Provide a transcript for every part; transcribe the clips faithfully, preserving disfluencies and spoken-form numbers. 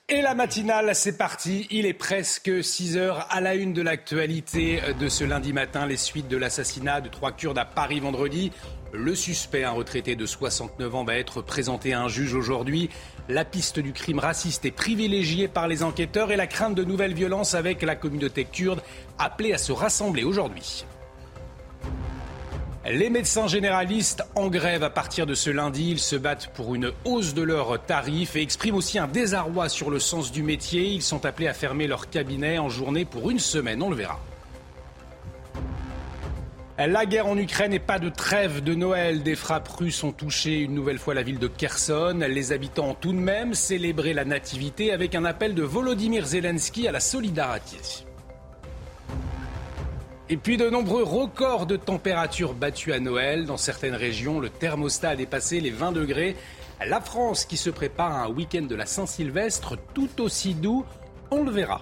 Et la matinale, c'est parti. Il est presque six heures à la une de l'actualité de ce lundi matin. Les suites de l'assassinat de trois Kurdes à Paris vendredi. Le suspect, un retraité de soixante-neuf ans, va être présenté à un juge aujourd'hui. La piste du crime raciste est privilégiée par les enquêteurs et la crainte de nouvelles violences avec la communauté kurde appelée à se rassembler aujourd'hui. Les médecins généralistes en grève à partir de ce lundi. Ils se battent pour une hausse de leurs tarifs et expriment aussi un désarroi sur le sens du métier. Ils sont appelés à fermer leur cabinet en journée pour une semaine. On le verra. La guerre en Ukraine et pas de trêve de Noël. Des frappes russes ont touché une nouvelle fois la ville de Kherson. Les habitants ont tout de même célébré la nativité avec un appel de Volodymyr Zelensky à la solidarité. Et puis de nombreux records de température battus à Noël. Dans certaines régions, le thermostat a dépassé les vingt degrés. La France qui se prépare à un week-end de la Saint-Sylvestre tout aussi doux, on le verra.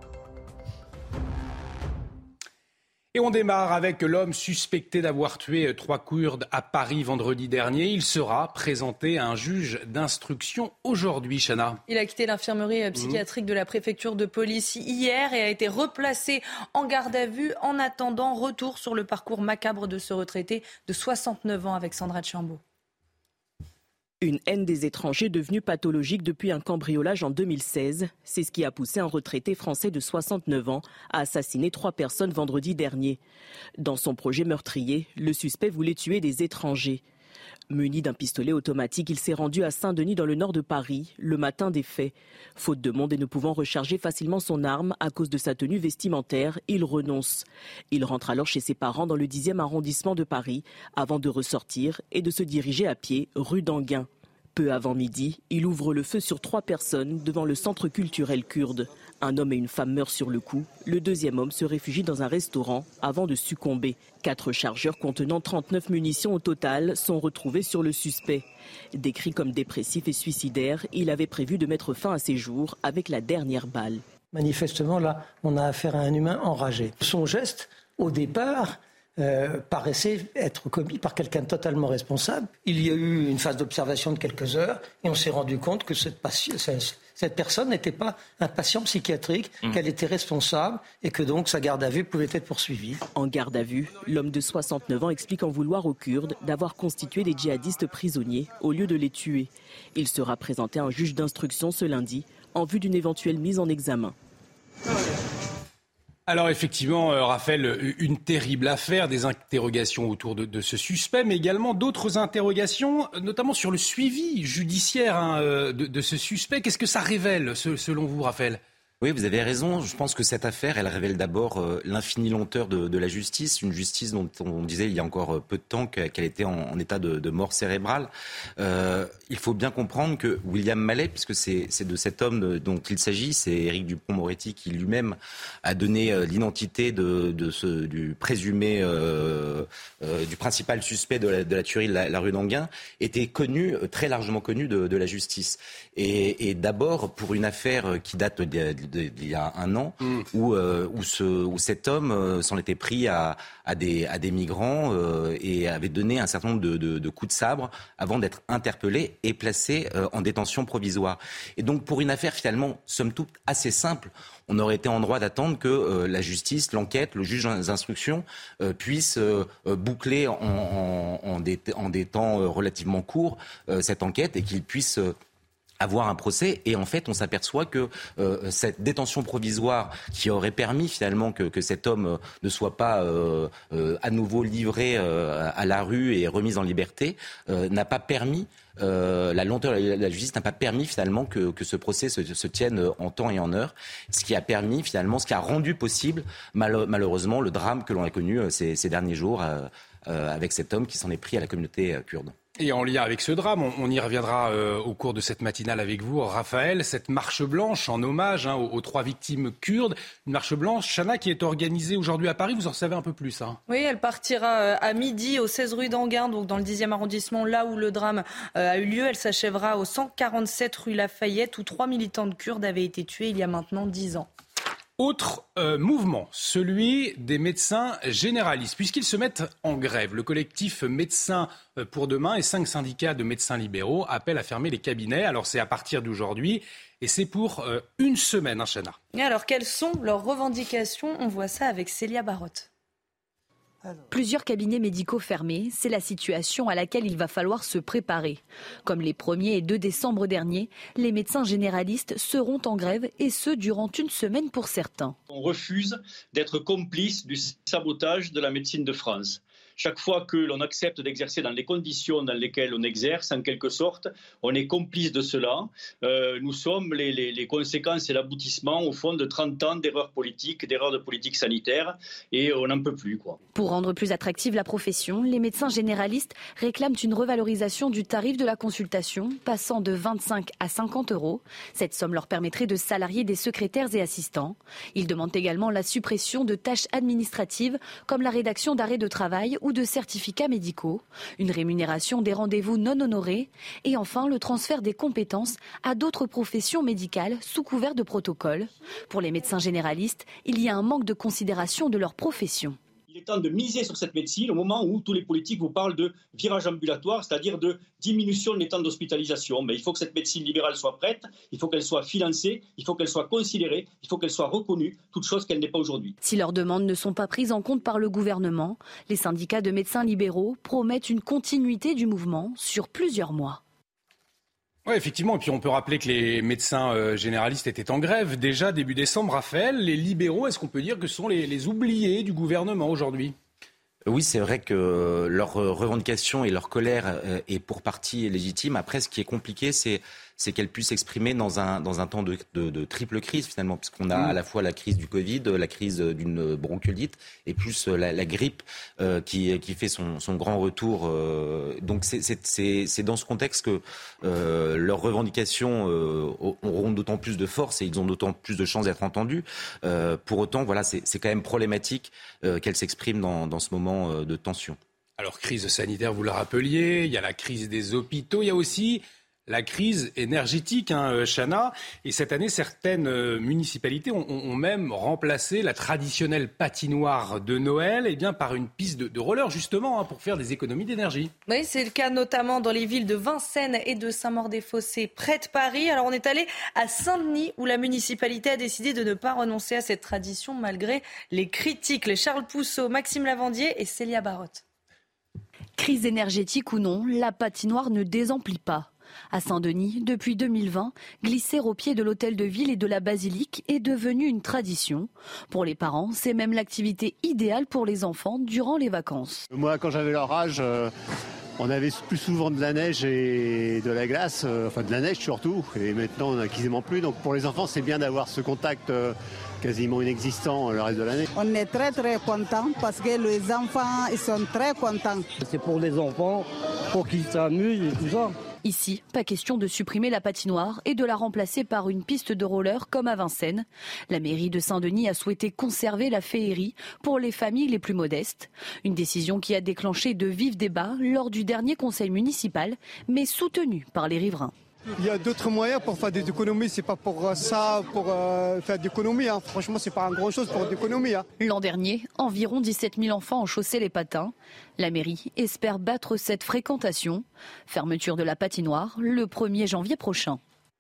Et on démarre avec l'homme suspecté d'avoir tué trois Kurdes à Paris vendredi dernier. Il sera présenté à un juge d'instruction aujourd'hui, Chana. Il a quitté l'infirmerie psychiatrique de la préfecture de police hier et a été replacé en garde à vue en attendant retour sur le parcours macabre de ce retraité de soixante-neuf ans avec Sandra Tchambaud. Une haine des étrangers devenue pathologique depuis un cambriolage en deux mille seize. C'est ce qui a poussé un retraité français de soixante-neuf ans à assassiner trois personnes vendredi dernier. Dans son projet meurtrier, le suspect voulait tuer des étrangers. Muni d'un pistolet automatique, il s'est rendu à Saint-Denis dans le nord de Paris le matin des faits. Faute de monde et ne pouvant recharger facilement son arme à cause de sa tenue vestimentaire, il renonce. Il rentre alors chez ses parents dans le dixième arrondissement de Paris avant de ressortir et de se diriger à pied rue d'Anguin. Peu avant midi, il ouvre le feu sur trois personnes devant le centre culturel kurde. Un homme et une femme meurent sur le coup. Le deuxième homme se réfugie dans un restaurant avant de succomber. Quatre chargeurs contenant trente-neuf munitions au total sont retrouvés sur le suspect. Décrit comme dépressif et suicidaire, il avait prévu de mettre fin à ses jours avec la dernière balle. Manifestement, là, on a affaire à un humain enragé. Son geste, au départ, Euh, paraissait être commis par quelqu'un de totalement responsable. Il y a eu une phase d'observation de quelques heures et on s'est rendu compte que cette, patient, cette personne n'était pas un patient psychiatrique, mmh. qu'elle était responsable et que donc sa garde à vue pouvait être poursuivie. En garde à vue, l'homme de soixante-neuf ans explique en vouloir aux Kurdes d'avoir constitué des djihadistes prisonniers au lieu de les tuer. Il sera présenté à un juge d'instruction ce lundi en vue d'une éventuelle mise en examen. Alors effectivement, euh, Raphaël, une terrible affaire, des interrogations autour de, de ce suspect, mais également d'autres interrogations, notamment sur le suivi judiciaire hein, de, de ce suspect. Qu'est-ce que ça révèle, ce, selon vous, Raphaël ? Oui, vous avez raison. Je pense que cette affaire, elle révèle d'abord euh, l'infinie lenteur de, de la justice. Une justice dont on disait il y a encore peu de temps qu'elle était en, en état de, de mort cérébrale. Euh, il faut bien comprendre que William Mallet, puisque c'est, c'est de cet homme dont il s'agit, c'est Éric Dupond-Moretti qui lui-même a donné euh, l'identité de, de ce, du présumé, euh, euh, du principal suspect de la, de la tuerie de la, la rue d'Anguin, était connu, très largement connu de, de la justice. Et, et d'abord, pour une affaire qui date de, de il y a un an, mmh. où, euh, où, ce, où cet homme euh, s'en était pris à, à, des, à des migrants euh, et avait donné un certain nombre de, de, de coups de sabre avant d'être interpellé et placé euh, en détention provisoire. Et donc pour une affaire finalement, somme toute, assez simple, on aurait été en droit d'attendre que euh, la justice, l'enquête, le juge d'instruction euh, puisse euh, boucler en, en, en, des, en des temps euh, relativement courts euh, cette enquête et qu'il puisse... Euh, avoir un procès et en fait on s'aperçoit que euh, cette détention provisoire qui aurait permis finalement que, que cet homme euh, ne soit pas euh, euh, à nouveau livré euh, à la rue et remis en liberté euh, n'a pas permis Euh, la lenteur de la justice n'a pas permis finalement que, que ce procès se, se tienne en temps et en heure, ce qui a permis finalement, ce qui a rendu possible mal, malheureusement le drame que l'on a connu euh, ces, ces derniers jours euh, euh, avec cet homme qui s'en est pris à la communauté euh, kurde. Et en lien avec ce drame, on, on y reviendra euh, au cours de cette matinale avec vous, Raphaël, cette marche blanche en hommage hein, aux, aux trois victimes kurdes. Une marche blanche, Chana, qui est organisée aujourd'hui à Paris, vous en savez un peu plus. Hein. Oui, elle partira à midi au seize rue d'Anguin, donc dans le dixième arrondissement, là où le drame euh, a eu lieu. Elle s'achèvera au cent quarante-sept rue Lafayette, où trois militantes kurdes avaient été tuées il y a maintenant dix ans. Autre euh, mouvement, celui des médecins généralistes, puisqu'ils se mettent en grève. Le collectif Médecins pour demain et cinq syndicats de médecins libéraux appellent à fermer les cabinets. Alors c'est à partir d'aujourd'hui et c'est pour euh, une semaine, hein, Chana. Et alors quelles sont leurs revendications ? On voit ça avec Célia Barotte. Plusieurs cabinets médicaux fermés, c'est la situation à laquelle il va falloir se préparer. Comme les premier et deux décembre dernier, les médecins généralistes seront en grève et ce durant une semaine pour certains. On refuse d'être complice du sabotage de la médecine de France. Chaque fois que l'on accepte d'exercer dans les conditions dans lesquelles on exerce, en quelque sorte, on est complice de cela. Euh, nous sommes les, les, les conséquences et l'aboutissement, au fond, de trente ans d'erreurs politiques, d'erreurs de politique sanitaire, et on n'en peut plus, quoi. Pour rendre plus attractive la profession, les médecins généralistes réclament une revalorisation du tarif de la consultation, passant de vingt-cinq à cinquante euros. Cette somme leur permettrait de salarier des secrétaires et assistants. Ils demandent également la suppression de tâches administratives, comme la rédaction d'arrêts de travail ou de certificats médicaux, une rémunération des rendez-vous non honorés et enfin le transfert des compétences à d'autres professions médicales sous couvert de protocole. Pour les médecins généralistes, il y a un manque de considération de leur profession. Il est temps de miser sur cette médecine au moment où tous les politiques vous parlent de virage ambulatoire, c'est-à-dire de diminution des temps d'hospitalisation. Mais il faut que cette médecine libérale soit prête, il faut qu'elle soit financée, il faut qu'elle soit considérée, il faut qu'elle soit reconnue, toute chose qu'elle n'est pas aujourd'hui. Si leurs demandes ne sont pas prises en compte par le gouvernement, les syndicats de médecins libéraux promettent une continuité du mouvement sur plusieurs mois. Oui, effectivement. Et puis on peut rappeler que les médecins euh, généralistes étaient en grève déjà début décembre. Raphaël, les libéraux, est-ce qu'on peut dire que ce sont les, les oubliés du gouvernement aujourd'hui ? Oui, c'est vrai que leur revendication et leur colère est pour partie légitime. Après, ce qui est compliqué, c'est, c'est qu'elles puissent s'exprimer dans un, dans un temps de, de, de triple crise, finalement, puisqu'on a à la fois la crise du Covid, la crise d'une bronchiolite et plus la, la grippe euh, qui, qui fait son, son grand retour. Euh, donc, c'est, c'est, c'est, c'est dans ce contexte que euh, leurs revendications euh, auront d'autant plus de force et ils ont d'autant plus de chances d'être entendus. Euh, pour autant, voilà, c'est, c'est quand même problématique euh, qu'elles s'expriment dans, dans ce moment de tension. Alors, crise sanitaire, vous le rappeliez, il y a la crise des hôpitaux, il y a aussi la crise énergétique, hein, Chana. Et cette année, certaines euh, municipalités ont, ont même remplacé la traditionnelle patinoire de Noël eh bien, par une piste de, de roller, justement, hein, pour faire des économies d'énergie. Oui, c'est le cas notamment dans les villes de Vincennes et de Saint-Maur-des-Fossés, près de Paris. Alors, on est allé à Saint-Denis, où la municipalité a décidé de ne pas renoncer à cette tradition, malgré les critiques. Les Charles Pousseau, Maxime Lavandier et Célia Barotte. Crise énergétique ou non, la patinoire ne désemplit pas. À Saint-Denis, depuis deux mille vingt, glisser au pied de l'hôtel de ville et de la basilique est devenu une tradition. Pour les parents, c'est même l'activité idéale pour les enfants durant les vacances. Moi, quand j'avais leur âge, euh, on avait plus souvent de la neige et de la glace, euh, enfin de la neige surtout, et maintenant on n'a quasiment plus. Donc pour les enfants, c'est bien d'avoir ce contact euh, quasiment inexistant le reste de l'année. On est très très contents parce que les enfants ils sont très contents. C'est pour les enfants, pour qu'ils s'amusent et tout ça. Ici, pas question de supprimer la patinoire et de la remplacer par une piste de roller comme à Vincennes. La mairie de Saint-Denis a souhaité conserver la féerie pour les familles les plus modestes. Une décision qui a déclenché de vifs débats lors du dernier conseil municipal, mais soutenue par les riverains. Il y a d'autres moyens pour faire des économies, c'est pas pour ça, pour euh, faire d'économies. Hein. Franchement, c'est pas une grande chose pour d'économies. Hein. L'an dernier, environ dix-sept mille enfants ont chaussé les patins. La mairie espère battre cette fréquentation. Fermeture de la patinoire le premier janvier prochain.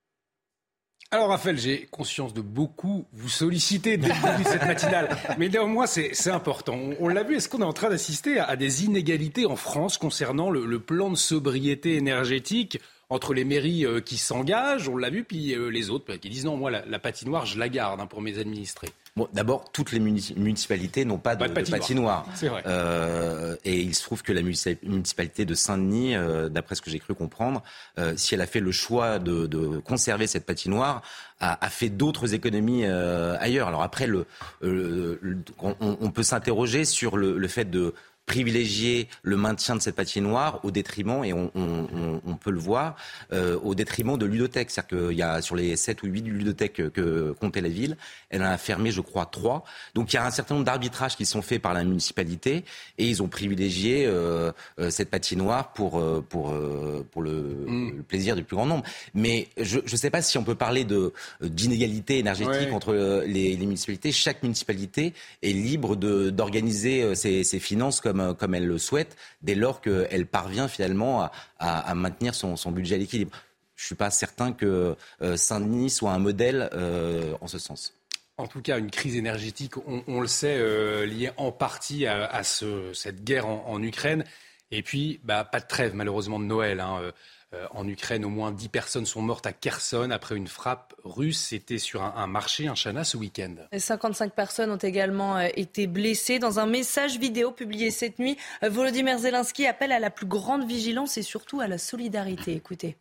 Alors Raphaël, j'ai conscience de beaucoup vous solliciter dès le début de cette matinale, mais néanmoins c'est, c'est important. On, on l'a vu, est-ce qu'on est en train d'assister à, à des inégalités en France concernant le, le plan de sobriété énergétique entre les mairies euh, qui s'engagent, on l'a vu, puis euh, les autres qui disent non, moi la, la patinoire je la garde hein, pour mes administrés. Bon, d'abord, toutes les municipalités n'ont pas de, pas de patinoire. De patinoire. C'est vrai. Euh, et il se trouve que la municipalité de Saint-Denis, euh, d'après ce que j'ai cru comprendre, euh, si elle a fait le choix de, de conserver cette patinoire, a, a fait d'autres économies euh, ailleurs. Alors après, le, euh, le, on, on peut s'interroger sur le, le fait de privilégié le maintien de cette patinoire au détriment, et on, on, on peut le voir, euh, au détriment de ludothèques. C'est-à-dire qu'il y a sur les sept ou huit ludothèques que, que comptait la ville, elle en a fermé, je crois, trois. Donc il y a un certain nombre d'arbitrages qui sont faits par la municipalité et ils ont privilégié euh, euh, cette patinoire pour, euh, pour, euh, pour le, mmh. le plaisir du plus grand nombre. Mais je ne sais pas si on peut parler de, d'inégalité énergétique ouais. entre les, les municipalités. Chaque municipalité est libre de, d'organiser ses, ses finances comme Comme, comme elle le souhaite, dès lors qu'elle parvient finalement à, à, à maintenir son, son budget à l'équilibre. Je ne suis pas certain que euh, Saint-Denis soit un modèle euh, en ce sens. En tout cas, une crise énergétique, on, on le sait, euh, liée en partie à, à ce, cette guerre en, en Ukraine. Et puis, bah, pas de trêve malheureusement de Noël. Hein. Euh, en Ukraine, au moins dix personnes sont mortes à Kherson après une frappe russe. C'était sur un, un marché, un Chana, ce week-end. cinquante-cinq personnes ont également été blessées. Dans un message vidéo publié cette nuit, Volodymyr Zelensky appelle à la plus grande vigilance et surtout à la solidarité. Écoutez.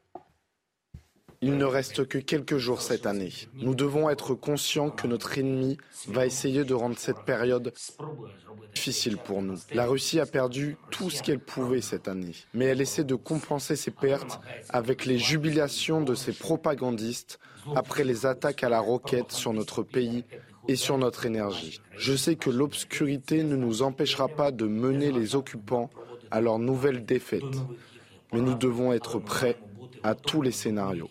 Il ne reste que quelques jours cette année. Nous devons être conscients que notre ennemi va essayer de rendre cette période difficile pour nous. La Russie a perdu tout ce qu'elle pouvait cette année, mais elle essaie de compenser ses pertes avec les jubilations de ses propagandistes après les attaques à la roquette sur notre pays et sur notre énergie. Je sais que l'obscurité ne nous empêchera pas de mener les occupants à leur nouvelle défaite, mais nous devons être prêts à tous les scénarios.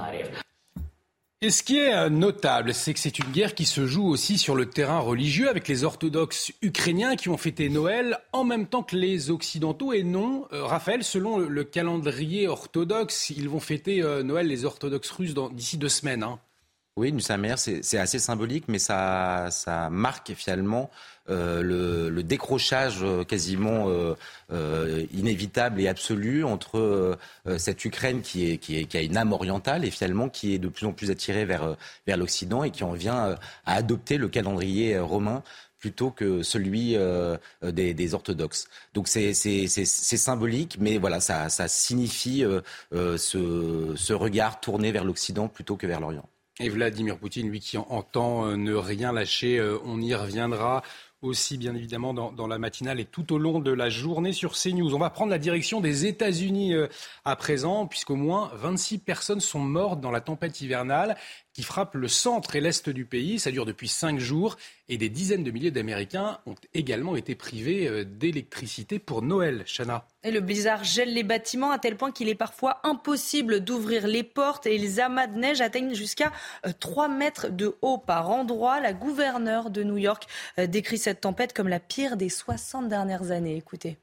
Et ce qui est notable, c'est que c'est une guerre qui se joue aussi sur le terrain religieux avec les orthodoxes ukrainiens qui ont fêté Noël en même temps que les occidentaux. Et non, euh, Raphaël, selon le, le calendrier orthodoxe, ils vont fêter euh, Noël, les orthodoxes russes, dans, d'ici deux semaines. Hein. Oui, sa mère, c'est, c'est assez symbolique, mais ça, ça marque finalement euh, le, le décrochage euh, quasiment euh, euh, inévitable et absolu entre euh, cette Ukraine qui, est, qui, est, qui a une âme orientale et finalement qui est de plus en plus attirée vers, vers l'Occident et qui en vient euh, à adopter le calendrier romain plutôt que celui euh, des, des orthodoxes. Donc c'est, c'est, c'est, c'est symbolique, mais voilà, ça, ça signifie euh, euh, ce, ce regard tourné vers l'Occident plutôt que vers l'Orient. Et Vladimir Poutine, lui qui entend euh, ne rien lâcher, euh, on y reviendra aussi bien évidemment dans, dans la matinale et tout au long de la journée sur CNews. On va prendre la direction des États-Unis euh, à présent, puisqu'au moins vingt-six personnes sont mortes dans la tempête hivernale qui frappe le centre et l'est du pays. Ça dure depuis cinq jours et des dizaines de milliers d'Américains ont également été privés d'électricité pour Noël. Chana. Et le blizzard gèle les bâtiments à tel point qu'il est parfois impossible d'ouvrir les portes et les amas de neige atteignent jusqu'à trois mètres de haut par endroit. La gouverneure de New York décrit cette tempête comme la pire des soixante dernières années. Écoutez.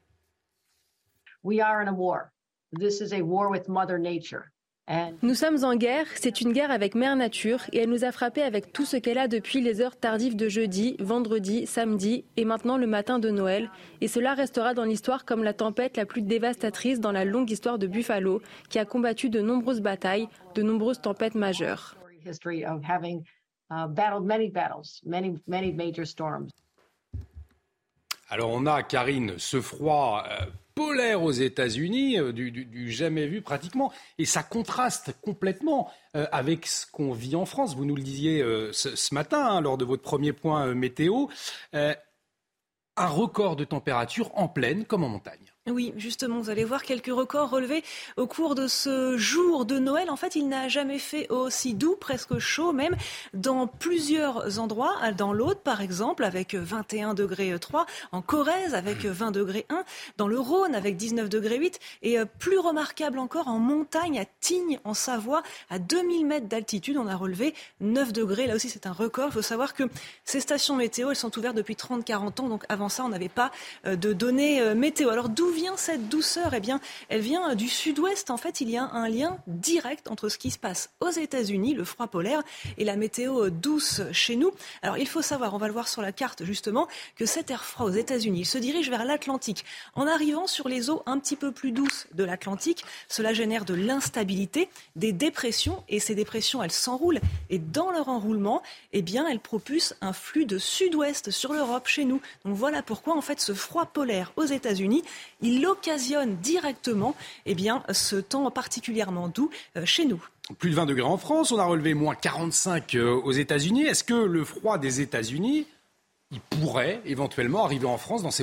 We are in a war. This is a war with Mother Nature. Nous sommes en guerre, c'est une guerre avec Mère Nature et elle nous a frappés avec tout ce qu'elle a depuis les heures tardives de jeudi, vendredi, samedi et maintenant le matin de Noël. Et cela restera dans l'histoire comme la tempête la plus dévastatrice dans la longue histoire de Buffalo qui a combattu de nombreuses batailles, de nombreuses tempêtes majeures. Alors on a, Karine, ce froid euh, polaire aux États-Unis, euh, du, du, du jamais vu pratiquement, et ça contraste complètement euh, avec ce qu'on vit en France. Vous nous le disiez euh, ce, ce matin, hein, lors de votre premier point euh, météo, euh, un record de température en plaine comme en montagne. Oui, justement, vous allez voir quelques records relevés au cours de ce jour de Noël. En fait, il n'a jamais fait aussi doux, presque chaud même, dans plusieurs endroits. Dans l'Aude, par exemple, avec vingt et un degrés trois. En Corrèze, avec vingt degrés un. Dans le Rhône, avec dix-neuf degrés huit. Et plus remarquable encore, en montagne, à Tignes, en Savoie, à deux mille mètres d'altitude, on a relevé neuf degrés. Là aussi, c'est un record. Il faut savoir que ces stations météo, elles sont ouvertes depuis trente à quarante ans. Donc avant ça, on n'avait pas de données météo. Alors d'où vient cette douceur? Eh bien, elle vient du sud-ouest. En fait, il y a un lien direct entre ce qui se passe aux États-Unis, le froid polaire, et la météo douce chez nous. Alors, il faut savoir, on va le voir sur la carte justement, que cet air froid aux États-Unis, il se dirige vers l'Atlantique. En arrivant sur les eaux un petit peu plus douces de l'Atlantique, cela génère de l'instabilité, des dépressions, et ces dépressions, elles s'enroulent. Et dans leur enroulement, eh bien, elles propulsent un flux de sud-ouest sur l'Europe, chez nous. Donc voilà pourquoi, en fait, ce froid polaire aux États-Unis, il occasionne directement eh bien, ce temps particulièrement doux euh, chez nous. Plus de vingt degrés en France, on a relevé moins quarante-cinq euh, aux États-Unis. Est-ce que le froid des États-Unis, il pourrait éventuellement arriver en France dans ces prochains jours ?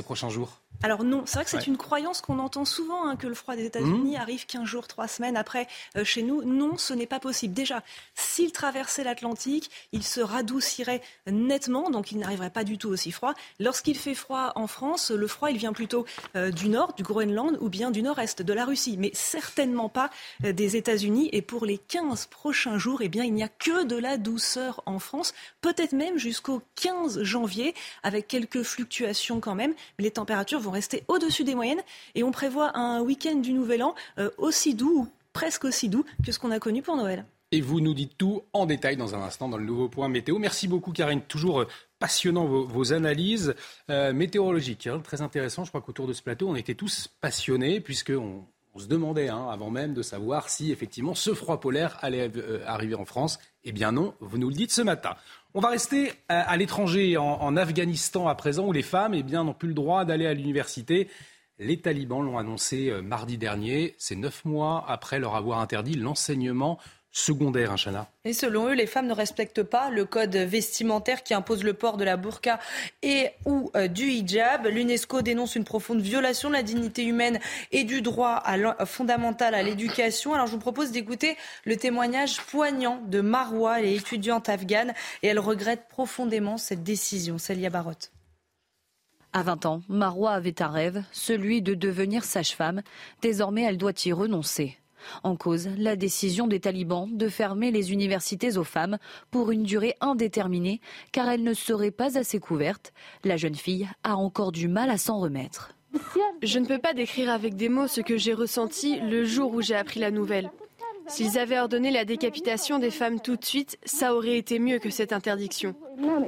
Alors non, c'est vrai que c'est Ouais. une croyance qu'on entend souvent, hein, que le froid des États-Unis Mmh. arrive quinze jours, trois semaines après euh, chez nous. Non, ce n'est pas possible. Déjà, s'il traversait l'Atlantique, il se radoucirait nettement, donc il n'arriverait pas du tout aussi froid. Lorsqu'il fait froid en France, le froid, il vient plutôt euh, du nord, du Groenland ou bien du nord-est, de la Russie, mais certainement pas euh, des États-Unis. Et pour les quinze prochains jours, eh bien, il n'y a que de la douceur en France, peut-être même jusqu'au quinze janvier, avec quelques fluctuations quand même, mais les températures vont rester au-dessus des moyennes et on prévoit un week-end du Nouvel An euh, aussi doux ou presque aussi doux que ce qu'on a connu pour Noël. Et vous nous dites tout en détail dans un instant dans le nouveau point météo. Merci beaucoup Karine, toujours euh, passionnant vos, vos analyses euh, météorologiques, hein, très intéressant. Je crois qu'autour de ce plateau, on était tous passionnés puisqu'on on se demandait hein, avant même de savoir si effectivement ce froid polaire allait euh, arriver en France. Eh bien non, vous nous le dites ce matin. On va rester à, à l'étranger, en, en Afghanistan à présent, où les femmes eh bien, n'ont plus le droit d'aller à l'université. Les talibans l'ont annoncé euh, mardi dernier. C'est neuf mois après leur avoir interdit l'enseignement secondaire, hein, Chana. Et selon eux, les femmes ne respectent pas le code vestimentaire qui impose le port de la burqa et ou euh, du hijab. L'UNESCO dénonce une profonde violation de la dignité humaine et du droit à fondamental à l'éducation. Alors je vous propose d'écouter le témoignage poignant de Marwa, elle est étudiante afghane et elle regrette profondément cette décision. Célia Barotte. À vingt ans, Marwa avait un rêve, celui de devenir sage-femme. Désormais, elle doit y renoncer. En cause, la décision des talibans de fermer les universités aux femmes pour une durée indéterminée, car elles ne seraient pas assez couvertes. La jeune fille a encore du mal à s'en remettre. Je ne peux pas décrire avec des mots ce que j'ai ressenti le jour où j'ai appris la nouvelle. S'ils avaient ordonné la décapitation des femmes tout de suite, ça aurait été mieux que cette interdiction.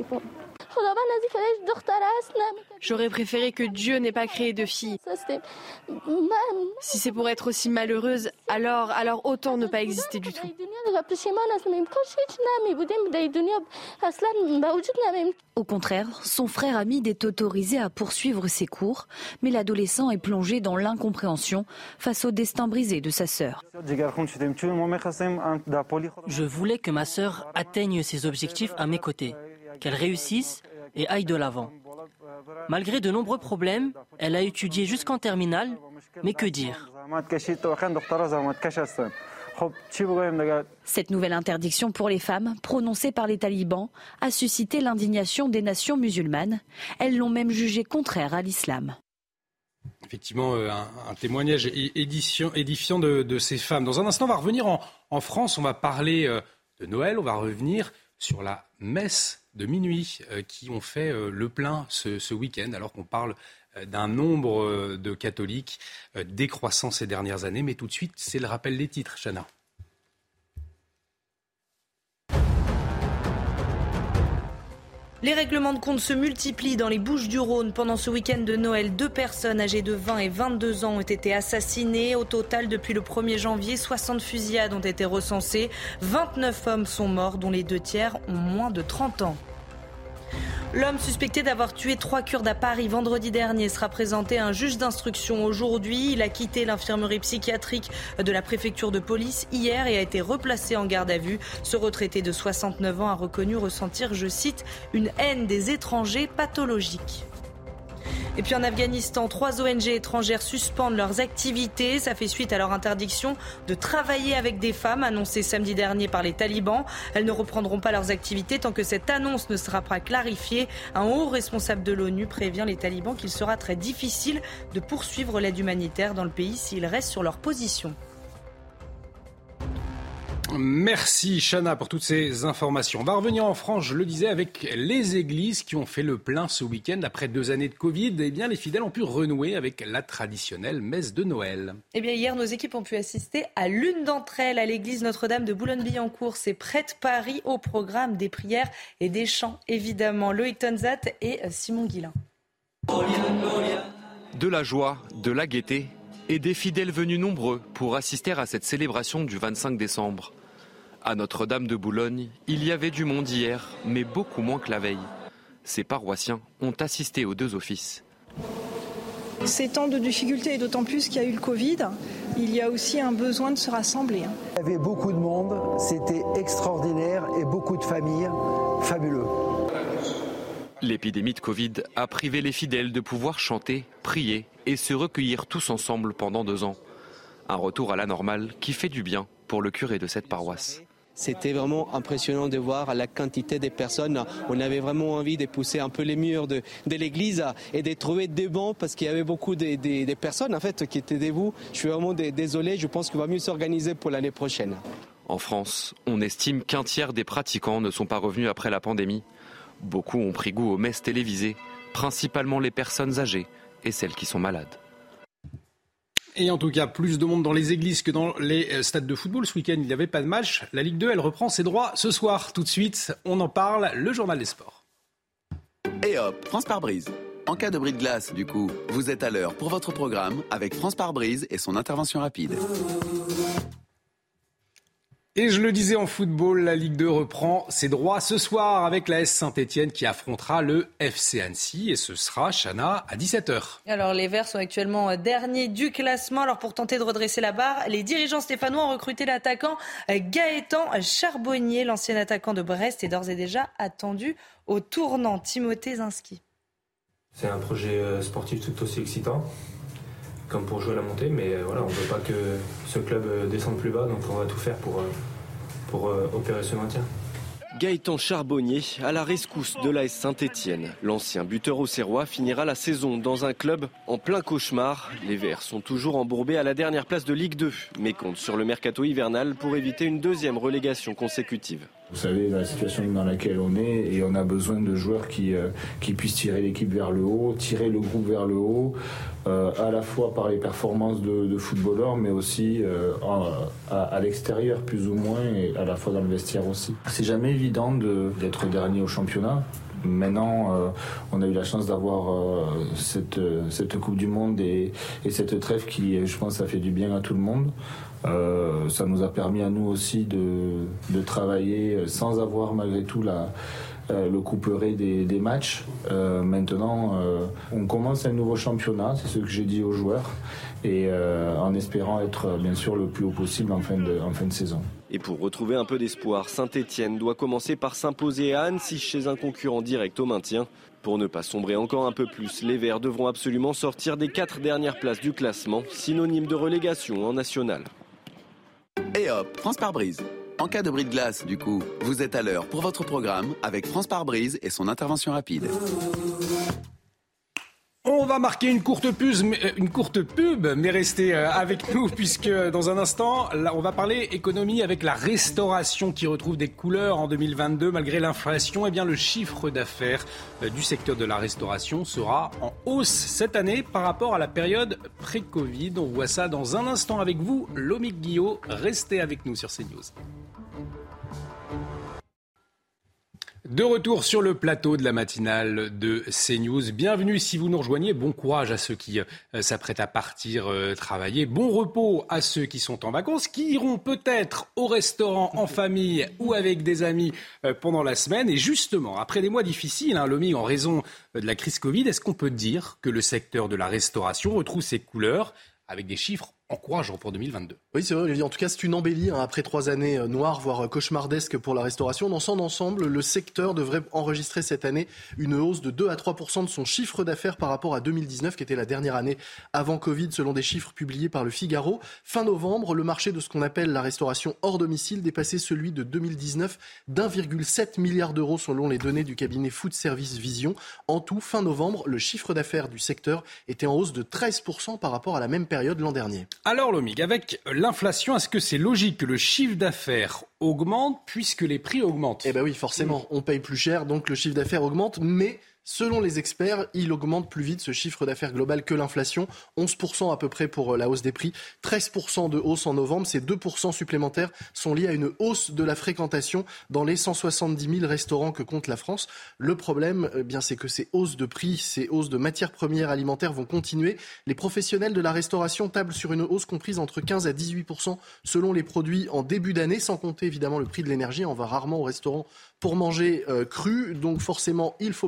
J'aurais préféré que Dieu n'ait pas créé de filles. Si c'est pour être aussi malheureuse, alors, alors autant ne pas exister du tout. Au contraire, son frère Hamid est autorisé à poursuivre ses cours, mais l'adolescent est plongé dans l'incompréhension face au destin brisé de sa sœur. Je voulais que ma sœur atteigne ses objectifs à mes côtés, qu'elle réussisse et aille de l'avant. Malgré de nombreux problèmes, elle a étudié jusqu'en terminale, mais que dire ? Cette nouvelle interdiction pour les femmes, prononcée par les talibans, a suscité l'indignation des nations musulmanes. Elles l'ont même jugée contraire à l'islam. Effectivement, un, un témoignage édition, édifiant de, de ces femmes. Dans un instant, on va revenir en, en France, on va parler de Noël, on va revenir sur la messe de minuit euh, qui ont fait euh, le plein ce, ce week-end, alors qu'on parle euh, d'un nombre euh, de catholiques euh, décroissant ces dernières années. Mais tout de suite, c'est le rappel des titres, Chana. Les règlements de compte se multiplient dans les Bouches-du-Rhône. Pendant ce week-end de Noël, deux personnes âgées de vingt et vingt-deux ans ont été assassinées. Au total, depuis le premier janvier, soixante fusillades ont été recensées. vingt-neuf hommes sont morts, dont les deux tiers ont moins de trente ans. L'homme suspecté d'avoir tué trois Kurdes à Paris vendredi dernier sera présenté à un juge d'instruction aujourd'hui. Il a quitté l'infirmerie psychiatrique de la préfecture de police hier et a été replacé en garde à vue. Ce retraité de soixante-neuf ans a reconnu ressentir, je cite, une haine des étrangers pathologique. Et puis en Afghanistan, trois O N G étrangères suspendent leurs activités. Ça fait suite à leur interdiction de travailler avec des femmes, annoncée samedi dernier par les talibans. Elles ne reprendront pas leurs activités tant que cette annonce ne sera pas clarifiée. Un haut responsable de l'ONU prévient les talibans qu'il sera très difficile de poursuivre l'aide humanitaire dans le pays s'ils restent sur leur position. Merci Chana pour toutes ces informations. On va revenir en France, je le disais, avec les églises qui ont fait le plein ce week-end. Après deux années de Covid, eh bien, les fidèles ont pu renouer avec la traditionnelle messe de Noël. Eh bien, hier, nos équipes ont pu assister à l'une d'entre elles, à l'église Notre-Dame de Boulogne-Billancourt. C'est près de Paris, au programme des prières et des chants, évidemment. Loïc Tonzat et Simon Guillain. De la joie, de la gaieté et des fidèles venus nombreux pour assister à cette célébration du vingt-cinq décembre. À Notre-Dame de Boulogne, il y avait du monde hier, mais beaucoup moins que la veille. Ces paroissiens ont assisté aux deux offices. Ces temps de difficulté, et d'autant plus qu'il y a eu le Covid, il y a aussi un besoin de se rassembler. Il y avait beaucoup de monde, c'était extraordinaire et beaucoup de familles, fabuleux. L'épidémie de Covid a privé les fidèles de pouvoir chanter, prier et se recueillir tous ensemble pendant deux ans. Un retour à la normale qui fait du bien pour le curé de cette paroisse. C'était vraiment impressionnant de voir la quantité de personnes. On avait vraiment envie de pousser un peu les murs de, de l'église et de trouver des bancs parce qu'il y avait beaucoup de, de, de personnes en fait, qui étaient debout. Je suis vraiment désolé, je pense qu'il va mieux s'organiser pour l'année prochaine. En France, on estime qu'un tiers des pratiquants ne sont pas revenus après la pandémie. Beaucoup ont pris goût aux messes télévisées, principalement les personnes âgées et celles qui sont malades. Et en tout cas, plus de monde dans les églises que dans les stades de football. Ce week-end, il n'y avait pas de match. La Ligue deux, elle reprend ses droits ce soir. Tout de suite, on en parle, le journal des sports. Et hop, France par brise. En cas de bris de glace, du coup, vous êtes à l'heure pour votre programme avec France par brise et son intervention rapide. Et je le disais en football, la Ligue deux reprend ses droits ce soir avec l'A S Saint-Etienne qui affrontera le F C Annecy et ce sera, Chana, à dix-sept heures. Alors les Verts sont actuellement derniers du classement. Alors pour tenter de redresser la barre, les dirigeants stéphanois ont recruté l'attaquant Gaëtan Charbonnier. L'ancien attaquant de Brest est d'ores et déjà attendu au tournant. Timothée Zinski. C'est un projet sportif tout aussi excitant, comme pour jouer à la montée, mais voilà, on ne veut pas que ce club descende plus bas, donc on va tout faire pour, pour opérer ce maintien. Gaëtan Charbonnier à la rescousse de l'A S Saint-Etienne. L'ancien buteur auxerrois finira la saison dans un club en plein cauchemar. Les Verts sont toujours embourbés à la dernière place de Ligue deux, mais comptent sur le mercato hivernal pour éviter une deuxième relégation consécutive. Vous savez la situation dans laquelle on est et on a besoin de joueurs qui, euh, qui puissent tirer l'équipe vers le haut, tirer le groupe vers le haut, euh, à la fois par les performances de, de footballeurs mais aussi euh, en, à, à l'extérieur plus ou moins et à la fois dans le vestiaire aussi. C'est jamais évident de, d'être dernier au championnat. Maintenant, euh, on a eu la chance d'avoir euh, cette, cette Coupe du Monde et, et cette trêve qui, je pense, ça fait du bien à tout le monde. Euh, ça nous a permis à nous aussi de, de travailler sans avoir malgré tout la, euh, le couperet des, des matchs. Euh, maintenant, euh, on commence un nouveau championnat, c'est ce que j'ai dit aux joueurs, et euh, en espérant être bien sûr le plus haut possible en fin de, en fin de saison. Et pour retrouver un peu d'espoir, Saint-Etienne doit commencer par s'imposer à Annecy chez un concurrent direct au maintien. Pour ne pas sombrer encore un peu plus, les Verts devront absolument sortir des quatre dernières places du classement, synonyme de relégation en national. Et hop, France par brise. En cas de bris de glace, du coup, vous êtes à l'heure pour votre programme avec France par brise et son intervention rapide. On va marquer une courte pub, une courte pub, mais restez avec nous puisque dans un instant, là, on va parler économie avec la restauration qui retrouve des couleurs en deux mille vingt-deux malgré l'inflation. Eh bien, le chiffre d'affaires du secteur de la restauration sera en hausse cette année par rapport à la période pré-Covid. On voit ça dans un instant avec vous, Lomique Guillot. Restez avec nous sur CNews. De retour sur le plateau de la matinale de CNews. Bienvenue si vous nous rejoignez. Bon courage à ceux qui euh, s'apprêtent à partir euh, travailler. Bon repos à ceux qui sont en vacances, qui iront peut-être au restaurant en famille ou avec des amis euh, pendant la semaine. Et justement, après des mois difficiles, hein, Lomi, en raison de la crise Covid, est-ce qu'on peut dire que le secteur de la restauration retrouve ses couleurs avec des chiffres encourageant pour deux mille vingt-deux. Oui, c'est vrai, Olivier. En tout cas, c'est une embellie hein, après trois années euh, noires, voire euh, cauchemardesques pour la restauration. Dans son ensemble, le secteur devrait enregistrer cette année une hausse de deux à trois pour cent de son chiffre d'affaires par rapport à deux mille dix-neuf, qui était la dernière année avant Covid, selon des chiffres publiés par le Figaro. Fin novembre, le marché de ce qu'on appelle la restauration hors domicile dépassait celui de deux mille dix-neuf d'un virgule sept milliard d'euros, selon les données du cabinet Food Service Vision. En tout, fin novembre, le chiffre d'affaires du secteur était en hausse de treize pour cent par rapport à la même période l'an dernier. Alors Lomig, avec l'inflation, est-ce que c'est logique que le chiffre d'affaires augmente puisque les prix augmentent ? Eh bien oui, forcément, on paye plus cher, donc le chiffre d'affaires augmente, mais selon les experts, il augmente plus vite ce chiffre d'affaires global que l'inflation. onze pour cent à peu près pour la hausse des prix, treize pour cent de hausse en novembre. Ces deux pour cent supplémentaires sont liés à une hausse de la fréquentation dans les cent soixante-dix mille restaurants que compte la France. Le problème, eh bien, c'est que ces hausses de prix, ces hausses de matières premières alimentaires vont continuer. Les professionnels de la restauration tablent sur une hausse comprise entre quinze à dix-huit pour cent selon les produits en début d'année, sans compter évidemment le prix de l'énergie. On va rarement au restaurant pour manger euh, cru, donc forcément il faut bien cuire.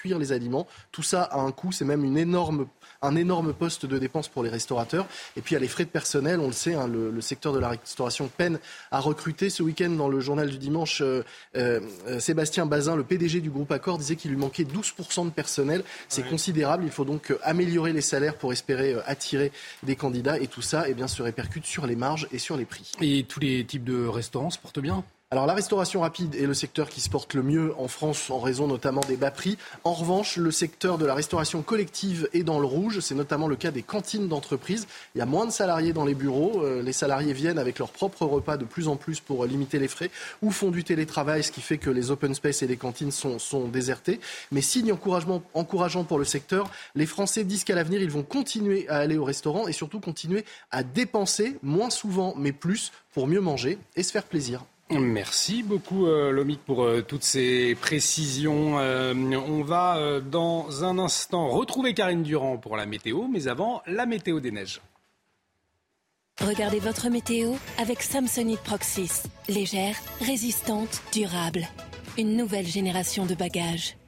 cuire les aliments. Tout ça a un coût, c'est même une énorme, un énorme poste de dépense pour les restaurateurs. Et puis il y a les frais de personnel, on le sait, hein, le, le secteur de la restauration peine à recruter. Ce week-end, dans le journal du dimanche, euh, euh, Sébastien Bazin, le P D G du groupe Accor, disait qu'il lui manquait douze pour cent de personnel. C'est ouais. considérable, il faut donc euh, améliorer les salaires pour espérer euh, attirer des candidats. Et tout ça eh bien, se répercute sur les marges et sur les prix. Et tous les types de restaurants se portent bien ? Alors la restauration rapide est le secteur qui se porte le mieux en France en raison notamment des bas prix. En revanche, le secteur de la restauration collective est dans le rouge. C'est notamment le cas des cantines d'entreprise. Il y a moins de salariés dans les bureaux. Euh, les salariés viennent avec leurs propres repas de plus en plus pour euh, limiter les frais ou font du télétravail, ce qui fait que les open space et les cantines sont, sont désertés. Mais signe encouragement, encourageant pour le secteur, les Français disent qu'à l'avenir, ils vont continuer à aller au restaurant et surtout continuer à dépenser, moins souvent mais plus, pour mieux manger et se faire plaisir. Merci beaucoup euh, Lomic pour euh, toutes ces précisions. Euh, on va euh, dans un instant retrouver Karine Durand pour la météo, mais avant la météo des neiges. Regardez votre météo avec Samsonite Proxys. Légère, résistante, durable. Une nouvelle génération de bagages.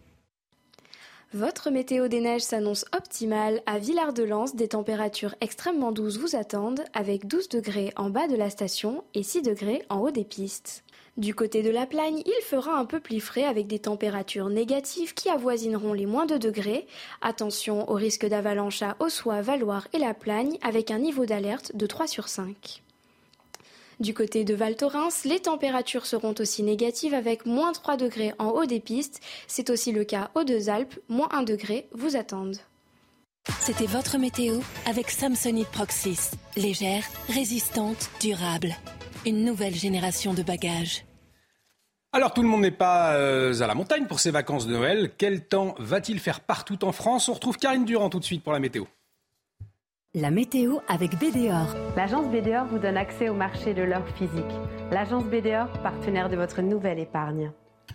Votre météo des neiges s'annonce optimale. À Villard-de-Lans, des températures extrêmement douces vous attendent, avec douze degrés en bas de la station et six degrés en haut des pistes. Du côté de la Plagne, il fera un peu plus frais avec des températures négatives qui avoisineront les moins deux degrés. Attention au risque d'avalanche à Ossois, Valloire et la Plagne, avec un niveau d'alerte de trois sur cinq. Du côté de Val Thorens, les températures seront aussi négatives avec moins trois degrés en haut des pistes. C'est aussi le cas aux Deux-Alpes, moins un degré vous attendent. C'était votre météo avec Samsonite Proxys. Légère, résistante, durable. Une nouvelle génération de bagages. Alors tout le monde n'est pas euh, à la montagne pour ses vacances de Noël. Quel temps va-t-il faire partout en France ? On retrouve Karine Durand tout de suite pour la météo. La météo avec B D O R. L'agence B D O R vous donne accès au marché de l'or physique. L'agence B D O R, partenaire de votre nouvelle épargne.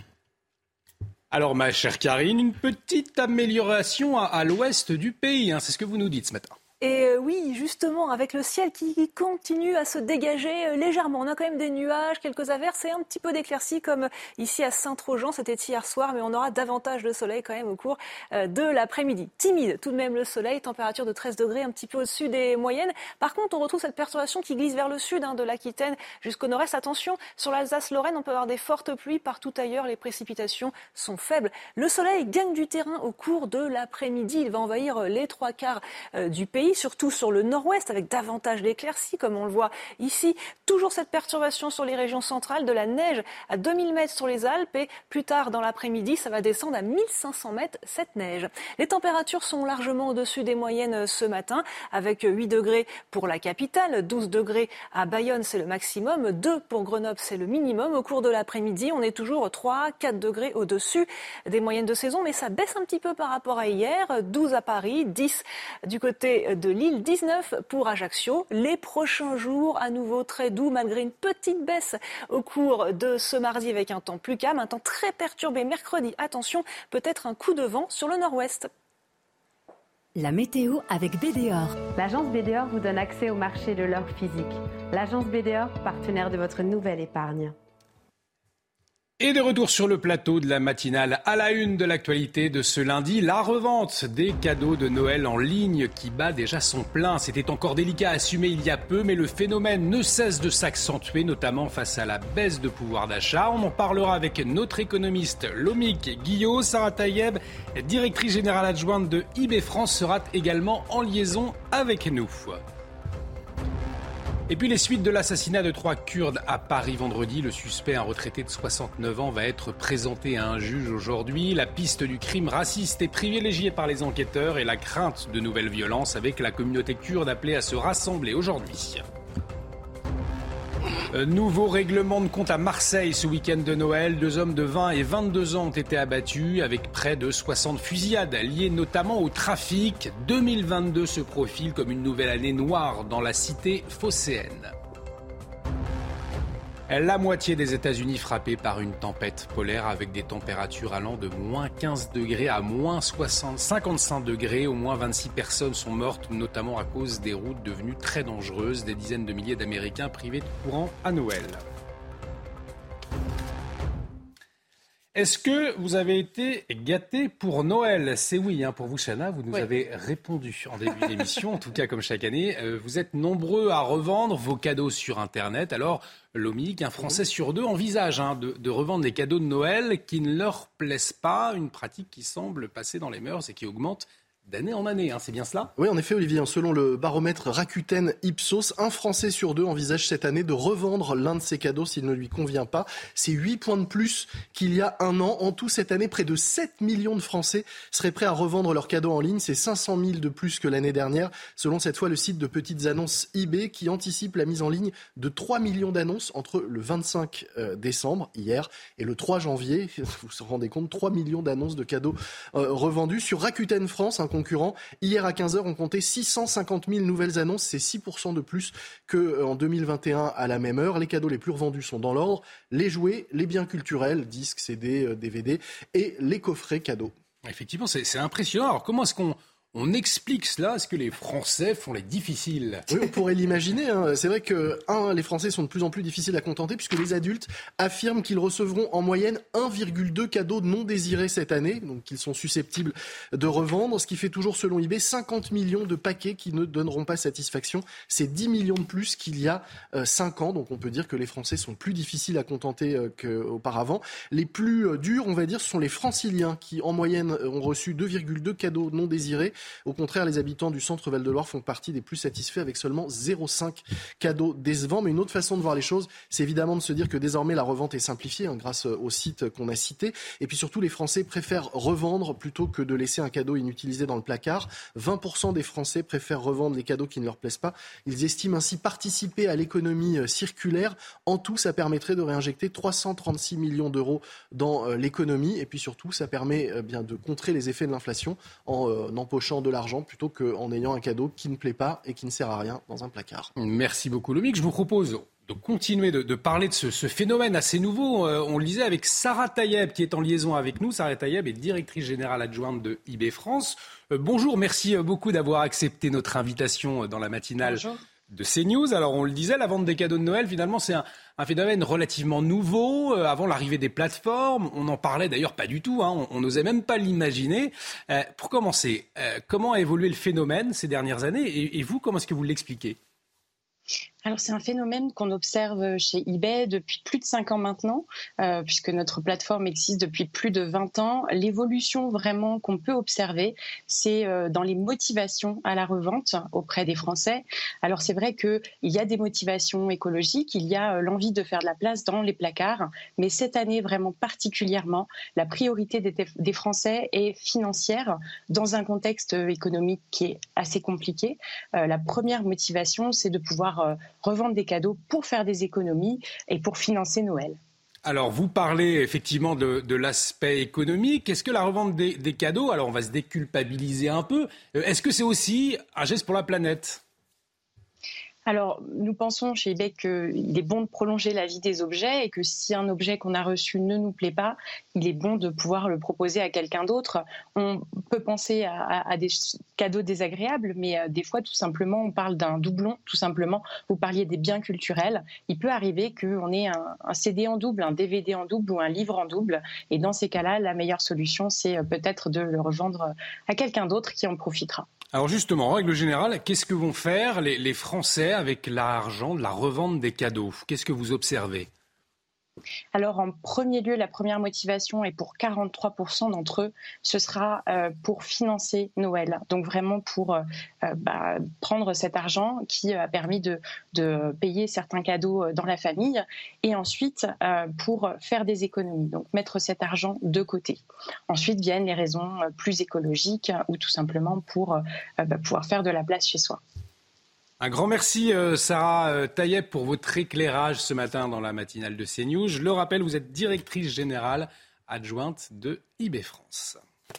Alors ma chère Karine, une petite amélioration à, à l'ouest du pays, hein, c'est ce que vous nous dites ce matin. Et euh, oui, justement, avec le ciel qui continue à se dégager euh, légèrement. On a quand même des nuages, quelques averses et un petit peu d'éclaircies comme ici à Saint-Trojan. C'était hier soir, mais on aura davantage de soleil quand même au cours euh, de l'après-midi. Timide tout de même le soleil, température de treize degrés, un petit peu au-dessus des moyennes. Par contre, on retrouve cette perturbation qui glisse vers le sud, hein, de l'Aquitaine jusqu'au nord-est. Attention, sur l'Alsace-Lorraine, on peut avoir des fortes pluies. Partout ailleurs, les précipitations sont faibles. Le soleil gagne du terrain au cours de l'après-midi. Il va envahir les trois quarts euh, du pays, surtout sur le nord-ouest, avec davantage d'éclaircies, comme on le voit ici. Toujours cette perturbation sur les régions centrales, de la neige à deux mille mètres sur les Alpes, et plus tard dans l'après-midi, ça va descendre à mille cinq cents mètres, cette neige. Les températures sont largement au-dessus des moyennes ce matin, avec huit degrés pour la capitale, douze degrés à Bayonne, c'est le maximum, deux pour Grenoble, c'est le minimum. Au cours de l'après-midi, on est toujours trois à quatre degrés au-dessus des moyennes de saison, mais ça baisse un petit peu par rapport à hier, douze à Paris, dix du côté de de Lille, dix-neuf pour Ajaccio. Les prochains jours, à nouveau très doux, malgré une petite baisse au cours de ce mardi avec un temps plus calme, un temps très perturbé mercredi. Attention, peut-être un coup de vent sur le nord-ouest. La météo avec B D O R. L'agence B D O R vous donne accès au marché de l'or physique. L'agence B D O R, partenaire de votre nouvelle épargne. Et de retour sur le plateau de la matinale, à la une de l'actualité de ce lundi, la revente des cadeaux de Noël en ligne qui bat déjà son plein. C'était encore délicat à assumer il y a peu, mais le phénomène ne cesse de s'accentuer, notamment face à la baisse de pouvoir d'achat. On en parlera avec notre économiste Lomic Guillot. Sarah Tayeb, directrice générale adjointe de I B France, sera également en liaison avec nous. Et puis les suites de l'assassinat de trois Kurdes à Paris vendredi. Le suspect, un retraité de soixante-neuf ans, va être présenté à un juge aujourd'hui. La piste du crime raciste est privilégiée par les enquêteurs et la crainte de nouvelles violences, avec la communauté kurde appelée à se rassembler aujourd'hui. Nouveau règlement de compte à Marseille ce week-end de Noël. Deux hommes de vingt et vingt-deux ans ont été abattus avec près de soixante fusillades liées notamment au trafic. deux mille vingt-deux se profile comme une nouvelle année noire dans la cité phocéenne. La moitié des États-Unis frappés par une tempête polaire avec des températures allant de moins quinze degrés à moins soixante, cinquante-cinq degrés. Au moins vingt-six personnes sont mortes, notamment à cause des routes devenues très dangereuses. Des dizaines de milliers d'Américains privés de courant à Noël. Est-ce que vous avez été gâté pour Noël ? C'est oui, hein, pour vous, Chana, vous nous oui. avez répondu en début d'émission, en tout cas comme chaque année. Euh, vous êtes nombreux à revendre vos cadeaux sur Internet. Alors, Lomique, un Français sur deux envisage hein, de, de revendre des cadeaux de Noël qui ne leur plaisent pas, une pratique qui semble passer dans les mœurs et qui augmente d'année en année, hein, c'est bien cela ? Oui, en effet, Olivier, selon le baromètre Rakuten Ipsos, un Français sur deux envisage cette année de revendre l'un de ses cadeaux s'il ne lui convient pas. C'est huit points de plus qu'il y a un an. En tout, cette année, près de sept millions de Français seraient prêts à revendre leurs cadeaux en ligne. C'est cinq cent mille de plus que l'année dernière, selon cette fois le site de petites annonces eBay qui anticipe la mise en ligne de trois millions d'annonces entre le vingt-cinq décembre, hier, et le trois janvier. Vous vous rendez compte, trois millions d'annonces de cadeaux euh, revendus. Sur Rakuten France, un concurrent, hier à quinze heures, on comptait six cent cinquante mille nouvelles annonces. C'est six pour cent de plus qu'en deux mille vingt et un à la même heure. Les cadeaux les plus revendus sont dans l'ordre: les jouets, les biens culturels, disques, C D, D V D et les coffrets cadeaux. Effectivement, c'est, c'est impressionnant. Alors comment est-ce qu'on on explique cela? Est-ce que les Français font les difficiles? Oui, on pourrait l'imaginer. Hein. C'est vrai que, un, les Français sont de plus en plus difficiles à contenter puisque les adultes affirment qu'ils recevront en moyenne un virgule deux cadeaux non désirés cette année, donc qu'ils sont susceptibles de revendre, ce qui fait toujours, selon eBay, cinquante millions de paquets qui ne donneront pas satisfaction. C'est dix millions de plus qu'il y a euh, cinq ans, donc on peut dire que les Français sont plus difficiles à contenter euh, qu'auparavant. Les plus euh, durs, on va dire, ce sont les Franciliens qui, en moyenne, ont reçu deux virgule deux cadeaux non désirés. Au contraire, les habitants du centre Val-de-Loire font partie des plus satisfaits avec seulement zéro virgule cinq cadeaux décevants. Mais une autre façon de voir les choses, c'est évidemment de se dire que désormais la revente est simplifiée hein, grâce au site qu'on a cité. Et puis surtout, les Français préfèrent revendre plutôt que de laisser un cadeau inutilisé dans le placard. vingt pour cent des Français préfèrent revendre les cadeaux qui ne leur plaisent pas. Ils estiment ainsi participer à l'économie circulaire. En tout, ça permettrait de réinjecter trois cent trente-six millions d'euros dans euh, l'économie. Et puis surtout, ça permet euh, bien de contrer les effets de l'inflation en euh, empochant de l'argent plutôt qu'en ayant un cadeau qui ne plaît pas et qui ne sert à rien dans un placard. Merci beaucoup, Lomique. Je vous propose de continuer de, de parler de ce, ce phénomène assez nouveau. Euh, on le disait avec Sarah Tayeb qui est en liaison avec nous. Sarah Tayeb est directrice générale adjointe de eBay France. Euh, bonjour, merci beaucoup d'avoir accepté notre invitation dans la matinale bonjour. de CNews. Alors on le disait, la vente des cadeaux de Noël, finalement, c'est un, un phénomène relativement nouveau. Euh, avant l'arrivée des plateformes, on n'en parlait d'ailleurs pas du tout. Hein, on n'osait même pas l'imaginer. Euh, pour commencer, euh, comment a évolué le phénomène ces dernières années et, et vous, comment est-ce que vous l'expliquez ? Alors c'est un phénomène qu'on observe chez eBay depuis plus de cinq ans maintenant, euh, puisque notre plateforme existe depuis plus de vingt ans. L'évolution vraiment qu'on peut observer, c'est euh, dans les motivations à la revente auprès des Français. Alors c'est vrai qu'il y a des motivations écologiques, il y a euh, l'envie de faire de la place dans les placards, mais cette année vraiment particulièrement, la priorité des, des Français est financière dans un contexte économique qui est assez compliqué. Euh, la première motivation, c'est de pouvoir euh, revendre des cadeaux pour faire des économies et pour financer Noël. Alors, vous parlez effectivement de, de l'aspect économique. Est-ce que la revente des, des cadeaux, alors on va se déculpabiliser un peu, est-ce que c'est aussi un geste pour la planète ? Alors, nous pensons chez eBay qu'il est bon de prolonger la vie des objets et que si un objet qu'on a reçu ne nous plaît pas, il est bon de pouvoir le proposer à quelqu'un d'autre. On peut penser à, à, à des cadeaux désagréables, mais euh, des fois, tout simplement, on parle d'un doublon, tout simplement. Vous parliez des biens culturels. Il peut arriver qu'on ait un, un C D en double, un D V D en double ou un livre en double. Et dans ces cas-là, la meilleure solution, c'est peut-être de le revendre à quelqu'un d'autre qui en profitera. Alors justement, en règle générale, qu'est-ce que vont faire les, les Français avec l'argent de la revente des cadeaux ? Qu'est-ce que vous observez ? Alors en premier lieu, la première motivation est pour quarante-trois pour cent d'entre eux, ce sera euh, pour financer Noël. Donc vraiment pour euh, bah, prendre cet argent qui a permis de, de payer certains cadeaux dans la famille et ensuite euh, pour faire des économies, donc mettre cet argent de côté. Ensuite viennent les raisons plus écologiques ou tout simplement pour euh, bah, pouvoir faire de la place chez soi. Un grand merci euh, Sarah Tayeb pour votre éclairage ce matin dans la matinale de CNews. Je le rappelle, vous êtes directrice générale adjointe de eBay France.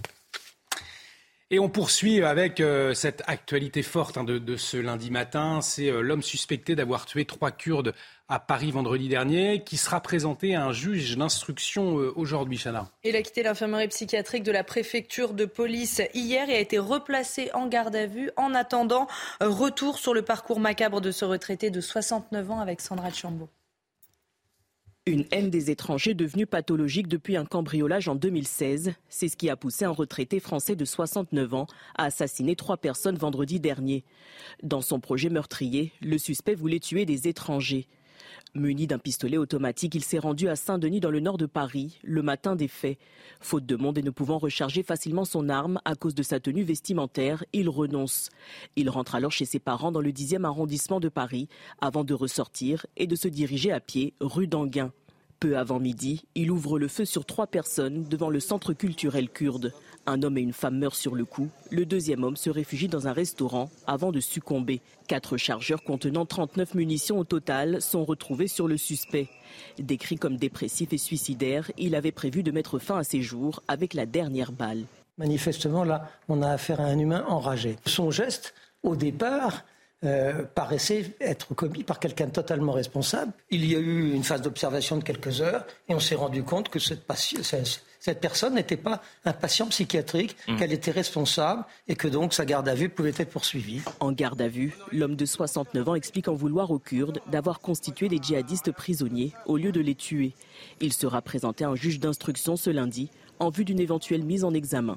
Et on poursuit avec euh, cette actualité forte hein, de, de ce lundi matin. C'est euh, l'homme suspecté d'avoir tué trois Kurdes à Paris vendredi dernier, qui sera présenté à un juge d'instruction euh, aujourd'hui, Chana. Il a quitté l'infirmerie psychiatrique de la préfecture de police hier et a été replacé en garde à vue. En attendant, retour sur le parcours macabre de ce retraité de soixante-neuf ans avec Sandra Chambaud. Une haine des étrangers devenue pathologique depuis un cambriolage en deux mille seize. C'est ce qui a poussé un retraité français de soixante-neuf ans à assassiner trois personnes vendredi dernier. Dans son projet meurtrier, le suspect voulait tuer des étrangers. Muni d'un pistolet automatique, il s'est rendu à Saint-Denis dans le nord de Paris, le matin des faits. Faute de monde et ne pouvant recharger facilement son arme à cause de sa tenue vestimentaire, il renonce. Il rentre alors chez ses parents dans le dixième arrondissement de Paris, avant de ressortir et de se diriger à pied rue d'Anguin. Peu avant midi, il ouvre le feu sur trois personnes devant le centre culturel kurde. Un homme et une femme meurent sur le coup. Le deuxième homme se réfugie dans un restaurant avant de succomber. Quatre chargeurs contenant trente-neuf munitions au total sont retrouvés sur le suspect. Décrit comme dépressif et suicidaire, il avait prévu de mettre fin à ses jours avec la dernière balle. Manifestement, là, on a affaire à un humain enragé. Son geste, au départ, euh, paraissait être commis par quelqu'un de totalement responsable. Il y a eu une phase d'observation de quelques heures et on s'est rendu compte que cette, patient, cette personne n'était pas un patient psychiatrique, mmh. qu'elle était responsable et que donc sa garde à vue pouvait être poursuivie. En garde à vue, l'homme de soixante-neuf ans explique en vouloir aux Kurdes d'avoir constitué des djihadistes prisonniers au lieu de les tuer. Il sera présenté à un juge d'instruction ce lundi en vue d'une éventuelle mise en examen.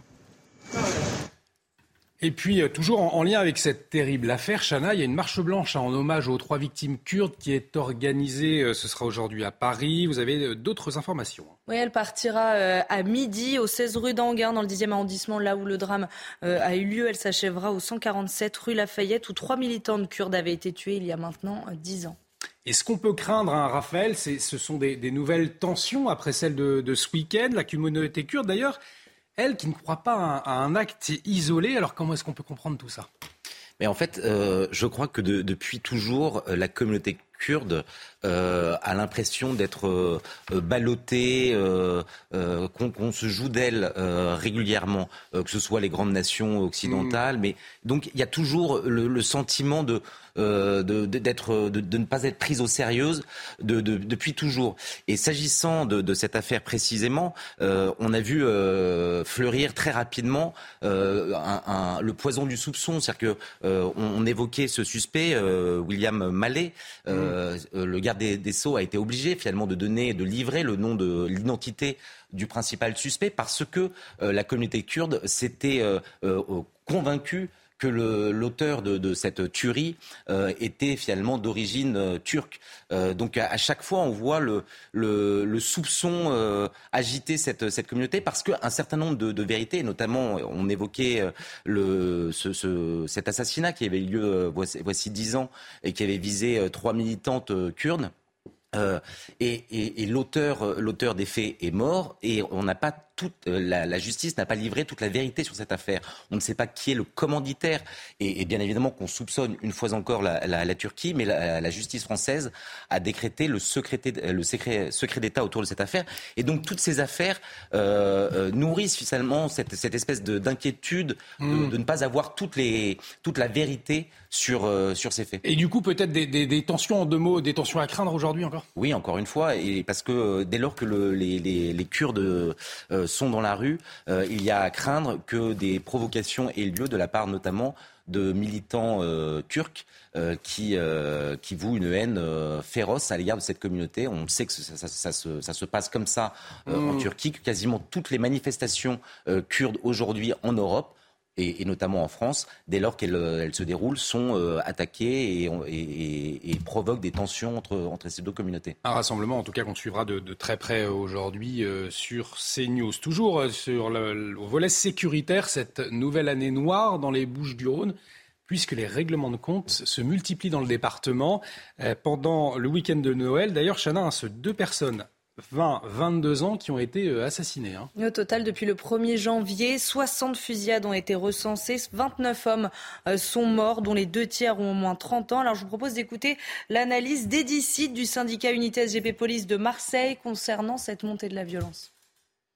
Et puis, euh, toujours en, en lien avec cette terrible affaire, Chana, il y a une marche blanche hein, en hommage aux trois victimes kurdes qui est organisée, euh, ce sera aujourd'hui à Paris. Vous avez euh, d'autres informations? Oui, elle partira euh, à midi au seize rue d'Anguin, dans le dixième arrondissement, là où le drame euh, a eu lieu. Elle s'achèvera au cent quarante-sept rue Lafayette, où trois militantes kurdes avaient été tuées il y a maintenant euh, dix ans. Et ce qu'on peut craindre, hein, Raphaël, c'est, ce sont des, des nouvelles tensions après celles de, de ce week-end. La communauté kurde, d'ailleurs, elle qui ne croit pas à un acte isolé, alors comment est-ce qu'on peut comprendre tout ça ? Mais en fait, euh, je crois que de, depuis toujours, la communauté kurde euh, a l'impression d'être euh, ballottée, euh, euh, qu'on, qu'on se joue d'elle euh, régulièrement, euh, que ce soit les grandes nations occidentales. Mmh. Mais donc il y a toujours le, le sentiment de Euh, de, de, d'être, de, de ne pas être prise au sérieux de, de, depuis toujours. Et s'agissant de, de cette affaire précisément, euh, on a vu euh, fleurir très rapidement euh, un, un, le poison du soupçon. C'est-à-dire que euh, on, on évoquait ce suspect, euh, William Mallet. Euh, mmh. Le garde des, des Sceaux a été obligé finalement de donner, de livrer le nom de l'identité du principal suspect parce que euh, la communauté kurde s'était euh, euh, convaincue que le, l'auteur de, de cette tuerie euh, était finalement d'origine euh, turque. Euh, donc à, à chaque fois, on voit le, le, le soupçon euh, agiter cette, cette communauté parce qu'un certain nombre de, de vérités, notamment on évoquait euh, le, ce, ce, cet assassinat qui avait eu lieu euh, voici, voici dix ans et qui avait visé euh, trois militantes euh, kurdes. Euh, et, et, et l'auteur, l'auteur des faits est mort et on n'a pas toute, la, la justice n'a pas livré toute la vérité sur cette affaire. On ne sait pas qui est le commanditaire et, et bien évidemment qu'on soupçonne une fois encore la, la, la Turquie, mais la, la justice française a décrété le secret, le secret, secret d'État autour de cette affaire. Et donc toutes ces affaires euh, euh, nourrissent finalement cette, cette espèce de, d'inquiétude mmh. de, de ne pas avoir toutes les, toute la vérité sur, euh, sur ces faits. Et du coup peut-être des, des, des tensions en deux mots, des tensions à craindre aujourd'hui encore ? Oui, encore une fois, et parce que dès lors que le, les, les, les Kurdes euh, sont dans la rue, euh, il y a à craindre que des provocations aient lieu de la part notamment de militants euh, turcs euh, qui, euh, qui vouent une haine euh, féroce à l'égard de cette communauté. On sait que ça, ça, ça, se, ça se passe comme ça euh, mmh. en Turquie, que quasiment toutes les manifestations euh, kurdes aujourd'hui en Europe, Et, et notamment en France, dès lors qu'elles elles se déroulent, sont euh, attaquées et, et, et provoquent des tensions entre, entre ces deux communautés. Un rassemblement, en tout cas, qu'on suivra de, de très près aujourd'hui euh, sur CNews. Toujours euh, sur le, le volet sécuritaire, cette nouvelle année noire dans les Bouches-du-Rhône, puisque les règlements de compte se multiplient dans le département euh, pendant le week-end de Noël. D'ailleurs, Chana, hein, ce deux personnes vingt, vingt-deux ans qui ont été assassinés. Hein. Au total, depuis le premier janvier, soixante fusillades ont été recensées. vingt-neuf hommes sont morts, dont les deux tiers ont au moins trente ans. Alors, je vous propose d'écouter l'analyse d'Edicide du syndicat Unité S G P Police de Marseille concernant cette montée de la violence.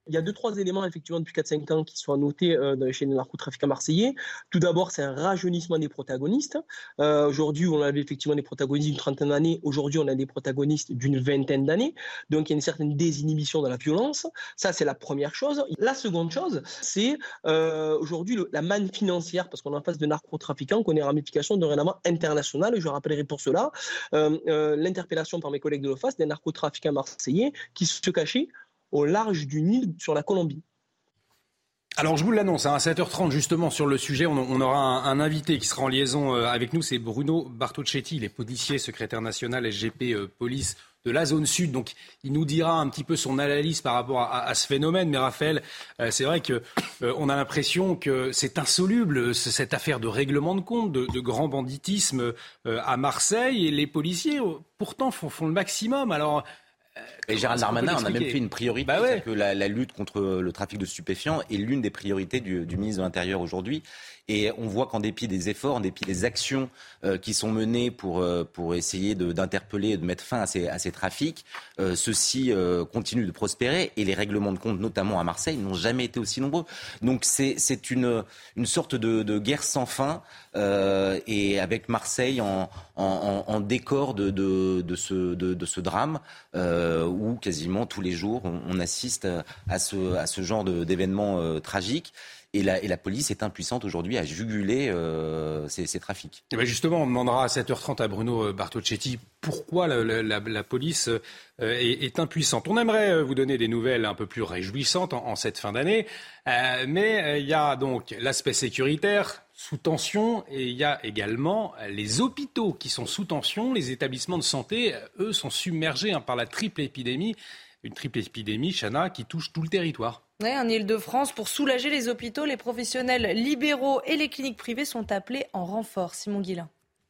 Il y a deux, trois éléments, effectivement, depuis quatre cinq ans qui sont à noter euh, dans les chaînes de narcotrafiquants marseillais. Tout d'abord, c'est un rajeunissement des protagonistes. Euh, aujourd'hui, on avait effectivement des protagonistes d'une trentaine d'années. Aujourd'hui, on a des protagonistes d'une vingtaine d'années. Donc, il y a une certaine désinhibition de la violence. Ça, c'est la première chose. La seconde chose, c'est euh, aujourd'hui le, la manne financière, parce qu'on est en face de narcotrafiquants, qu'on a des ramifications dorénavant internationales. Je rappellerai pour cela euh, euh, l'interpellation par mes collègues de l'O F A S des narcotrafiquants marseillais qui se cachaient au large du Nil sur la Colombie. Alors je vous l'annonce, hein, à sept heures trente justement sur le sujet, on, on aura un, un invité qui sera en liaison euh, avec nous, c'est Bruno Bartocchetti, il est policier, secrétaire national S G P euh, Police de la zone sud, donc il nous dira un petit peu son analyse par rapport à, à ce phénomène. Mais Raphaël, euh, c'est vrai que euh, on a l'impression que c'est insoluble cette affaire de règlement de compte, de, de grand banditisme euh, à Marseille, et les policiers euh, pourtant font, font le maximum. Alors Et Gérald Darmanin en a même fait une priorité, bah ouais. c'est-à-dire que la, la lutte contre le trafic de stupéfiants est l'une des priorités du, du ministre de l'Intérieur aujourd'hui. Et on voit qu'en dépit des efforts, en dépit des actions euh, qui sont menées pour, euh, pour essayer de, d'interpeller et de mettre fin à ces, à ces trafics, euh, ceux-ci euh, continuent de prospérer et les règlements de compte, notamment à Marseille, n'ont jamais été aussi nombreux. Donc c'est, c'est une, une sorte de, de guerre sans fin euh, et avec Marseille en, en, en décor de, de, de, ce, de, de ce drame euh, où quasiment tous les jours on, on assiste à ce, à ce genre de, d'événements euh, tragiques. Et la, et la police est impuissante aujourd'hui à juguler euh, ces, ces trafics. Et bien justement, on demandera à sept heures trente à Bruno Bartocchetti pourquoi la, la, la, la police euh, est, est impuissante. On aimerait vous donner des nouvelles un peu plus réjouissantes en, en cette fin d'année, euh, mais il y a donc l'aspect sécuritaire sous tension et il y a également les hôpitaux qui sont sous tension. Les établissements de santé, eux, sont submergés hein, par la triple épidémie. Une triple épidémie, Chana, qui touche tout le territoire. Oui, en Ile-de-France, pour soulager les hôpitaux, les professionnels libéraux et les cliniques privées sont appelés en renfort. Simon Guillain.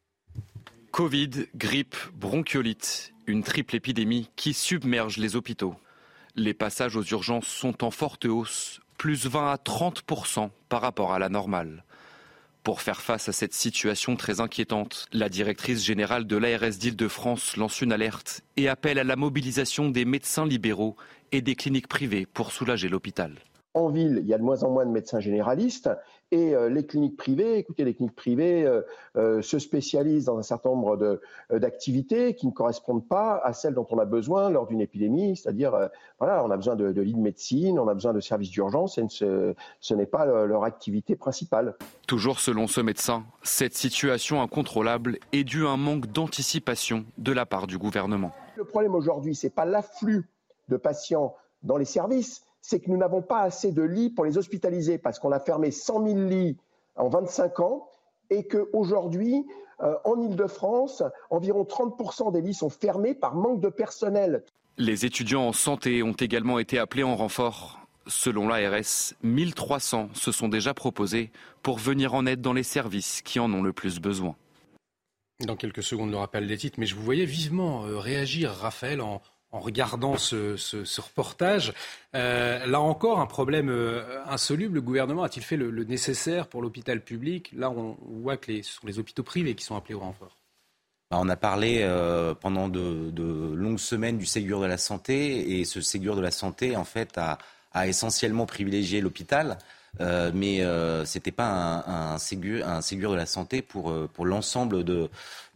Covid, grippe, bronchiolite, une triple épidémie qui submerge les hôpitaux. Les passages aux urgences sont en forte hausse, plus vingt à trente pour cent par rapport à la normale. Pour faire face à cette situation très inquiétante, la directrice générale de l'A R S d'Île-de-France lance une alerte et appelle à la mobilisation des médecins libéraux et des cliniques privées pour soulager l'hôpital. En ville, il y a de moins en moins de médecins généralistes et euh, les cliniques privées, écoutez, les cliniques privées euh, euh, se spécialisent dans un certain nombre de, euh, d'activités qui ne correspondent pas à celles dont on a besoin lors d'une épidémie, c'est-à-dire, euh, voilà, on a besoin de, de lits de médecine, on a besoin de services d'urgence et ce, ce n'est pas le, leur activité principale. Toujours selon ce médecin, cette situation incontrôlable est due à un manque d'anticipation de la part du gouvernement. Le problème aujourd'hui, ce n'est pas l'afflux de patients dans les services, c'est que nous n'avons pas assez de lits pour les hospitaliser parce qu'on a fermé cent mille lits en vingt-cinq ans et qu'aujourd'hui, euh, en Ile-de-France, environ trente pour cent des lits sont fermés par manque de personnel. Les étudiants en santé ont également été appelés en renfort. Selon l'A R S, mille trois cents se sont déjà proposés pour venir en aide dans les services qui en ont le plus besoin. Dans quelques secondes, le rappel des titres, mais je vous voyais vivement euh, réagir, Raphaël, en... En regardant ce, ce, ce reportage, euh, là encore, un problème euh, insoluble. Le gouvernement a-t-il fait le, le nécessaire pour l'hôpital public ? Là, on voit que les, ce sont les hôpitaux privés qui sont appelés au renfort. On a parlé euh, pendant de, de longues semaines du Ségur de la santé, et ce Ségur de la santé, en fait, a, a essentiellement privilégié l'hôpital. Euh, mais euh, c'était pas un, un, Ségur, un Ségur de la santé pour, pour l'ensemble de,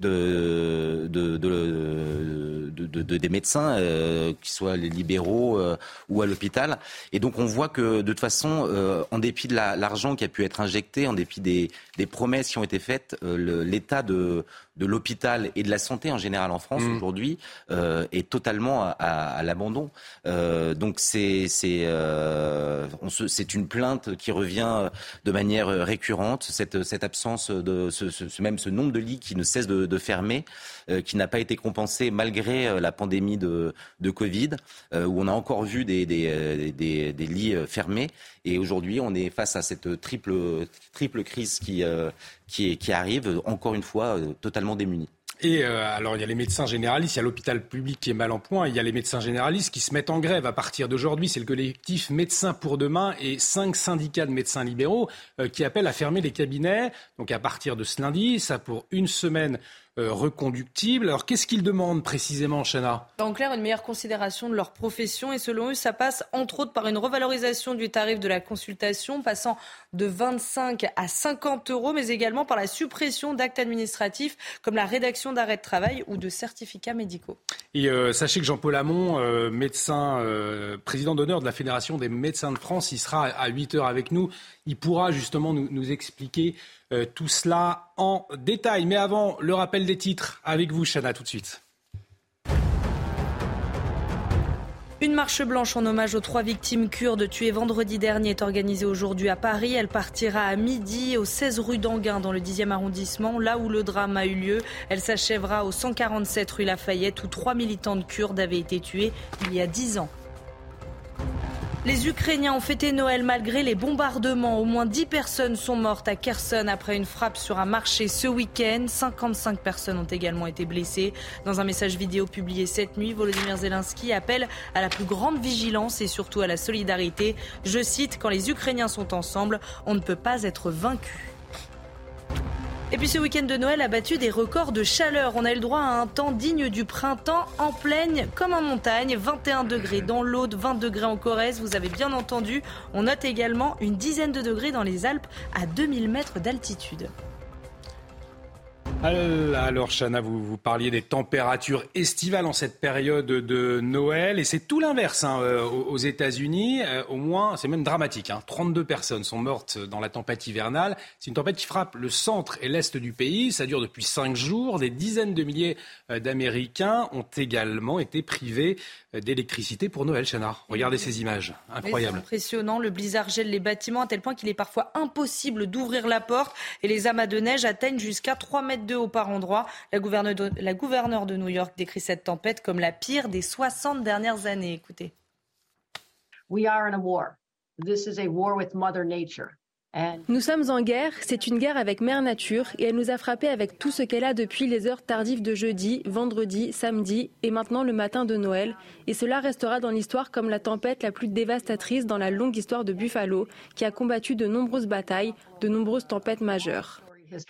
de, de, de, de, de, de des médecins, euh, qu'ils soient les libéraux euh, ou à l'hôpital. Et donc on voit que de toute façon, euh, en dépit de la, l'argent qui a pu être injecté, en dépit des, des promesses qui ont été faites, euh, le, l'état de, de l'hôpital et de la santé en général en France mmh. aujourd'hui euh, est totalement à, à, à l'abandon. Euh, donc c'est, c'est, euh, on se, c'est une plainte qui revient de manière récurrente, cette, cette absence de ce, ce, même ce nombre de lits qui ne cesse de, de fermer, euh, qui n'a pas été compensé malgré la pandémie de, de Covid, euh, où on a encore vu des, des, des, des lits fermés. Et aujourd'hui, on est face à cette triple, triple crise qui, euh, qui, qui arrive, encore une fois, euh, totalement démunie. Et euh, alors, il y a les médecins généralistes, il y a l'hôpital public qui est mal en point, il y a les médecins généralistes qui se mettent en grève à partir d'aujourd'hui. C'est le collectif Médecins pour demain et cinq syndicats de médecins libéraux euh, qui appellent à fermer les cabinets. Donc à partir de ce lundi, ça pour une semaine euh, reconductibles. Alors qu'est-ce qu'ils demandent précisément, Chana ? En clair, une meilleure considération de leur profession et selon eux, ça passe entre autres par une revalorisation du tarif de la consultation, passant de vingt-cinq à cinquante euros, mais également par la suppression d'actes administratifs comme la rédaction d'arrêts de travail ou de certificats médicaux. Et euh, sachez que Jean-Paul Hamon, euh, médecin, euh, président d'honneur de la Fédération des médecins de France, il sera à huit heures avec nous. Il pourra justement nous, nous expliquer euh, tout cela en détail. Mais avant, le rappel des titres avec vous, Chana, tout de suite. Une marche blanche en hommage aux trois victimes kurdes tuées vendredi dernier est organisée aujourd'hui à Paris. Elle partira à midi au seize rue d'Anguin dans le dixième arrondissement, là où le drame a eu lieu. Elle s'achèvera au cent quarante-sept rue Lafayette où trois militantes kurdes avaient été tuées il y a dix ans. Les Ukrainiens ont fêté Noël malgré les bombardements. Au moins dix personnes sont mortes à Kherson après une frappe sur un marché ce week-end. cinquante-cinq personnes ont également été blessées. Dans un message vidéo publié cette nuit, Volodymyr Zelensky appelle à la plus grande vigilance et surtout à la solidarité. Je cite, « Quand les Ukrainiens sont ensemble, on ne peut pas être vaincu ». Et puis ce week-end de Noël a battu des records de chaleur. On a eu le droit à un temps digne du printemps en plaine comme en montagne. vingt et un degrés dans l'Aude, vingt degrés en Corrèze, vous avez bien entendu. On note également une dizaine de degrés dans les Alpes à deux mille mètres d'altitude. Alors Chana, vous, vous parliez des températures estivales en cette période de Noël et c'est tout l'inverse hein, aux États-Unis. Euh, au moins, c'est même dramatique. Hein. trente-deux personnes sont mortes dans la tempête hivernale. C'est une tempête qui frappe le centre et l'est du pays. Ça dure depuis cinq jours. Des dizaines de milliers d'Américains ont également été privés d'électricité pour Noël, Chana. Regardez ces images, incroyable. C'est impressionnant, le blizzard gèle les bâtiments à tel point qu'il est parfois impossible d'ouvrir la porte et les amas de neige atteignent jusqu'à trois mètres de haut par endroit. La gouverneure de, la gouverneure de New York décrit cette tempête comme la pire des soixante dernières années. Écoutez. We are in a war. This is a war with Mother Nature. Nous sommes en guerre, c'est une guerre avec Mère Nature et elle nous a frappés avec tout ce qu'elle a depuis les heures tardives de jeudi, vendredi, samedi et maintenant le matin de Noël. Et cela restera dans l'histoire comme la tempête la plus dévastatrice dans la longue histoire de Buffalo qui a combattu de nombreuses batailles, de nombreuses tempêtes majeures.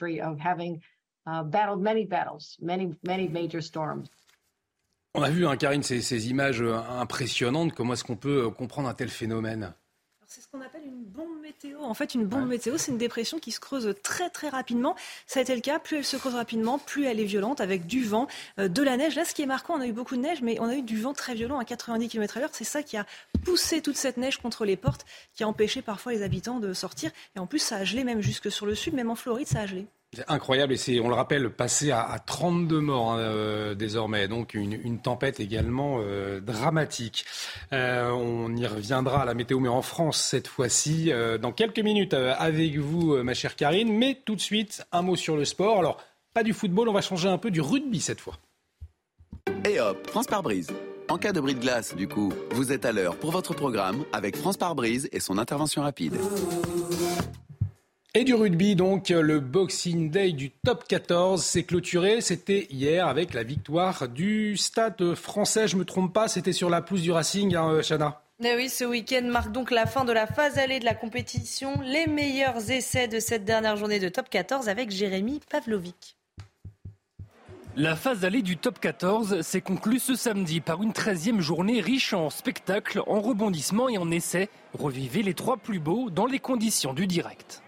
On a vu, hein, Karine, ces, ces images impressionnantes. Comment est-ce qu'on peut comprendre un tel phénomène ? C'est ce qu'on appelle une bombe météo. En fait, une bombe ouais. météo, c'est une dépression qui se creuse très très rapidement. Ça a été le cas. Plus elle se creuse rapidement, plus elle est violente, avec du vent, euh, de la neige. Là, ce qui est marquant, on a eu beaucoup de neige, mais on a eu du vent très violent à quatre-vingt-dix kilomètres à l'heure. C'est ça qui a poussé toute cette neige contre les portes, qui a empêché parfois les habitants de sortir. Et en plus, ça a gelé même jusque sur le sud, même en Floride, ça a gelé. C'est incroyable et c'est, on le rappelle, passé à, à trente-deux morts hein, euh, désormais, donc une, une tempête également euh, dramatique. Euh, on y reviendra à la météo, mais en France cette fois-ci, euh, dans quelques minutes euh, avec vous, euh, ma chère Karine. Mais tout de suite, un mot sur le sport. Alors, pas du football, on va changer un peu du rugby cette fois. Et hop, France par brise. En cas de bris de glace, du coup, vous êtes à l'heure pour votre programme avec France par brise et son intervention rapide. Et du rugby, donc, le Boxing Day du top quatorze s'est clôturé. C'était hier avec la victoire du Stade français. Je ne me trompe pas, c'était sur la pelouse du Racing, hein, Chana. Eh oui, ce week-end marque donc la fin de la phase allée de la compétition. Les meilleurs essais de cette dernière journée de top quatorze avec Jérémy Pavlovic. La phase allée du top quatorze s'est conclue ce samedi par une treizième journée riche en spectacles, en rebondissements et en essais. Revivez les trois plus beaux dans les conditions du direct.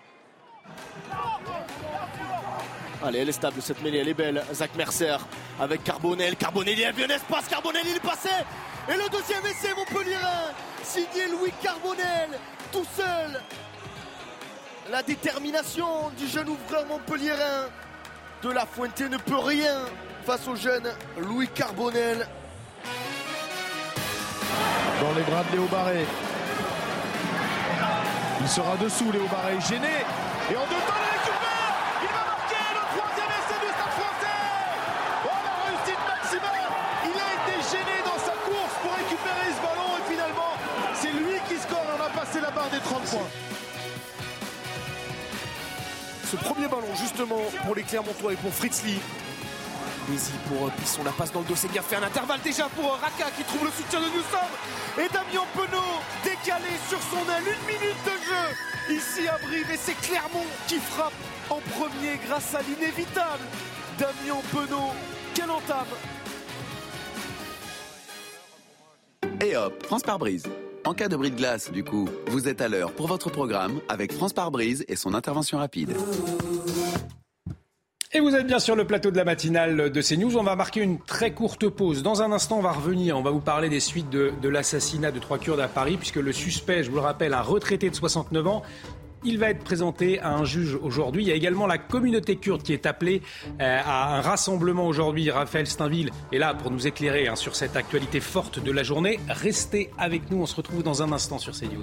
Allez, elle est stable cette mêlée, elle est belle. Zach Mercer avec Carbonel. Carbonel, il a vu un espace. Carbonel, il est passé. Et le deuxième essai montpelliérain, signé Louis Carbonel, tout seul. La détermination du jeune ouvreur montpelliérain. De La Fuente ne peut rien face au jeune Louis Carbonel. Dans les bras de Léo Barré. Il sera dessous, Léo Barré, gêné. Et en deux temps, il récupère. Il va marquer le troisième essai du Stade français. Oh, la réussite maximale. Il a été gêné dans sa course pour récupérer ce ballon. Et finalement, c'est lui qui score. On a passé la barre des trente points. Ce premier ballon, justement, pour les Clermontois et pour Fritz Lee. Bézi pour Pisson, la passe dans le dos, c'est bien fait. Un intervalle déjà pour Raka qui trouve le soutien de Newsom. Et Damien Penaud décalé sur son aile. Une minute de jeu ici à Brive. Et c'est Clermont qui frappe en premier grâce à l'inévitable Damien Penaud. Quelle entame! Et hop, France par brise. En cas de bris de glace, du coup, vous êtes à l'heure pour votre programme avec France par brise et son intervention rapide. Et vous êtes bien sur le plateau de la matinale de CNews. On va marquer une très courte pause. Dans un instant, on va revenir. On va vous parler des suites de, de l'assassinat de trois Kurdes à Paris, puisque le suspect, je vous le rappelle, un retraité de soixante-neuf ans, il va être présenté à un juge aujourd'hui. Il y a également la communauté kurde qui est appelée euh, à un rassemblement aujourd'hui. Raphaël Steinville est là pour nous éclairer hein, sur cette actualité forte de la journée. Restez avec nous. On se retrouve dans un instant sur CNews.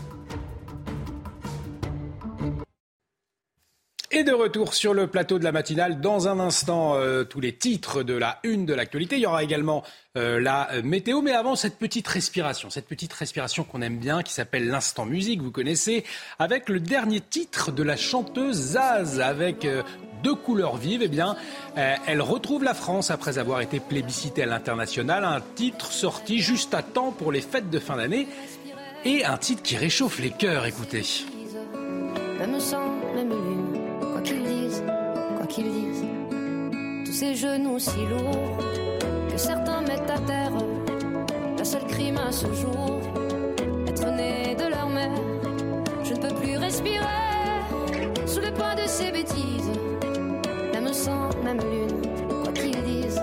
Et de retour sur le plateau de la matinale, dans un instant, euh, tous les titres de la une de l'actualité. Il y aura également euh, la météo, mais avant, cette petite respiration, cette petite respiration qu'on aime bien, qui s'appelle l'instant musique, vous connaissez, avec le dernier titre de la chanteuse Zaz, avec euh, deux couleurs vives. Eh bien, euh, elle retrouve la France après avoir été plébiscitée à l'international. Un titre sorti juste à temps pour les fêtes de fin d'année et un titre qui réchauffe les cœurs. Écoutez. Même sang, même lune. Quoi qu'ils disent, quoi qu'ils disent, tous ces genoux si lourds que certains mettent à terre. Le seul crime à ce jour, être né de leur mère. Je ne peux plus respirer sous le poids de ces bêtises. Même sang, même lune, quoi qu'ils disent.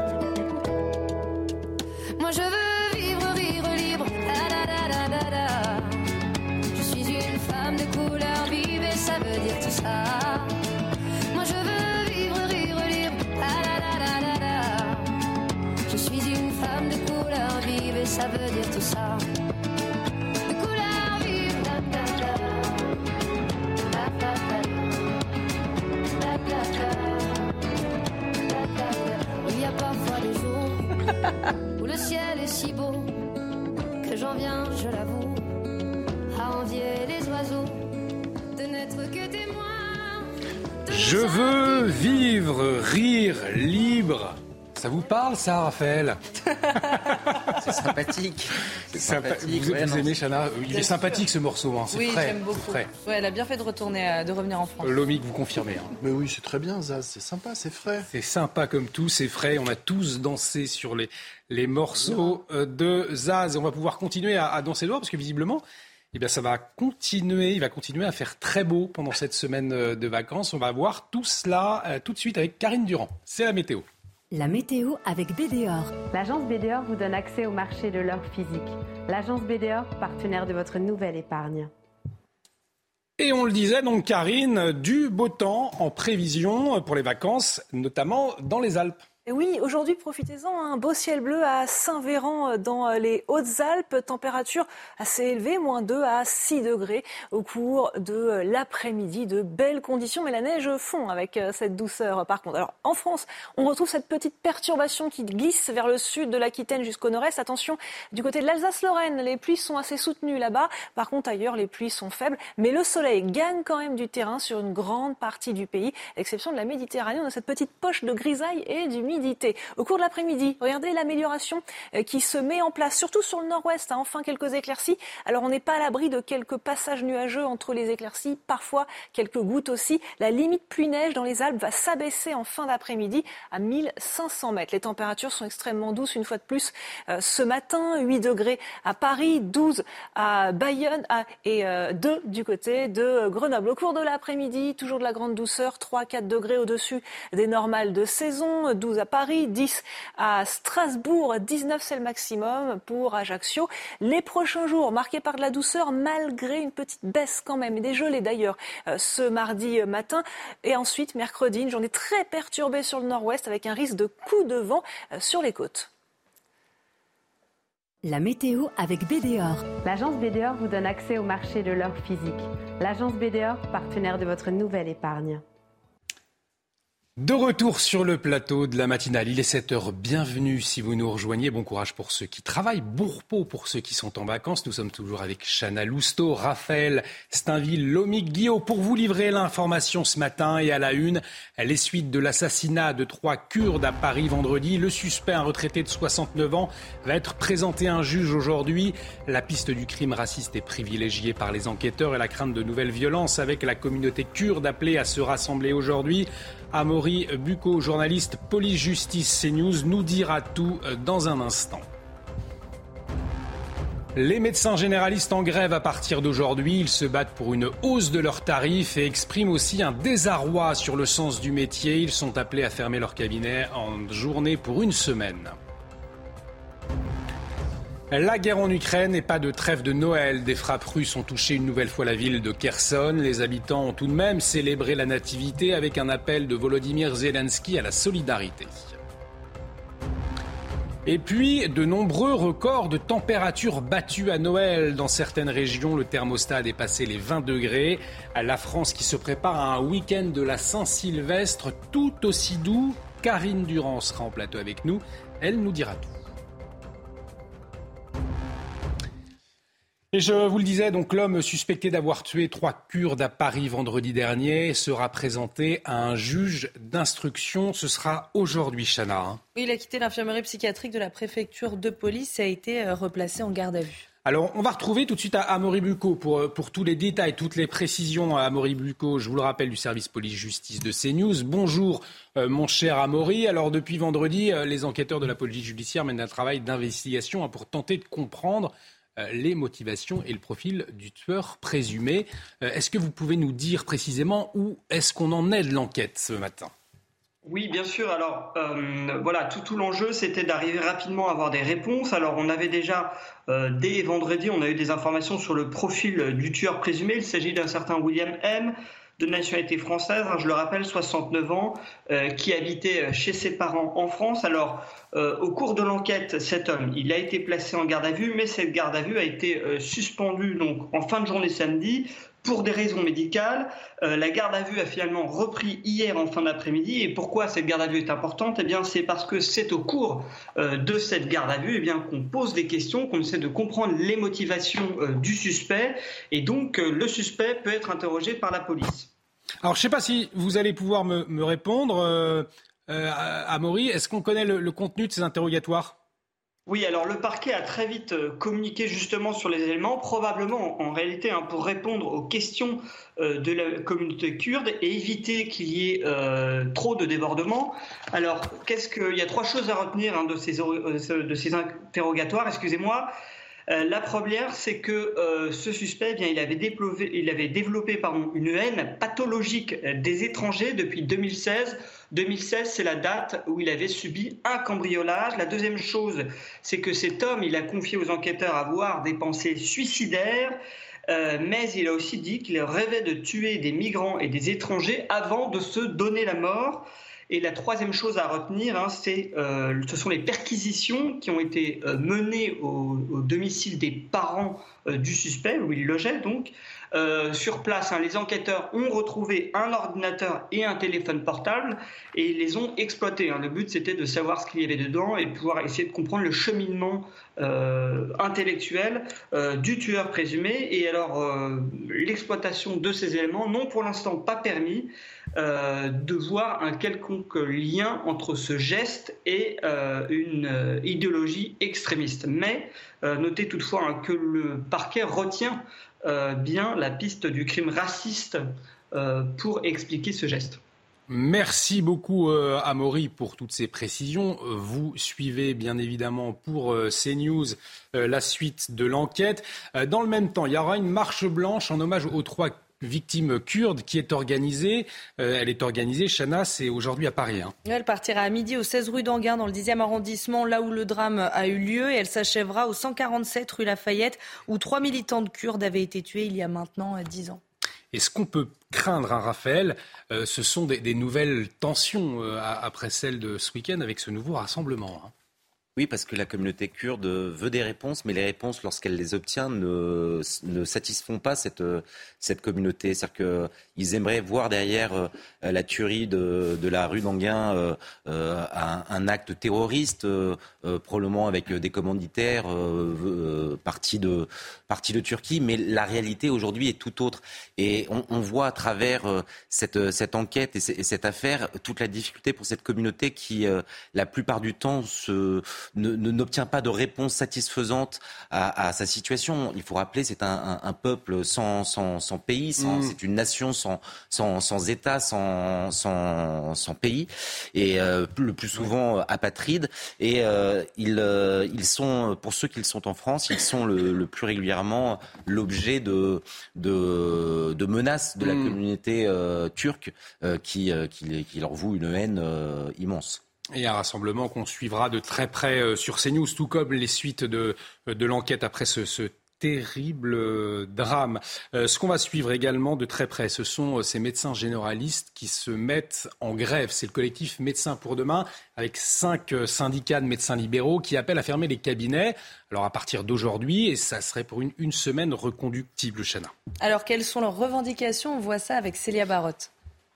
Moi je veux vivre, vivre libre. Da, da, da, da, da, da. Je suis une femme de couleur vive et ça veut dire tout ça. Moi je veux vivre, vivre libre. Ah, la, la, la, la, la. Je suis une femme de couleur vive et ça veut dire tout ça. De couleur vive. Da, da, da. Da, da, da. Da, da, da. Da, da, da. Il y a parfois des jours où le ciel est si beau que j'en viens, je l'avoue, à envier les oiseaux de n'être que témoins. Je veux vivre, rire, libre. Ça vous parle, ça, Raphaël? C'est sympathique. C'est sympathique. Vous, ouais, vous aimez, Chana? Il est sympathique, ce morceau. Hein. C'est oui, frais. J'aime beaucoup. Frais. Ouais, elle a bien fait de, retourner, euh, de revenir en France. Lomique, vous confirmez. Hein. Mais oui, c'est très bien, Zaz. C'est sympa, c'est frais. C'est sympa comme tout, c'est frais. On a tous dansé sur les, les morceaux de Zaz. Et on va pouvoir continuer à, à danser dehors parce que visiblement... Eh bien, ça va continuer, il va continuer à faire très beau pendant cette semaine de vacances. On va voir tout cela euh, tout de suite avec Karine Durand. C'est la météo. La météo avec Bédéor. L'agence Bédéor vous donne accès au marché de l'or physique. L'agence Bédéor, partenaire de votre nouvelle épargne. Et on le disait donc, Karine, du beau temps en prévision pour les vacances, notamment dans les Alpes. Et oui, aujourd'hui, profitez-en, un beau ciel bleu à Saint-Véran dans les Hautes-Alpes, température assez élevée, moins deux à six degrés au cours de l'après-midi, de belles conditions, mais la neige fond avec cette douceur par contre. Alors en France, on retrouve cette petite perturbation qui glisse vers le sud de l'Aquitaine jusqu'au nord-est. Attention, du côté de l'Alsace-Lorraine, les pluies sont assez soutenues là-bas. Par contre, ailleurs, les pluies sont faibles, mais le soleil gagne quand même du terrain sur une grande partie du pays, à l'exception de la Méditerranée. On a cette petite poche de grisaille et d'humidité. Au cours de l'après-midi, regardez l'amélioration qui se met en place, surtout sur le nord-ouest, hein, enfin quelques éclaircies. Alors on n'est pas à l'abri de quelques passages nuageux entre les éclaircies, parfois quelques gouttes aussi. La limite pluie-neige dans les Alpes va s'abaisser en fin d'après-midi à mille cinq cents mètres. Les températures sont extrêmement douces une fois de plus. Euh, ce matin, huit degrés à Paris, douze à Bayonne à, et euh, deux du côté de Grenoble. Au cours de l'après-midi, toujours de la grande douceur, trois à quatre degrés au-dessus des normales de saison, douze à Paris, dix à Strasbourg, dix-neuf c'est le maximum pour Ajaccio. Les prochains jours marqués par de la douceur malgré une petite baisse quand même, et des gelées d'ailleurs euh, ce mardi matin. Et ensuite mercredi, une journée très perturbée sur le nord-ouest avec un risque de coup de vent euh, sur les côtes. La météo avec Bédéor. L'agence Bédéor vous donne accès au marché de l'or physique. L'agence Bédéor, partenaire de votre nouvelle épargne. De retour sur le plateau de la matinale, il est sept heures, bienvenue si vous nous rejoignez, bon courage pour ceux qui travaillent, bon repos pour ceux qui sont en vacances. Nous sommes toujours avec Chana Lousteau, Raphaël Steinville, Lomique Guillot pour vous livrer l'information ce matin et à la une, les suites de l'assassinat de trois Kurdes à Paris vendredi. Le suspect, un retraité de soixante-neuf ans, va être présenté à un juge aujourd'hui. La piste du crime raciste est privilégiée par les enquêteurs et la crainte de nouvelles violences avec la communauté kurde appelée à se rassembler aujourd'hui à Maurice. Amaury Bucco, journaliste police-justice CNews, nous dira tout dans un instant. Les médecins généralistes en grève à partir d'aujourd'hui. Ils se battent pour une hausse de leurs tarifs et expriment aussi un désarroi sur le sens du métier. Ils sont appelés à fermer leur cabinet en journée pour une semaine. La guerre en Ukraine et pas de trêve de Noël. Des frappes russes ont touché une nouvelle fois la ville de Kherson. Les habitants ont tout de même célébré la nativité avec un appel de Volodymyr Zelensky à la solidarité. Et puis, de nombreux records de température battus à Noël. Dans certaines régions, le thermostat a dépassé les vingt degrés. La France qui se prépare à un week-end de la Saint-Sylvestre tout aussi doux. Karine Durand sera en plateau avec nous. Elle nous dira tout. Et je vous le disais, donc l'homme suspecté d'avoir tué trois Kurdes à Paris vendredi dernier sera présenté à un juge d'instruction. Ce sera aujourd'hui, Chana. Hein. Oui, il a quitté l'infirmerie psychiatrique de la préfecture de police et a été replacé en garde à vue. Alors, on va retrouver tout de suite à Amaury Bucco pour, pour tous les détails, toutes les précisions. À Amaury Bucco, je vous le rappelle, du service police-justice de CNews. Bonjour, euh, mon cher Amaury. Alors, depuis vendredi, euh, les enquêteurs de la police judiciaire mènent un travail d'investigation hein, pour tenter de comprendre les motivations et le profil du tueur présumé. Est-ce que vous pouvez nous dire précisément où est-ce qu'on en est de l'enquête ce matin ? Oui, bien sûr. Alors, euh, voilà, tout, tout l'enjeu, c'était d'arriver rapidement à avoir des réponses. Alors, on avait déjà, euh, dès vendredi, on a eu des informations sur le profil du tueur présumé. Il s'agit d'un certain William M., de nationalité française, hein, je le rappelle, soixante-neuf ans, euh, qui habitait chez ses parents en France. Alors, euh, au cours de l'enquête, cet homme, il a été placé en garde à vue, mais cette garde à vue a été euh, suspendue donc, en fin de journée samedi pour des raisons médicales. Euh, la garde à vue a finalement repris hier en fin d'après-midi. Et pourquoi cette garde à vue est importante ? Eh bien, c'est parce que c'est au cours euh, de cette garde à vue eh bien, qu'on pose des questions, qu'on essaie de comprendre les motivations euh, du suspect. Et donc, euh, le suspect peut être interrogé par la police. Alors, je ne sais pas si vous allez pouvoir me, me répondre. Euh, euh, Amaury, est-ce qu'on connaît le, le contenu de ces interrogatoires ? Oui, alors le parquet a très vite communiqué justement sur les éléments, probablement en réalité hein, pour répondre aux questions euh, de la communauté kurde et éviter qu'il y ait euh, trop de débordements. Alors, qu'est-ce que... il y a trois choses à retenir hein, de, ces, de ces interrogatoires, excusez-moi. Euh, la première, c'est que euh, ce suspect, eh bien, il avait développé, il avait développé pardon, une haine pathologique des étrangers depuis deux mille seize. deux mille seize, c'est la date où il avait subi un cambriolage. La deuxième chose, c'est que cet homme, il a confié aux enquêteurs avoir des pensées suicidaires, euh, mais il a aussi dit qu'il rêvait de tuer des migrants et des étrangers avant de se donner la mort. Et la troisième chose à retenir, hein, c'est, euh, ce sont les perquisitions qui ont été euh, menées au, au domicile des parents euh, du suspect, où il logeait donc. Euh, sur place, hein, les enquêteurs ont retrouvé un ordinateur et un téléphone portable et ils les ont exploités. Hein. Le but, c'était de savoir ce qu'il y avait dedans et de pouvoir essayer de comprendre le cheminement euh, intellectuel euh, du tueur présumé. Et alors, euh, l'exploitation de ces éléments n'ont pour l'instant pas permis euh, de voir un quelconque lien entre ce geste et euh, une euh, idéologie extrémiste. Mais euh, notez toutefois hein, que le parquet retient Euh, bien la piste du crime raciste euh, pour expliquer ce geste. Merci beaucoup euh, Amaury pour toutes ces précisions. Vous suivez bien évidemment pour euh, CNews euh, la suite de l'enquête. Euh, dans le même temps, il y aura une marche blanche en hommage aux trois victimes kurdes qui est organisée. Euh, elle est organisée, Chana, c'est aujourd'hui à Paris. Hein. Elle partira à midi au seize rue d'Anguin dans le dixième arrondissement, là où le drame a eu lieu. Et elle s'achèvera au cent quarante-sept rue Lafayette, où trois militantes kurdes avaient été tuées il y a maintenant dix ans. Et ce qu'on peut craindre, hein, Raphaël, euh, ce sont des, des nouvelles tensions euh, après celles de ce week-end avec ce nouveau rassemblement. Hein. Oui, parce que la communauté kurde veut des réponses, mais les réponses, lorsqu'elle les obtient, ne, ne satisfont pas cette, cette communauté. C'est-à-dire qu'ils aimeraient voir derrière euh, la tuerie de, de la rue d'Anguin euh, euh, un, un acte terroriste, euh, euh, probablement avec des commanditaires euh, euh, partis de, partis de Turquie. Mais la réalité aujourd'hui est tout autre. Et on, on voit à travers euh, cette, cette enquête et, c- et cette affaire toute la difficulté pour cette communauté qui, euh, la plupart du temps, se ne, ne, n'obtient pas de réponse satisfaisante à, à sa situation. Il faut rappeler, c'est un, un, un peuple sans, sans, sans pays, sans, mmh. c'est une nation sans, sans, sans État, sans, sans, sans pays, et euh, le plus souvent apatrides. Et euh, ils, euh, ils sont, pour ceux qui sont en France, ils sont le, le plus régulièrement l'objet de, de, de menaces de la mmh. communauté euh, turque euh, qui, euh, qui, qui leur voue une haine euh, immense. Et un rassemblement qu'on suivra de très près euh, sur CNews, tout comme les suites de, de l'enquête après ce, ce terrible drame. Euh, ce qu'on va suivre également de très près, ce sont ces médecins généralistes qui se mettent en grève. C'est le collectif Médecins pour demain, avec cinq syndicats de médecins libéraux qui appellent à fermer les cabinets. Alors à partir d'aujourd'hui, et ça serait pour une, une semaine reconductible, Chana. Alors quelles sont leurs revendications ? On voit ça avec Célia Barotte.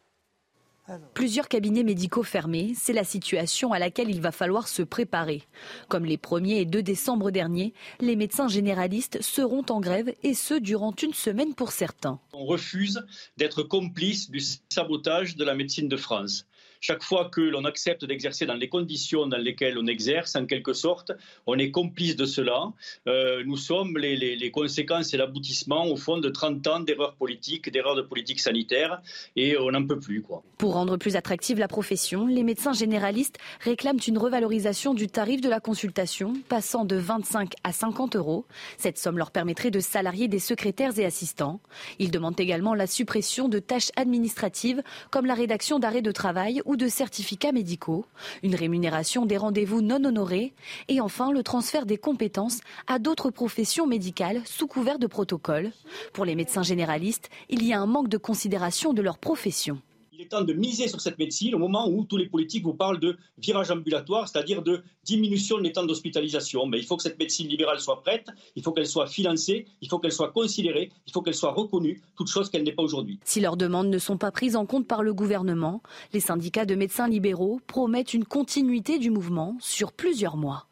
Plusieurs cabinets médicaux fermés, c'est la situation à laquelle il va falloir se préparer. Comme les premier et deux décembre dernier, les médecins généralistes seront en grève et ce durant une semaine pour certains. On refuse d'être complice du sabotage de la médecine de France. Chaque fois que l'on accepte d'exercer dans les conditions dans lesquelles on exerce, en quelque sorte, on est complice de cela. Euh, nous sommes les, les, les conséquences et l'aboutissement, au fond, de trente ans d'erreurs politiques, d'erreurs de politique sanitaire, et on n'en peut plus, quoi. Pour rendre plus attractive la profession, les médecins généralistes réclament une revalorisation du tarif de la consultation, passant de vingt-cinq à cinquante euros. Cette somme leur permettrait de salarier des secrétaires et assistants. Ils demandent également la suppression de tâches administratives, comme la rédaction d'arrêts de travail ou de certificats médicaux, une rémunération des rendez-vous non honorés et enfin le transfert des compétences à d'autres professions médicales sous couvert de protocole. Pour les médecins généralistes, il y a un manque de considération de leur profession. Il est temps de miser sur cette médecine au moment où tous les politiques vous parlent de virage ambulatoire, c'est-à-dire de diminution des temps d'hospitalisation. Mais il faut que cette médecine libérale soit prête, il faut qu'elle soit financée, il faut qu'elle soit considérée, il faut qu'elle soit reconnue, toute chose qu'elle n'est pas aujourd'hui. Si leurs demandes ne sont pas prises en compte par le gouvernement, les syndicats de médecins libéraux promettent une continuité du mouvement sur plusieurs mois.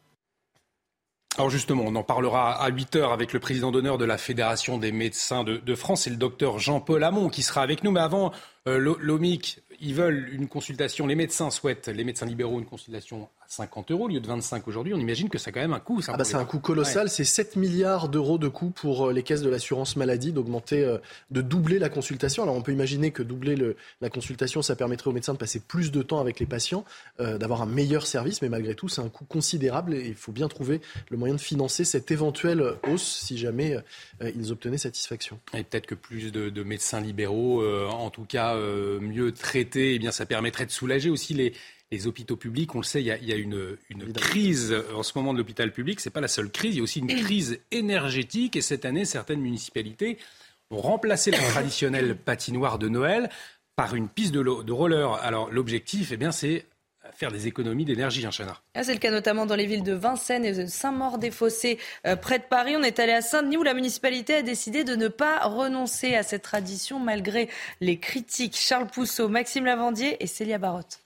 Alors justement, on en parlera à huit heures avec le président d'honneur de la Fédération des médecins de, de France, c'est le docteur Jean-Paul Hamon qui sera avec nous. Mais avant, euh, l'O M I C, ils veulent une consultation, les médecins souhaitent, les médecins libéraux, une consultation à cinquante euros au lieu de vingt-cinq aujourd'hui. On imagine que ça a quand même un coût. Ah bah c'est un coût colossal, ouais. C'est sept milliards d'euros de coût pour les caisses de l'assurance maladie d'augmenter, euh, de doubler la consultation. Alors on peut imaginer que doubler le, la consultation, ça permettrait aux médecins de passer plus de temps avec les patients, euh, d'avoir un meilleur service, mais malgré tout c'est un coût considérable et il faut bien trouver le moyen de financer cette éventuelle hausse si jamais euh, ils obtenaient satisfaction. Et peut-être que plus de, de médecins libéraux, euh, en tout cas euh, mieux traités, eh bien ça permettrait de soulager aussi les, les hôpitaux publics. On le sait, il y a, il y a une, une crise en ce moment de l'hôpital public. C'est pas la seule crise, il y a aussi une crise énergétique. Et cette année, certaines municipalités ont remplacé la traditionnelle patinoire de Noël par une piste de, de roller. Alors l'objectif, eh bien, c'est faire des économies d'énergie, hein, Chana. C'est le cas notamment dans les villes de Vincennes et de Saint-Maur-des-Fossés, euh, près de Paris. On est allé à Saint-Denis où la municipalité a décidé de ne pas renoncer à cette tradition malgré les critiques. Charles Pousseau, Maxime Lavandier et Célia Barotte.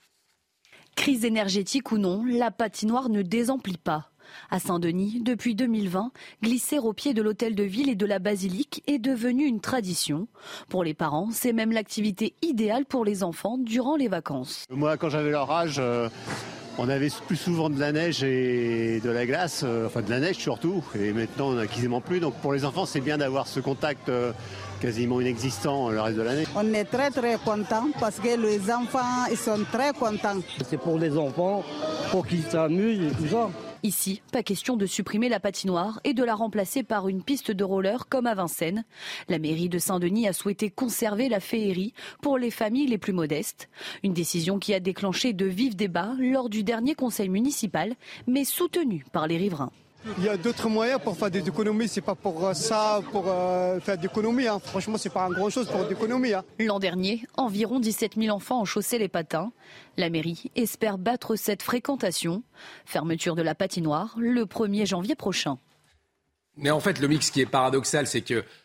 Crise énergétique ou non, la patinoire ne désemplit pas. À Saint-Denis, depuis deux mille vingt, glisser au pied de l'hôtel de ville et de la basilique est devenu une tradition. Pour les parents, c'est même l'activité idéale pour les enfants durant les vacances. Moi, quand j'avais leur âge, euh, on avait plus souvent de la neige et de la glace, euh, enfin de la neige surtout, et maintenant on n'a quasiment plus. Donc pour les enfants, c'est bien d'avoir ce contact euh, quasiment inexistant le reste de l'année. On est très très contents parce que les enfants ils sont très contents. C'est pour les enfants, pour qu'ils s'amusent et tout ça. Ici, pas question de supprimer la patinoire et de la remplacer par une piste de roller comme à Vincennes. La mairie de Saint-Denis a souhaité conserver la féerie pour les familles les plus modestes. Une décision qui a déclenché de vifs débats lors du dernier conseil municipal, mais soutenue par les riverains. Il y a d'autres moyens pour faire des économies, c'est pas pour ça, pour euh, faire d'économies. Hein. Franchement, c'est pas une grande chose pour d'économie. Hein. L'an dernier, environ dix-sept mille enfants ont chaussé les patins. La mairie espère battre cette fréquentation. Fermeture de la patinoire le premier janvier prochain. Mais en fait, le mix qui est paradoxal, c'est que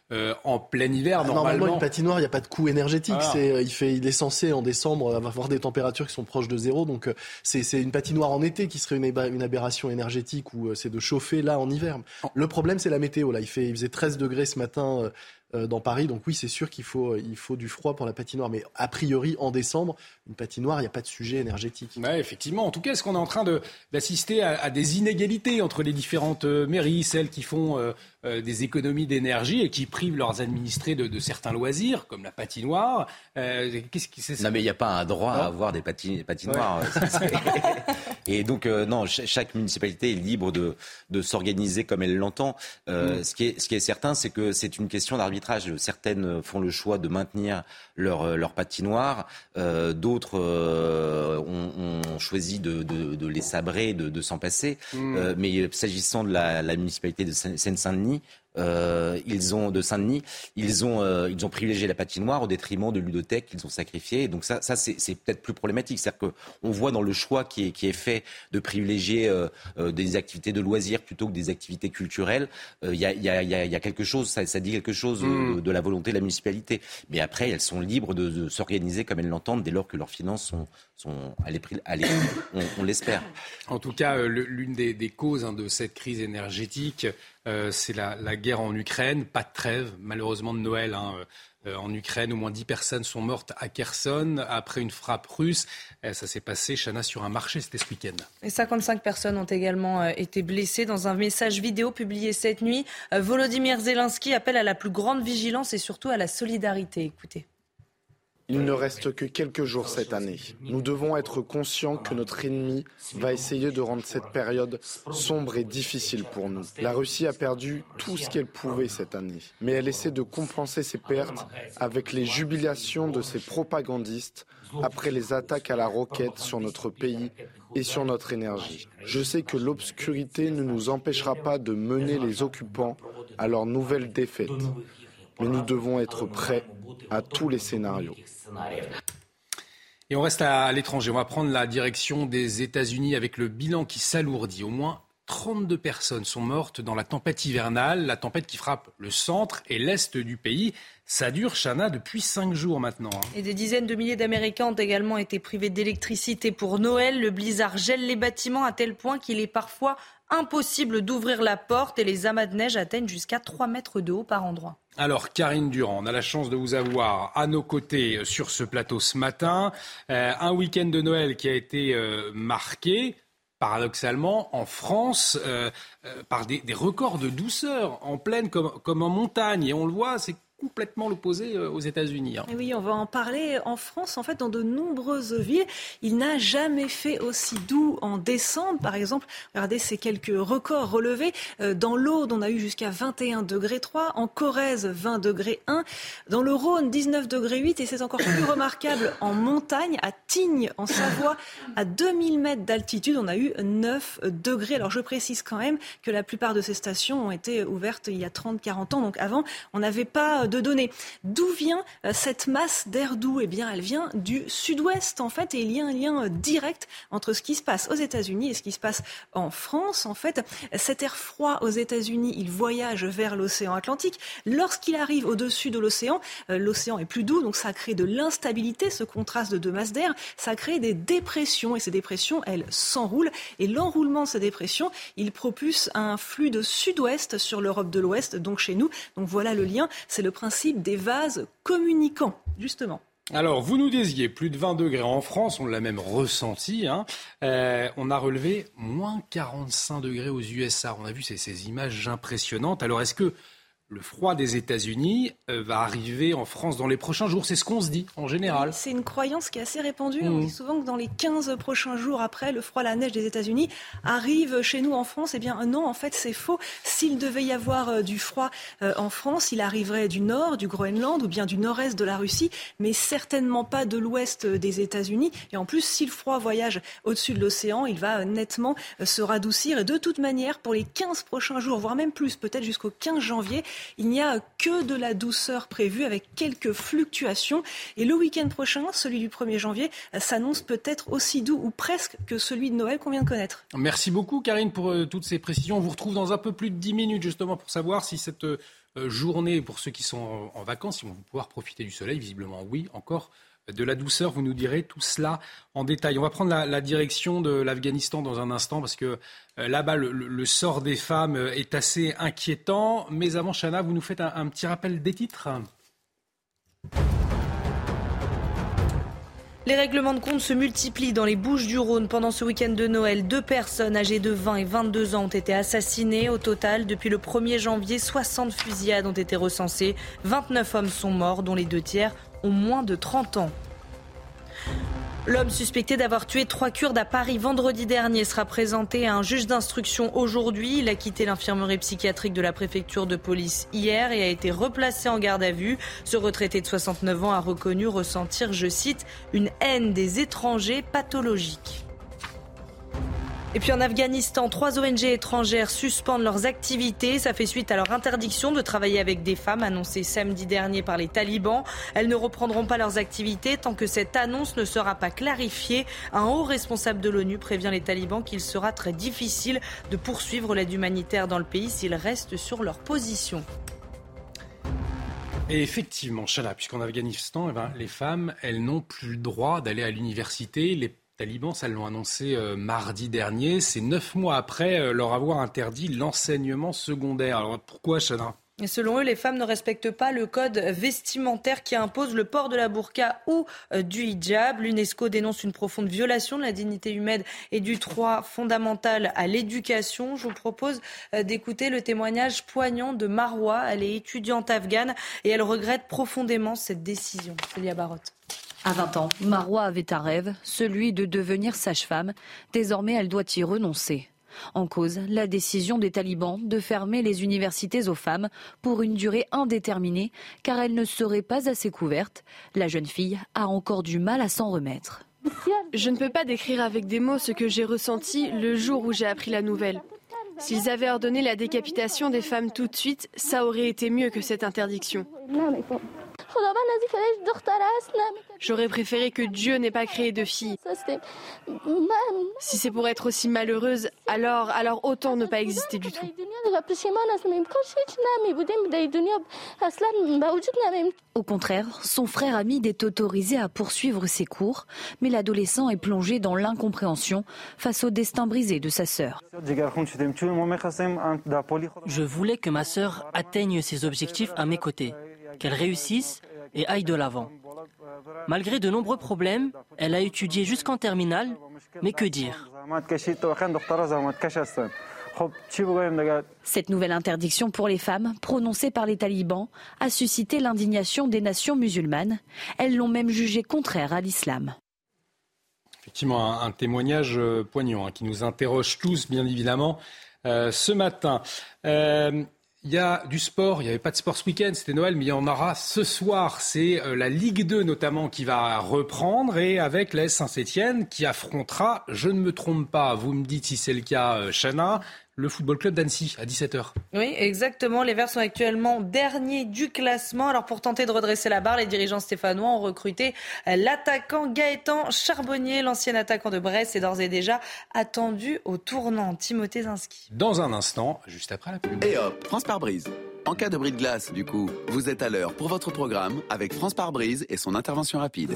euh, en plein hiver. Ah, normalement, normalement, une patinoire, il n'y a pas de coût énergétique. Voilà. C'est, il, fait, il est censé, en décembre, avoir des températures qui sont proches de zéro. Donc, euh, c'est, c'est une patinoire en été qui serait une, éba- une aberration énergétique où euh, c'est de chauffer là en hiver. Le problème, c'est la météo. Là, il, fait, il faisait treize degrés ce matin. Euh, Euh, dans Paris, donc oui, c'est sûr qu'il faut, il faut du froid pour la patinoire, mais a priori en décembre, une patinoire, il n'y a pas de sujet énergétique. Ouais, effectivement. En tout cas, est-ce qu'on est en train de, d'assister à, à des inégalités entre les différentes euh, mairies, celles qui font euh, euh, des économies d'énergie et qui privent leurs administrés de, de certains loisirs, comme la patinoire. Euh, qu'est-ce qui, c'est... Non, mais il n'y a pas un droit non. à avoir des patines, patinoires. Ouais. Et donc, euh, non, ch- chaque municipalité est libre de, de s'organiser comme elle l'entend. Euh, mmh. ce, qui est, ce qui est certain, c'est que c'est une question d'arbitrage. Certaines font le choix de maintenir leur, leur patinoire, euh, d'autres euh, ont, ont choisi de, de, de les sabrer, de, de s'en passer. Mmh. Euh, mais s'agissant de la, la municipalité de Seine-Saint-Denis, Euh, ils ont de Saint-Denis, ils ont euh, ils ont privilégié la patinoire au détriment de ludothèques qu'ils ont sacrifiées. Donc ça, ça c'est, c'est peut-être plus problématique. C'est-à-dire que on voit dans le choix qui est qui est fait de privilégier euh, euh, des activités de loisirs plutôt que des activités culturelles. Il euh, y a il y a il y a, y a quelque chose, ça, ça dit quelque chose mmh. de, de la volonté de la municipalité. Mais après, elles sont libres de, de s'organiser comme elles l'entendent dès lors que leurs finances sont sont à l'éprix, à l'éprix on, on l'espère. En tout cas, euh, l'une des, des causes hein, de cette crise énergétique, euh, c'est la, la guerre en Ukraine. Pas de trêve, malheureusement, de Noël. Hein, euh, en Ukraine, au moins dix personnes sont mortes à Kherson après une frappe russe. Euh, ça s'est passé, Chana, sur un marché, c'était ce week-end. Et cinquante-cinq personnes ont également euh, été blessées. Dans un message vidéo publié cette nuit, euh, Volodymyr Zelensky appelle à la plus grande vigilance et surtout à la solidarité. Écoutez. Il ne reste que quelques jours cette année. Nous devons être conscients que notre ennemi va essayer de rendre cette période sombre et difficile pour nous. La Russie a perdu tout ce qu'elle pouvait cette année, mais elle essaie de compenser ses pertes avec les jubilations de ses propagandistes après les attaques à la roquette sur notre pays et sur notre énergie. Je sais que l'obscurité ne nous empêchera pas de mener les occupants à leur nouvelle défaite, mais nous devons être prêts à tous les scénarios. Et on reste à l'étranger. On va prendre la direction des États-Unis avec le bilan qui s'alourdit. Au moins trente-deux personnes sont mortes dans la tempête hivernale, la tempête qui frappe le centre et l'est du pays. Ça dure, Chana, depuis cinq jours maintenant. Et des dizaines de milliers d'Américains ont également été privés d'électricité pour Noël. Le blizzard gèle les bâtiments à tel point qu'il est parfois impossible d'ouvrir la porte et les amas de neige atteignent jusqu'à trois mètres de haut par endroit. Alors, Karine Durand, on a la chance de vous avoir à nos côtés sur ce plateau ce matin. Euh, un week-end de Noël qui a été euh, marqué, paradoxalement, en France, euh, euh, par des, des records de douceur, en plaine comme, comme en montagne. Et on le voit, c'est complètement l'opposé aux États-Unis. Hein. Et oui, on va en parler. En France, en fait, dans de nombreuses villes, il n'a jamais fait aussi doux en décembre. Par exemple, regardez ces quelques records relevés. Dans l'Aude, on a eu jusqu'à vingt et un degrés trois. En Corrèze, vingt degrés un. Dans le Rhône, dix-neuf degrés huit. Et c'est encore plus remarquable en montagne, à Tignes, en Savoie, à deux mille mètres d'altitude, on a eu neuf degrés. Alors, je précise quand même que la plupart de ces stations ont été ouvertes il y a trente à quarante ans. Donc, avant, on n'avait pas de données. D'où vient cette masse d'air doux ? Eh bien, elle vient du sud-ouest, en fait, et il y a un lien direct entre ce qui se passe aux États-Unis et ce qui se passe en France. En fait, cet air froid aux États-Unis, il voyage vers l'océan Atlantique. Lorsqu'il arrive au-dessus de l'océan, l'océan est plus doux, donc ça crée de l'instabilité, ce contraste de deux masses d'air, ça crée des dépressions, et ces dépressions, elles s'enroulent, et l'enroulement de ces dépressions, il propulse un flux de sud-ouest sur l'Europe de l'Ouest, donc chez nous. Donc voilà le lien, c'est le principe des vases communicants, justement. Alors, vous nous disiez plus de vingt degrés en France, on l'a même ressenti. Hein. Euh, on a relevé moins quarante-cinq degrés aux U S A. On a vu ces, ces images impressionnantes. Alors, est-ce que le froid des États-Unis euh, va arriver en France dans les prochains jours? C'est ce qu'on se dit en général. C'est une croyance qui est assez répandue. Mmh. On dit souvent que dans les quinze prochains jours après, le froid, la neige des États-Unis arrive chez nous en France. Eh bien non, en fait c'est faux. S'il devait y avoir euh, du froid euh, en France, il arriverait du nord, du Groenland ou bien du nord-est de la Russie, mais certainement pas de l'ouest des États-Unis. Et en plus, si le froid voyage au-dessus de l'océan, il va euh, nettement euh, se radoucir. Et de toute manière, pour les quinze prochains jours, voire même plus, peut-être jusqu'au quinze janvier, il n'y a que de la douceur prévue avec quelques fluctuations. Et le week-end prochain, celui du premier janvier, s'annonce peut-être aussi doux ou presque que celui de Noël qu'on vient de connaître. Merci beaucoup Karine pour euh, toutes ces précisions. On vous retrouve dans un peu plus de dix minutes justement pour savoir si cette euh, journée pour ceux qui sont en vacances. Ils vont pouvoir profiter du soleil, visiblement oui, encore de la douceur. Vous nous direz tout cela en détail. On va prendre la, la direction de l'Afghanistan dans un instant parce que euh, là-bas, le, le sort des femmes est assez inquiétant. Mais avant, Chana, vous nous faites un, un petit rappel des titres. Les règlements de compte se multiplient dans les Bouches-du-Rhône. Pendant ce week-end de Noël, deux personnes âgées de vingt et vingt-deux ans ont été assassinées. Au total, depuis le premier janvier, soixante fusillades ont été recensées. vingt-neuf hommes sont morts, dont les deux tiers ont moins de trente ans. L'homme suspecté d'avoir tué trois Kurdes à Paris vendredi dernier sera présenté à un juge d'instruction aujourd'hui. Il a quitté l'infirmerie psychiatrique de la préfecture de police hier et a été replacé en garde à vue. Ce retraité de soixante-neuf ans a reconnu ressentir, je cite, une haine des étrangers pathologique. Et puis en Afghanistan, trois O N G étrangères suspendent leurs activités. Ça fait suite à leur interdiction de travailler avec des femmes annoncée samedi dernier par les talibans. Elles ne reprendront pas leurs activités tant que cette annonce ne sera pas clarifiée. Un haut responsable de l'ONU prévient les talibans qu'il sera très difficile de poursuivre l'aide humanitaire dans le pays s'ils restent sur leur position. Et effectivement, Chana, puisqu'en Afghanistan, eh ben, les femmes, elles n'ont plus le droit d'aller à l'université. Les talibans, ça l'ont annoncé euh, mardi dernier. C'est neuf mois après euh, leur avoir interdit l'enseignement secondaire. Alors pourquoi, Chana ? Et selon eux, les femmes ne respectent pas le code vestimentaire qui impose le port de la burqa ou euh, du hijab. L'UNESCO dénonce une profonde violation de la dignité humaine et du droit fondamental à l'éducation. Je vous propose euh, d'écouter le témoignage poignant de Marwa. Elle est étudiante afghane et elle regrette profondément cette décision. Célia Barotte. À vingt ans, Marwa avait un rêve, celui de devenir sage-femme. Désormais, elle doit y renoncer. En cause, la décision des talibans de fermer les universités aux femmes pour une durée indéterminée, car elles ne seraient pas assez couvertes. La jeune fille a encore du mal à s'en remettre. Je ne peux pas décrire avec des mots ce que j'ai ressenti le jour où j'ai appris la nouvelle. S'ils avaient ordonné la décapitation des femmes tout de suite, ça aurait été mieux que cette interdiction. J'aurais préféré que Dieu n'ait pas créé de filles. Si c'est pour être aussi malheureuse, alors, alors autant ne pas exister du tout. Au contraire, son frère Hamid est autorisé à poursuivre ses cours, mais l'adolescent est plongé dans l'incompréhension face au destin brisé de sa sœur. Je voulais que ma sœur atteigne ses objectifs à mes côtés, qu'elle réussisse et aille de l'avant. Malgré de nombreux problèmes, elle a étudié jusqu'en terminale, mais que dire ? Cette nouvelle interdiction pour les femmes, prononcée par les talibans, a suscité l'indignation des nations musulmanes. Elles l'ont même jugée contraire à l'islam. Effectivement, un, un témoignage euh, poignant hein, qui nous interroge tous, bien évidemment, euh, ce matin. Euh, Il y a du sport, il n'y avait pas de sport ce week-end, c'était Noël, mais il y en aura ce soir. C'est euh, la Ligue deux notamment qui va reprendre et avec l'A S Saint-Etienne qui affrontera, je ne me trompe pas, vous me dites si c'est le cas, euh, Chana, le Football Club d'Annecy à dix-sept heures. Oui, exactement. Les Verts sont actuellement derniers du classement. Alors pour tenter de redresser la barre, les dirigeants stéphanois ont recruté l'attaquant Gaëtan Charbonnier. L'ancien attaquant de Brest est d'ores et déjà attendu au tournant. Timothée Zinski. Dans un instant, juste après la pub. Et hop, France par brise. En cas de bris de glace, du coup, vous êtes à l'heure pour votre programme avec France par brise et son intervention rapide.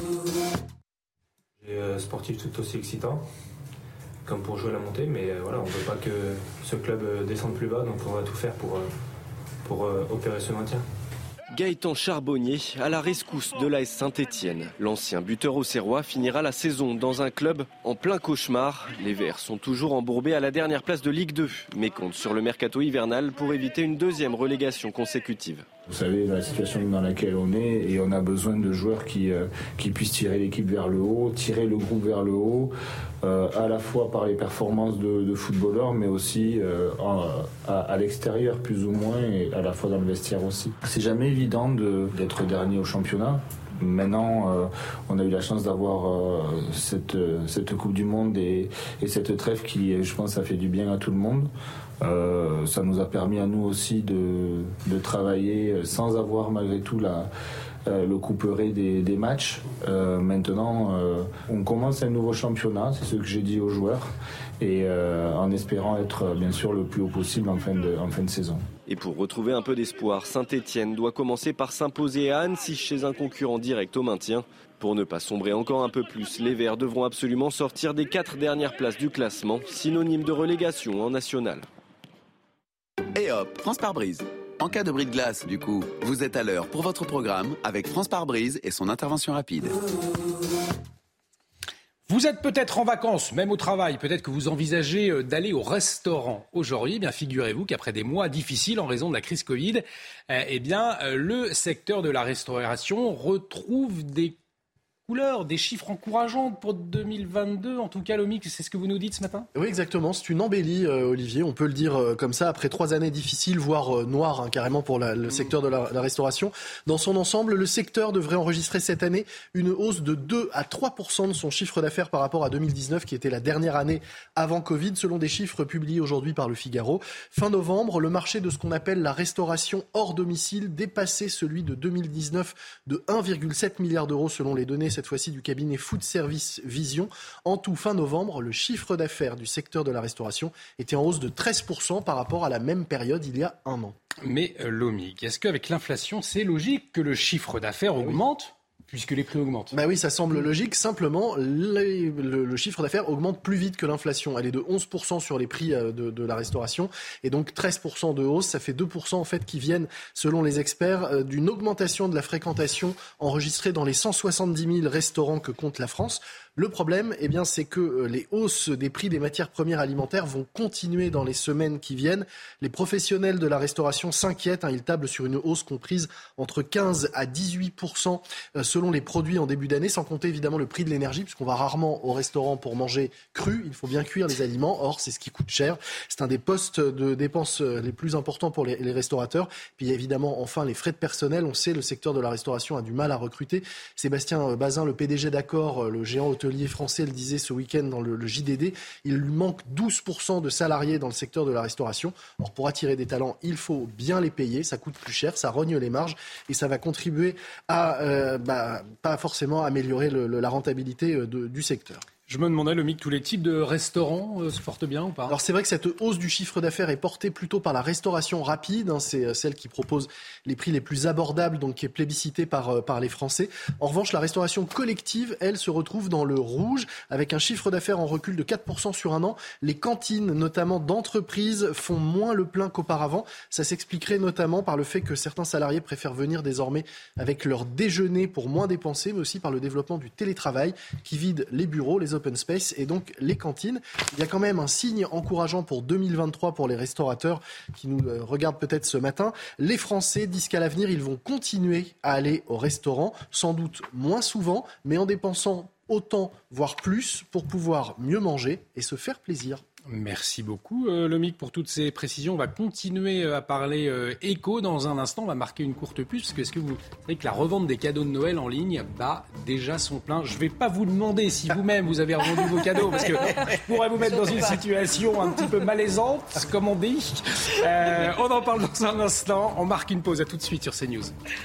Et euh, sportif tout aussi excitant, comme pour jouer à la montée, mais euh, voilà, on ne veut pas que ce club euh, descende plus bas, donc on va tout faire pour, euh, pour euh, opérer ce maintien. Gaëtan Charbonnier à la rescousse de l'A S Saint-Etienne. L'ancien buteur auxerrois finira la saison dans un club en plein cauchemar. Les Verts sont toujours embourbés à la dernière place de Ligue deux, mais comptent sur le mercato hivernal pour éviter une deuxième relégation consécutive. Vous savez la situation dans laquelle on est et on a besoin de joueurs qui, euh, qui puissent tirer l'équipe vers le haut, tirer le groupe vers le haut, euh, à la fois par les performances de, de footballeurs mais aussi euh, en, à, à l'extérieur plus ou moins et à la fois dans le vestiaire aussi. C'est jamais évident de, d'être dernier au championnat. Maintenant, euh, on a eu la chance d'avoir euh, cette, cette Coupe du Monde et, et cette trêve qui, je pense, ça fait du bien à tout le monde. Euh, ça nous a permis à nous aussi de, de travailler sans avoir malgré tout la, euh, le couperet des, des matchs. Euh, maintenant, euh, on commence un nouveau championnat, c'est ce que j'ai dit aux joueurs, et euh, en espérant être bien sûr le plus haut possible en fin de, en fin de saison. Et pour retrouver un peu d'espoir, Saint-Etienne doit commencer par s'imposer à Annecy chez un concurrent direct au maintien. Pour ne pas sombrer encore un peu plus, les Verts devront absolument sortir des quatre dernières places du classement, synonyme de relégation en national. Et hop, France par brise. En cas de bris de glace, du coup, vous êtes à l'heure pour votre programme avec France par brise et son intervention rapide. Vous êtes peut-être en vacances, même au travail, peut-être que vous envisagez d'aller au restaurant aujourd'hui. Eh bien, figurez-vous qu'après des mois difficiles en raison de la crise Covid, eh bien, le secteur de la restauration retrouve des couleurs, des chiffres encourageants pour deux mille vingt-deux. En tout cas, Lomic, c'est ce que vous nous dites ce matin ? Oui, exactement. C'est une embellie, euh, Olivier. On peut le dire euh, comme ça, après trois années difficiles, voire euh, noires, hein, carrément pour la, le secteur de la, la restauration. Dans son ensemble, le secteur devrait enregistrer cette année une hausse de deux à trois pour cent de son chiffre d'affaires par rapport à deux mille dix-neuf, qui était la dernière année avant Covid, selon des chiffres publiés aujourd'hui par Le Figaro. Fin novembre, le marché de ce qu'on appelle la restauration hors domicile dépassait celui de deux mille dix-neuf de un virgule sept milliard d'euros, selon les données cette fois-ci du cabinet Food Service Vision. En tout, fin novembre, le chiffre d'affaires du secteur de la restauration était en hausse de treize pour cent par rapport à la même période il y a un an. Mais euh, Lomic, est-ce qu'avec l'inflation, c'est logique que le chiffre d'affaires augmente ? Puisque les prix augmentent. Bah oui, ça semble logique. Simplement, les, le, le chiffre d'affaires augmente plus vite que l'inflation. Elle est de onze pour cent sur les prix de, de la restauration et donc treize pour cent de hausse. Ça fait deux pour cent en fait qui viennent, selon les experts, d'une augmentation de la fréquentation enregistrée dans les cent soixante-dix mille restaurants que compte la France. Le problème, eh bien, c'est que les hausses des prix des matières premières alimentaires vont continuer dans les semaines qui viennent. Les professionnels de la restauration s'inquiètent. Hein, ils tablent sur une hausse comprise entre quinze à dix-huit pour cent selon les produits en début d'année, sans compter évidemment le prix de l'énergie, puisqu'on va rarement au restaurant pour manger cru. Il faut bien cuire les aliments. Or, c'est ce qui coûte cher. C'est un des postes de dépenses les plus importants pour les, les restaurateurs. Puis il y a évidemment, enfin, les frais de personnel. On sait, le secteur de la restauration a du mal à recruter. Sébastien Bazin, le P D G d'Accor, le géant hôtelier français, le disait ce week-end dans le, le J D D, il lui manque douze pour cent de salariés dans le secteur de la restauration. Or, pour attirer des talents, il faut bien les payer, ça coûte plus cher, ça rogne les marges et ça va contribuer à, euh, bah, pas forcément améliorer le, le, la rentabilité de, du secteur. Je me demandais, Lomic, tous les types de restaurants euh, se portent bien ou pas ? Alors c'est vrai que cette hausse du chiffre d'affaires est portée plutôt par la restauration rapide. Hein, c'est celle qui propose les prix les plus abordables, donc qui est plébiscitée par, euh, par les Français. En revanche, la restauration collective, elle, se retrouve dans le rouge, avec un chiffre d'affaires en recul de quatre pour cent sur un an. Les cantines, notamment d'entreprises, font moins le plein qu'auparavant. Ça s'expliquerait notamment par le fait que certains salariés préfèrent venir désormais avec leur déjeuner pour moins dépenser, mais aussi par le développement du télétravail qui vide les bureaux, les open space et donc les cantines. Il y a quand même un signe encourageant pour deux mille vingt-trois pour les restaurateurs qui nous regardent peut-être ce matin. Les Français disent qu'à l'avenir, ils vont continuer à aller au restaurant, sans doute moins souvent, mais en dépensant autant, voire plus, pour pouvoir mieux manger et se faire plaisir. Merci beaucoup, euh, Lomic, pour toutes ces précisions. On va continuer à parler euh, éco dans un instant. On va marquer une courte pause, parce que est-ce que vous savez que la revente des cadeaux de Noël en ligne bat déjà son plein ? Je ne vais pas vous demander si vous-même vous avez revendu vos cadeaux, parce que je pourrais vous mettre dans une situation un petit peu malaisante, comme on dit. Euh, on en parle dans un instant. On marque une pause. À tout de suite sur CNews.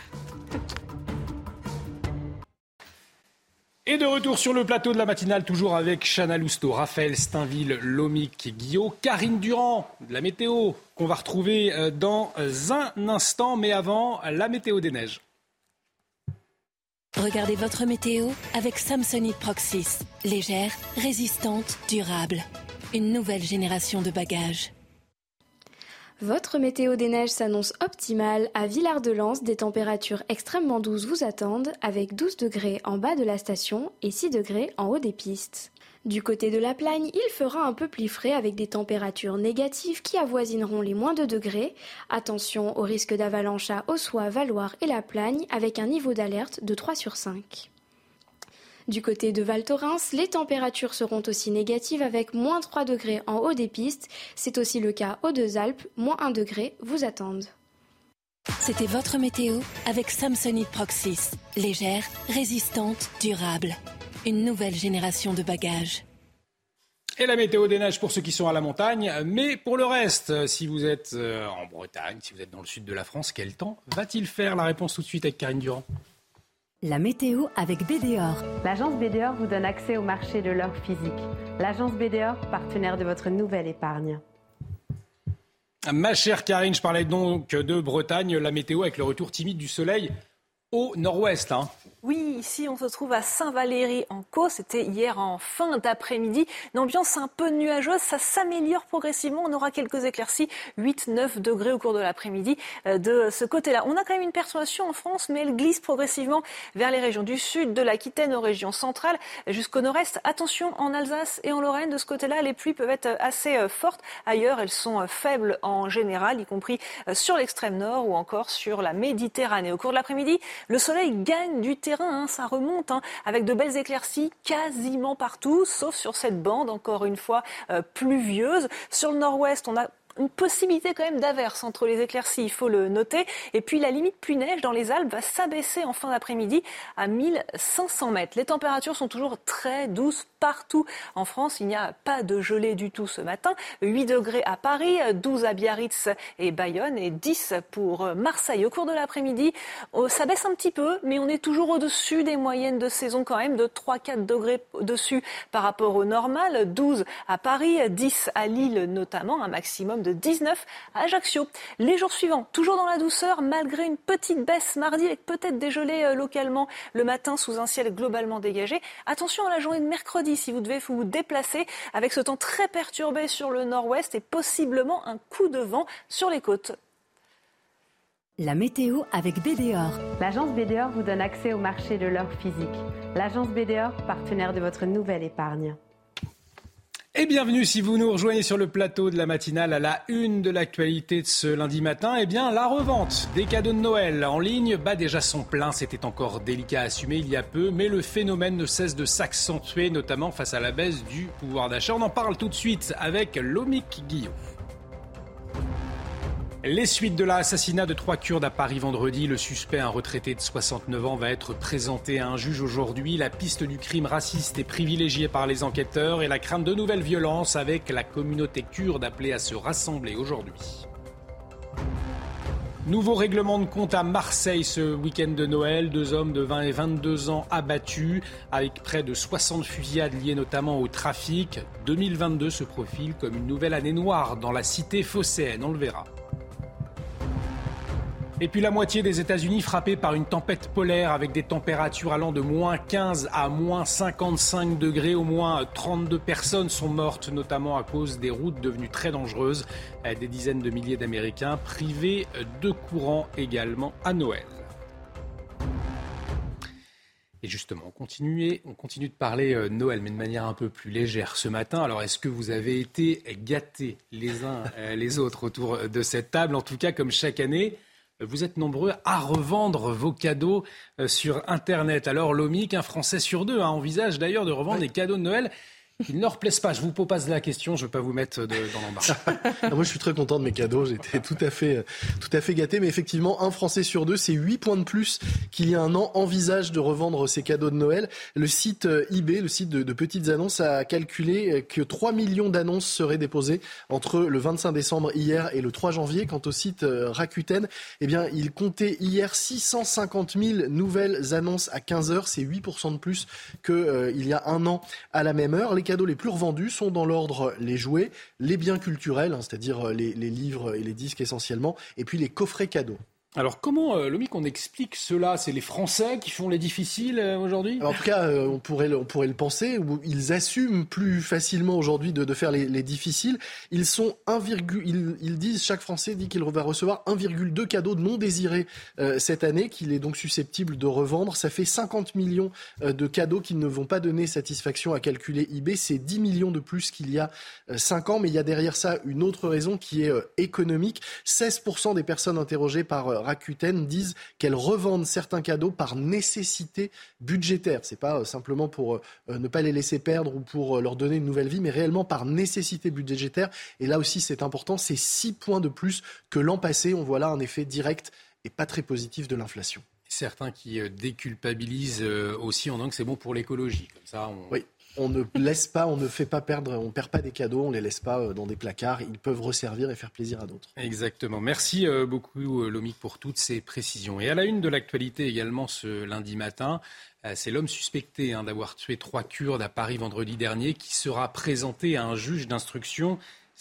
Et de retour sur le plateau de la matinale, toujours avec Chana Lousteau, Raphaël Steinville, Lomic Guillot, Karine Durand, de la météo, qu'on va retrouver dans un instant. Mais avant, la météo des neiges. Regardez votre météo avec Samsonite Proxys. Légère, résistante, durable. Une nouvelle génération de bagages. Votre météo des neiges s'annonce optimale. À Villard-de-Lans, des températures extrêmement douces vous attendent, avec douze degrés en bas de la station et six degrés en haut des pistes. Du côté de la Plagne, il fera un peu plus frais avec des températures négatives qui avoisineront les moins deux degrés. Attention au risque d'avalanche à Ossois, Valloire et la Plagne avec un niveau d'alerte de trois sur cinq. Du côté de Val Thorens, les températures seront aussi négatives avec moins trois degrés en haut des pistes. C'est aussi le cas aux Deux-Alpes, moins un degré vous attendent. C'était votre météo avec Samsonite Proxys. Légère, résistante, durable. Une nouvelle génération de bagages. Et la météo des neiges pour ceux qui sont à la montagne. Mais pour le reste, si vous êtes en Bretagne, si vous êtes dans le sud de la France, quel temps va-t-il faire ? La réponse tout de suite avec Karine Durand. La météo avec B D O R. L'agence B D O R vous donne accès au marché de l'or physique. L'agence B D O R, partenaire de votre nouvelle épargne. Ma chère Karine, je parlais donc de Bretagne, la météo avec le retour timide du soleil au nord-ouest. Hein. Oui, ici on se trouve à Saint-Valery-en-Caux, c'était hier en fin d'après-midi. Une ambiance un peu nuageuse, ça s'améliore progressivement, on aura quelques éclaircies, huit neuf degrés au cours de l'après-midi de ce côté-là. On a quand même une perturbation en France, mais elle glisse progressivement vers les régions du sud, de l'Aquitaine aux régions centrales, jusqu'au nord-est. Attention, en Alsace et en Lorraine, de ce côté-là, les pluies peuvent être assez fortes. Ailleurs, elles sont faibles en général, y compris sur l'extrême nord ou encore sur la Méditerranée. Au cours de l'après-midi, le soleil gagne du terrain. Hein, ça remonte hein, avec de belles éclaircies quasiment partout, sauf sur cette bande, encore une fois, euh, pluvieuse. Sur le nord-ouest, on a une possibilité quand même d'averse entre les éclaircies, il faut le noter. Et puis la limite pluie-neige dans les Alpes va s'abaisser en fin d'après-midi à mille cinq cents mètres. Les températures sont toujours très douces partout en France. Il n'y a pas de gelée du tout ce matin. huit degrés à Paris, douze à Biarritz et Bayonne et dix pour Marseille. Au cours de l'après-midi, ça baisse un petit peu, mais on est toujours au-dessus des moyennes de saison quand même, de trois à quatre degrés au-dessus par rapport au normal. douze à Paris, dix à Lille notamment, un maximum de dix-neuf à Ajaccio. Les jours suivants, toujours dans la douceur, malgré une petite baisse mardi avec peut-être des gelées localement le matin sous un ciel globalement dégagé. Attention à la journée de mercredi si vous devez vous déplacer avec ce temps très perturbé sur le nord-ouest et possiblement un coup de vent sur les côtes. La météo avec B D O R. L'agence B D O R vous donne accès au marché de l'or physique. L'agence B D O R, partenaire de votre nouvelle épargne. Et bienvenue si vous nous rejoignez sur le plateau de la matinale à la une de l'actualité de ce lundi matin. Eh bien, la revente des cadeaux de Noël en ligne bat déjà son plein. C'était encore délicat à assumer il y a peu, mais le phénomène ne cesse de s'accentuer, notamment face à la baisse du pouvoir d'achat. On en parle tout de suite avec Lomique Guillot. Les suites de l'assassinat de trois Kurdes à Paris vendredi. Le suspect, un retraité de soixante-neuf ans, va être présenté à un juge aujourd'hui. La piste du crime raciste est privilégiée par les enquêteurs et la crainte de nouvelles violences avec la communauté kurde appelée à se rassembler aujourd'hui. Nouveau règlement de compte à Marseille ce week-end de Noël. Deux hommes de vingt et vingt-deux ans abattus avec près de soixante fusillades liées notamment au trafic. deux mille vingt-deux se profile comme une nouvelle année noire dans la cité phocéenne. On le verra. Et puis la moitié des États-Unis frappés par une tempête polaire avec des températures allant de moins quinze à moins cinquante-cinq degrés. Au moins trente-deux personnes sont mortes, notamment à cause des routes devenues très dangereuses. Des dizaines de milliers d'Américains privés de courant également à Noël. Et justement, on continue, on continue de parler euh, Noël, mais de manière un peu plus légère ce matin. Alors, est-ce que vous avez été gâtés les uns euh, les autres autour de cette table ? En tout cas, comme chaque année, vous êtes nombreux à revendre vos cadeaux euh, sur Internet. Alors, Lomique, un Français sur deux hein, envisage d'ailleurs de revendre ouais. des cadeaux de Noël qui ne leur plaisent pas. Je vous pose la question, je ne veux pas vous mettre de, dans l'embarras. Moi, je suis très content de mes cadeaux. J'étais tout à fait, tout à fait gâté. Mais effectivement, un Français sur deux, c'est huit points de plus qu'il y a un an, envisage de revendre ses cadeaux de Noël. Le site eBay, le site de, de petites annonces, a calculé que trois millions d'annonces seraient déposées entre le vingt-cinq décembre hier et le trois janvier. Quant au site Rakuten, eh bien, il comptait hier six cent cinquante mille nouvelles annonces à quinze heures. C'est huit pour cent de plus qu'il euh, y a un an à la même heure. Les cadeaux les plus revendus sont dans l'ordre les jouets, les biens culturels, hein, c'est-à-dire les, les livres et les disques essentiellement, et puis les coffrets cadeaux. Alors comment, euh, Lomique, on explique cela ? C'est les Français qui font les difficiles euh, aujourd'hui ? En tout cas, euh, on, pourrait, on pourrait le penser. Ils assument plus facilement aujourd'hui de, de faire les, les difficiles. Ils sont un, ils, ils disent, chaque Français dit qu'il va recevoir un virgule deux cadeaux non désirés euh, cette année, qu'il est donc susceptible de revendre. Ça fait cinquante millions euh, de cadeaux qui ne vont pas donner satisfaction à calculer eBay. C'est dix millions de plus qu'il y a euh, cinq ans. Mais il y a derrière ça une autre raison qui est euh, économique. seize pour cent des personnes interrogées par euh, Rakuten disent qu'elles revendent certains cadeaux par nécessité budgétaire. C'est pas simplement pour euh, ne pas les laisser perdre ou pour euh, leur donner une nouvelle vie, mais réellement par nécessité budgétaire. Et là aussi, c'est important, c'est six points de plus que l'an passé. On voit là un effet direct et pas très positif de l'inflation. Certains qui euh, déculpabilisent euh, aussi en disant que c'est bon pour l'écologie. Comme ça, on... Oui. On ne laisse pas, on ne fait pas perdre, on ne perd pas des cadeaux, on ne les laisse pas dans des placards. Ils peuvent resservir et faire plaisir à d'autres. Exactement. Merci beaucoup, Lomique, pour toutes ces précisions. Et à la une de l'actualité également ce lundi matin, c'est l'homme suspecté hein, d'avoir tué trois Kurdes à Paris vendredi dernier qui sera présenté à un juge d'instruction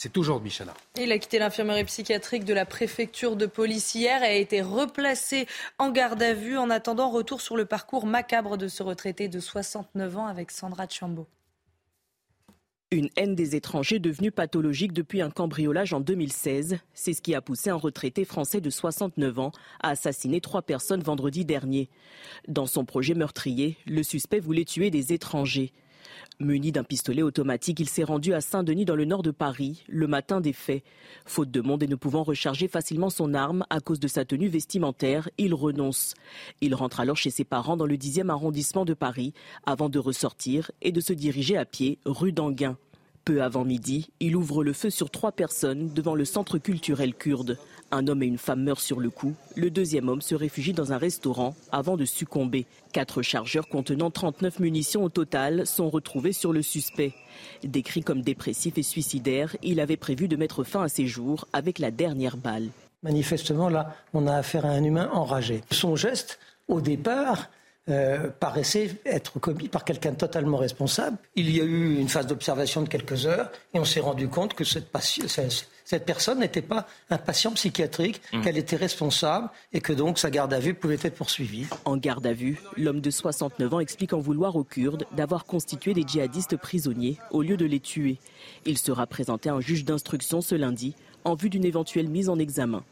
C'est aujourd'hui, Chana. Il a quitté l'infirmerie psychiatrique de la préfecture de police hier et a été replacé en garde à vue. En attendant, retour sur le parcours macabre de ce retraité de soixante-neuf ans avec Sandra Tchambo. Une haine des étrangers devenue pathologique depuis un cambriolage en deux mille seize. C'est ce qui a poussé un retraité français de soixante-neuf ans à assassiner trois personnes vendredi dernier. Dans son projet meurtrier, le suspect voulait tuer des étrangers. Muni d'un pistolet automatique, il s'est rendu à Saint-Denis dans le nord de Paris le matin des faits. Faute de monde et ne pouvant recharger facilement son arme à cause de sa tenue vestimentaire, il renonce. Il rentre alors chez ses parents dans le dixième arrondissement de Paris avant de ressortir et de se diriger à pied rue d'Anguin. Peu avant midi, il ouvre le feu sur trois personnes devant le centre culturel kurde. Un homme et une femme meurent sur le coup. Le deuxième homme se réfugie dans un restaurant avant de succomber. Quatre chargeurs contenant trente-neuf munitions au total sont retrouvés sur le suspect. Décrit comme dépressif et suicidaire, il avait prévu de mettre fin à ses jours avec la dernière balle. Manifestement, là, on a affaire à un humain enragé. Son geste, au départ, Euh, paraissait être commis par quelqu'un de totalement responsable. Il y a eu une phase d'observation de quelques heures et on s'est rendu compte que cette, patient, cette personne n'était pas un patient psychiatrique, mmh. qu'elle était responsable et que donc sa garde à vue pouvait être poursuivie. En garde à vue, l'homme de soixante-neuf ans explique en vouloir aux Kurdes d'avoir constitué des djihadistes prisonniers au lieu de les tuer. Il sera présenté à un juge d'instruction ce lundi en vue d'une éventuelle mise en examen.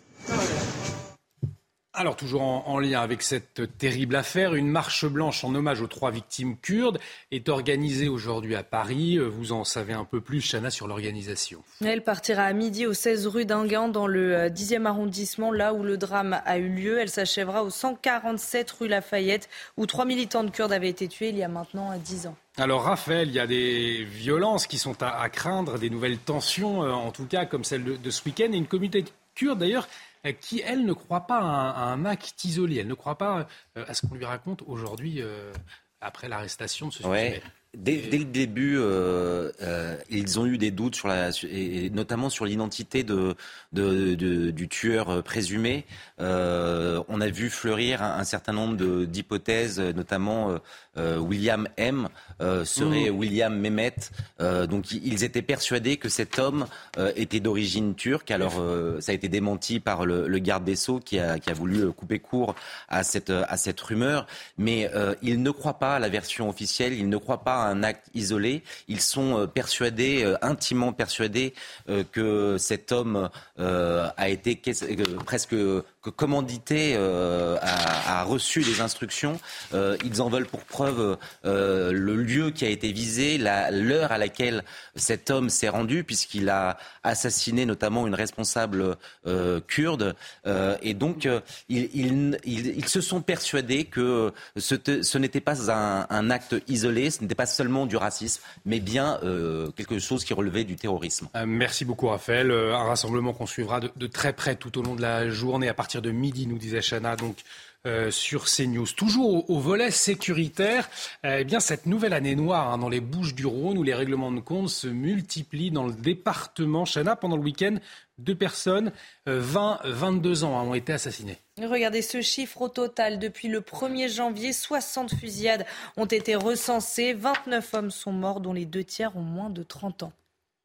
Alors, toujours en, en lien avec cette terrible affaire, une marche blanche en hommage aux trois victimes kurdes est organisée aujourd'hui à Paris. Vous en savez un peu plus, Chana, sur l'organisation. Elle partira à midi au seize rue d'Enghien, dans le dixième arrondissement, là où le drame a eu lieu. Elle s'achèvera au cent quarante-sept rue Lafayette, où trois militantes kurdes avaient été tuées il y a maintenant dix ans. Alors, Raphaël, il y a des violences qui sont à, à craindre, des nouvelles tensions, euh, en tout cas, comme celle de, de ce week-end. Et une communauté kurde, d'ailleurs, qui, elle, ne croit pas à un, à un acte isolé. Elle ne croit pas euh, à ce qu'on lui raconte aujourd'hui, euh, après l'arrestation de ce suspect. Ouais. Dès, dès le début, euh, euh, ils ont eu des doutes sur la, et notamment sur l'identité de, de, de, du tueur présumé. Euh, on a vu fleurir un, un certain nombre de, d'hypothèses, notamment euh, William M. Euh, serait mmh. William Mehmet. Euh, donc ils étaient persuadés que cet homme euh, était d'origine turque. Alors euh, ça a été démenti par le, le garde des Sceaux qui a, qui a voulu couper court à cette, à cette rumeur. Mais euh, ils ne croient pas à la version officielle. Ils ne croient pas un acte isolé. Ils sont persuadés, euh, intimement persuadés, euh, que cet homme euh, a été euh, presque commandité, euh, a, a reçu des instructions. Euh, ils en veulent pour preuve euh, le lieu qui a été visé, la, l'heure à laquelle cet homme s'est rendu, puisqu'il a assassiné notamment une responsable euh, kurde. Euh, et donc, euh, ils, ils, ils, ils se sont persuadés que ce, ce n'était pas un, un acte isolé, ce n'était pas seulement du racisme, mais bien euh, quelque chose qui relevait du terrorisme. Euh, merci beaucoup, Raphaël. Euh, un rassemblement qu'on suivra de, de très près tout au long de la journée, à partir de midi, nous disait Chana, donc euh, sur CNews. Toujours au, au volet sécuritaire, euh, eh bien cette nouvelle année noire hein, dans les Bouches-du-Rhône, où les règlements de compte se multiplient dans le département. Chana, pendant le week-end, deux personnes, euh, vingt, vingt-deux ans, hein, ont été assassinées. Regardez ce chiffre au total. Depuis le premier janvier, soixante fusillades ont été recensées. vingt-neuf hommes sont morts, dont les deux tiers ont moins de trente ans.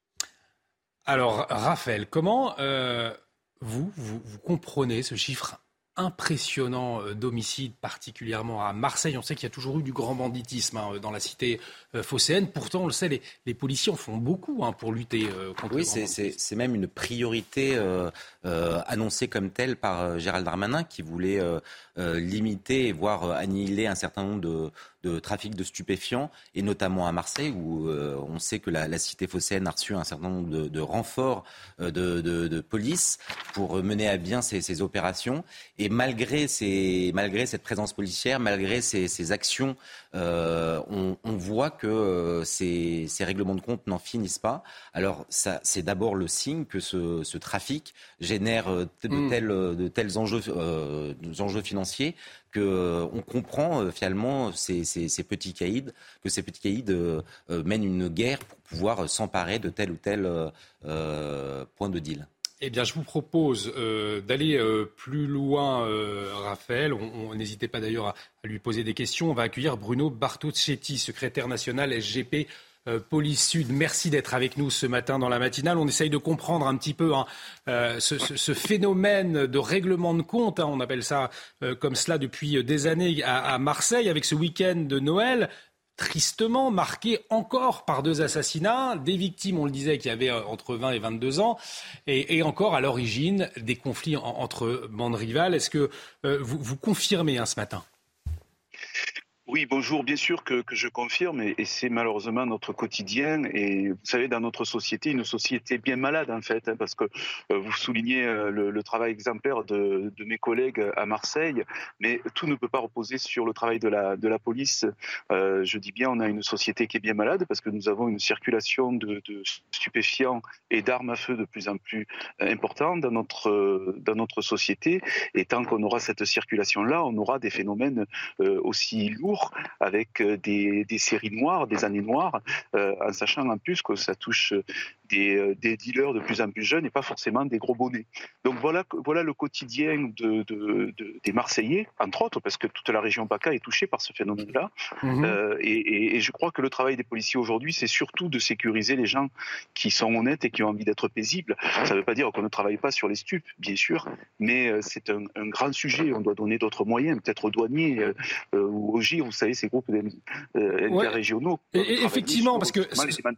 Alors, Raphaël, comment euh, vous, vous, vous comprenez ce chiffre impressionnant d'homicides, particulièrement à Marseille? On sait qu'il y a toujours eu du grand banditisme hein, dans la cité euh, phocéenne. Pourtant, on le sait, les, les policiers en font beaucoup hein, pour lutter euh, contre oui, le grand c'est, banditisme. C'est, c'est même une priorité euh, euh, annoncée comme telle par euh, Gérald Darmanin, qui voulait euh, euh, limiter, voire euh, annihiler un certain nombre de, de trafics de stupéfiants, et notamment à Marseille, où euh, on sait que la, la cité phocéenne a reçu un certain nombre de, de renforts euh, de, de, de police pour mener à bien ces, ces opérations. Et malgré, ces, malgré cette présence policière, malgré ces, ces actions, euh, on, on voit que euh, ces, ces règlements de compte n'en finissent pas. Alors, ça, c'est d'abord le signe que ce, ce trafic génère de, mmh. tels, de tels enjeux, euh, enjeux financiers qu'on euh, comprend euh, finalement ces, ces, ces petits caïds, que ces petits caïds euh, euh, mènent une guerre pour pouvoir s'emparer de tel ou tel euh, euh, point de deal. Eh bien, je vous propose euh, d'aller euh, plus loin, euh, Raphaël. On, on, n'hésitez pas d'ailleurs à, à lui poser des questions. On va accueillir Bruno Bartocchetti, secrétaire national S G P euh, Police Sud. Merci d'être avec nous ce matin dans la matinale. On essaye de comprendre un petit peu hein, euh, ce, ce, ce phénomène de règlement de compte, hein, on appelle ça euh, comme cela depuis des années à, à Marseille, avec ce week-end de Noël. Tristement marqué encore par deux assassinats, des victimes, on le disait, qui avaient entre vingt et vingt-deux ans, et, et encore à l'origine des conflits en, entre bandes rivales. Est-ce que euh, vous, vous confirmez hein, ce matin ? Oui, bonjour. Bien sûr que, que je confirme, et, et c'est malheureusement notre quotidien. Et vous savez, dans notre société, une société bien malade en fait, hein, parce que euh, vous soulignez euh, le, le travail exemplaire de, de mes collègues à Marseille, mais tout ne peut pas reposer sur le travail de la, de la police. Euh, je dis bien, on a une société qui est bien malade parce que nous avons une circulation de, de stupéfiants et d'armes à feu de plus en plus importante dans notre, dans notre société. Et tant qu'on aura cette circulation-là, on aura des phénomènes euh, aussi lourds, avec des, des séries noires, des années noires, euh, en sachant en plus que ça touche des, des dealers de plus en plus jeunes et pas forcément des gros bonnets. Donc voilà, voilà le quotidien de, de, de, des Marseillais, entre autres, parce que toute la région PACA est touchée par ce phénomène-là. Mmh. Euh, et, et, et je crois que le travail des policiers aujourd'hui, c'est surtout de sécuriser les gens qui sont honnêtes et qui ont envie d'être paisibles. Ça ne veut pas dire qu'on ne travaille pas sur les stupes, bien sûr, mais c'est un, un grand sujet. On doit donner d'autres moyens, peut-être aux douaniers euh, ou aux G I R, vous savez, ces groupes euh, interrégionaux. Ouais. Et, et effectivement, parce que...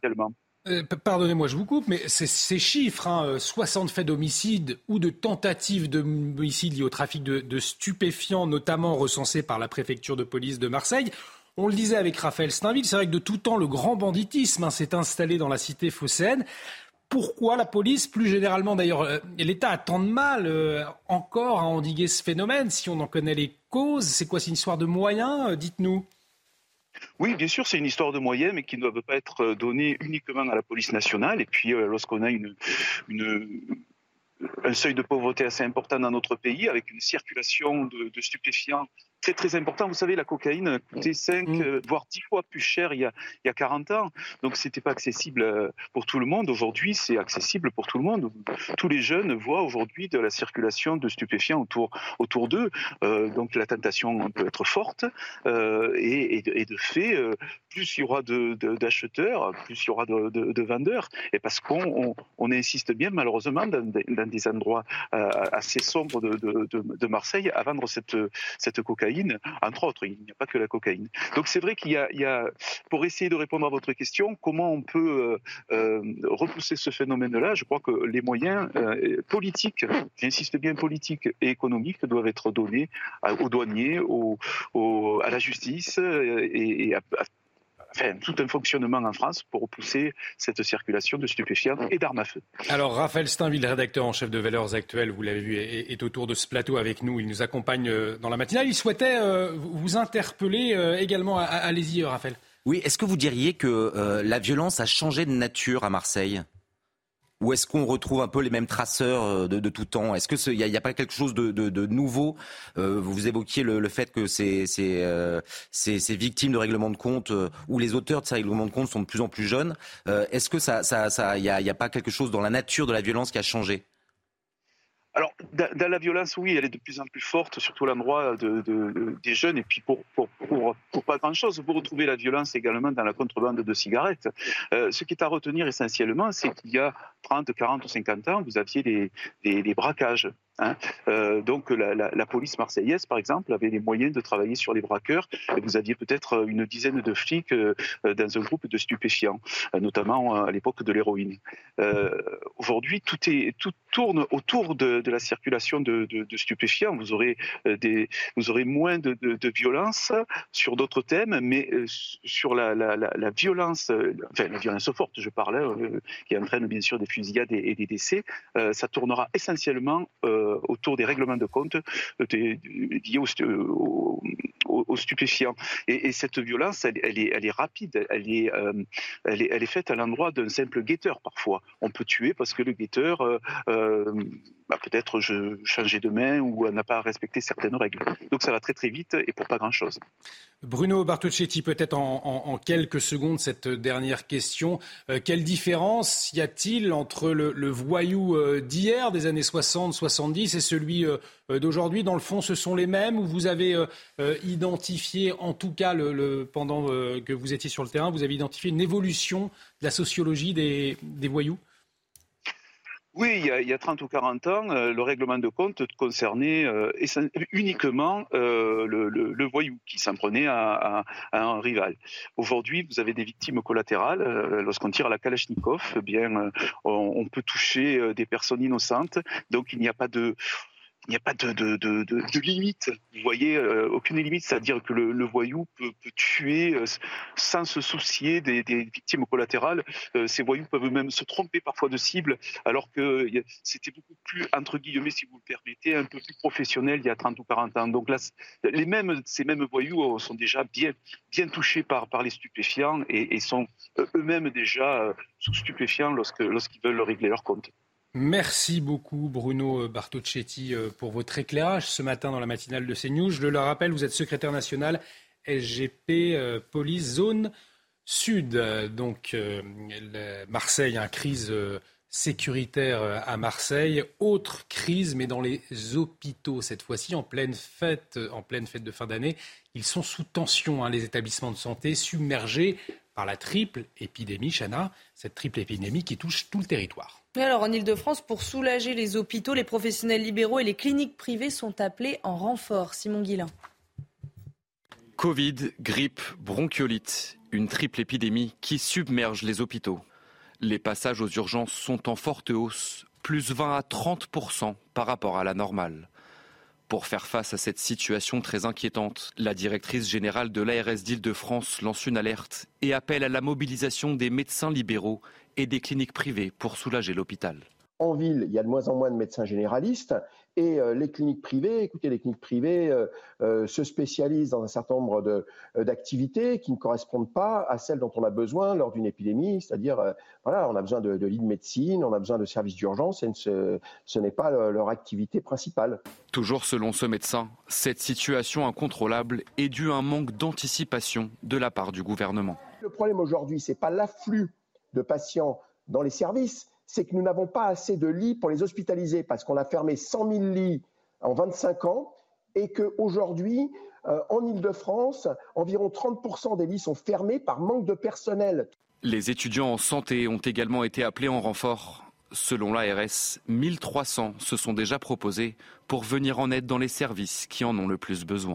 Euh, pardonnez-moi, je vous coupe, mais ces, ces chiffres, hein, soixante faits d'homicide ou de tentatives d'homicide liés au trafic de, de stupéfiants, notamment recensés par la préfecture de police de Marseille. On le disait avec Raphaël Steinville, c'est vrai que de tout temps, le grand banditisme hein, s'est installé dans la cité phocéenne. Pourquoi la police, plus généralement d'ailleurs, euh, l'État a tant de mal euh, encore à endiguer ce phénomène, si on en connaît les causes? C'est quoi, c'est une histoire de moyens? euh, Dites-nous. Oui, bien sûr, c'est une histoire de moyens, mais qui ne doivent pas être donnés uniquement à la police nationale. Et puis, euh, lorsqu'on a une, une, un seuil de pauvreté assez important dans notre pays, avec une circulation de, de stupéfiants très très important. Vous savez, la cocaïne coûtait cinq, mmh. euh, voire dix fois plus cher il y a, il y a quarante ans. Donc, c'était pas accessible pour tout le monde. Aujourd'hui, c'est accessible pour tout le monde. Tous les jeunes voient aujourd'hui de la circulation de stupéfiants autour, autour d'eux. Euh, donc, la tentation peut être forte. Euh, et, et, de, et de fait, euh, plus il y aura de, de, d'acheteurs, plus il y aura de, de, de vendeurs. Et parce qu'on on, on insiste bien, malheureusement, dans des, dans des endroits euh, assez sombres de, de, de, de Marseille, à vendre cette, cette cocaïne. Entre autres, il n'y a pas que la cocaïne. Donc c'est vrai qu'il y a, il y a, pour essayer de répondre à votre question, comment on peut euh, euh, repousser ce phénomène-là, je crois que les moyens euh, politiques, j'insiste bien politiques et économiques, doivent être donnés à, aux douaniers, aux, aux, à la justice et, et à, à Enfin, tout un fonctionnement en France pour repousser cette circulation de stupéfiants et d'armes à feu. Alors, Raphaël Steinville, rédacteur en chef de Valeurs Actuelles, vous l'avez vu, est, est autour de ce plateau avec nous. Il nous accompagne dans la matinale. Il souhaitait euh, vous interpeller euh, également. Allez-y, Raphaël. Oui, est-ce que vous diriez que euh, la violence a changé de nature à Marseille ? Ou est-ce qu'on retrouve un peu les mêmes traceurs de, de tout temps? Est-ce qu'il n'y a, a pas quelque chose de, de, de nouveau? euh, Vous évoquiez le, le fait que ces, ces, euh, ces, ces victimes de règlements de compte euh, ou les auteurs de ces règlements de compte sont de plus en plus jeunes. Euh, est-ce que ça, ça, ça, y a, y a pas quelque chose dans la nature de la violence qui a changé? Alors, dans la violence, oui, elle est de plus en plus forte, surtout à l'endroit de, de, de, des jeunes, et puis pour, pour, pour, pour pas grand-chose. Vous retrouvez la violence également dans la contrebande de cigarettes. Euh, ce qui est à retenir essentiellement, c'est qu'il y a trente, quarante ou cinquante ans, vous aviez les, les, les braquages. Hein. Euh, donc la, la, la police marseillaise, par exemple, avait les moyens de travailler sur les braqueurs. Et vous aviez peut-être une dizaine de flics euh, dans un groupe de stupéfiants, euh, notamment euh, à l'époque de l'héroïne. Euh, aujourd'hui, tout, est, tout tourne autour de, de la circulation de, de, de stupéfiants. Vous aurez, euh, des, vous aurez moins de, de, de violence sur d'autres thèmes, mais euh, sur la, la, la, la violence, euh, enfin la violence forte, je parle, euh, qui entraîne bien sûr des fusillades et, et des décès, euh, ça tournera essentiellement euh, autour des règlements de compte liés aux, aux, aux stupéfiants. Et, et cette violence, elle, elle, est, elle est rapide, elle est, euh, elle est, elle est faite à l'endroit d'un simple guetteur parfois. On peut tuer parce que le guetteur euh, euh, bah, peut-être je, changer de main ou n'a pas respecté certaines règles. Donc ça va très très vite et pour pas grand-chose. Bruno Bartocchetti, peut-être en, en, en quelques secondes, cette dernière question. Euh, quelle différence y a-t-il entre le, le voyou d'hier, des années soixante soixante-dix, vendredi, c'est celui euh, d'aujourd'hui. Dans le fond, ce sont les mêmes où vous avez euh, euh, identifié, en tout cas le, le, pendant euh, que vous étiez sur le terrain, vous avez identifié une évolution de la sociologie des, des voyous? Oui, il y, a, il y a trente ou quarante ans, euh, le règlement de compte concernait euh, uniquement euh, le, le, le voyou qui s'en prenait à, à, à un rival. Aujourd'hui, vous avez des victimes collatérales. Euh, lorsqu'on tire à la Kalachnikov, eh bien, euh, on, on peut toucher euh, des personnes innocentes. Donc, il n'y a pas de... Il n'y a pas de, de, de, de, de limite, vous voyez, euh, aucune limite, c'est-à-dire que le, le voyou peut, peut tuer euh, sans se soucier des, des victimes collatérales. Euh, ces voyous peuvent même se tromper parfois de cible, alors que euh, c'était beaucoup plus, entre guillemets, si vous le permettez, un peu plus professionnel il y a trente ou quarante ans. Donc là, les mêmes, ces mêmes voyous sont déjà bien, bien touchés par, par les stupéfiants et, et sont eux-mêmes déjà euh, sous stupéfiants lorsque, lorsqu'ils veulent régler leur compte. Merci beaucoup Bruno Bartocchetti pour votre éclairage ce matin dans la matinale de CNews. Je le rappelle, vous êtes secrétaire national S G P euh, Police Zone Sud. Donc euh, Marseille, hein, crise euh, sécuritaire à Marseille. Autre crise, mais dans les hôpitaux cette fois-ci, en pleine fête, en pleine fête de fin d'année. Ils sont sous tension, hein, les établissements de santé, submergés par la triple épidémie, Chana, cette triple épidémie qui touche tout le territoire. Et alors en Ile-de-France, pour soulager les hôpitaux, les professionnels libéraux et les cliniques privées sont appelés en renfort. Simon Guillain. Covid, grippe, bronchiolite, une triple épidémie qui submerge les hôpitaux. Les passages aux urgences sont en forte hausse, plus vingt à trente pour cent par rapport à la normale. Pour faire face à cette situation très inquiétante, la directrice générale de l'A R S d'Île-de-France lance une alerte et appelle à la mobilisation des médecins libéraux et des cliniques privées pour soulager l'hôpital. En ville, il y a de moins en moins de médecins généralistes et euh, les cliniques privées, écoutez, les cliniques privées euh, euh, se spécialisent dans un certain nombre de, euh, d'activités qui ne correspondent pas à celles dont on a besoin lors d'une épidémie, c'est-à-dire, euh, voilà, on a besoin de, de lits de médecine, on a besoin de services d'urgence et ce, ce n'est pas le, leur activité principale. Toujours selon ce médecin, cette situation incontrôlable est due à un manque d'anticipation de la part du gouvernement. Le problème aujourd'hui, ce n'est pas l'afflux de patients dans les services, c'est que nous n'avons pas assez de lits pour les hospitaliser parce qu'on a fermé cent mille lits en vingt-cinq ans et qu'aujourd'hui, euh, en Ile-de-France, environ trente pour cent des lits sont fermés par manque de personnel. Les étudiants en santé ont également été appelés en renfort. Selon l'A R S, mille trois cents se sont déjà proposés pour venir en aide dans les services qui en ont le plus besoin.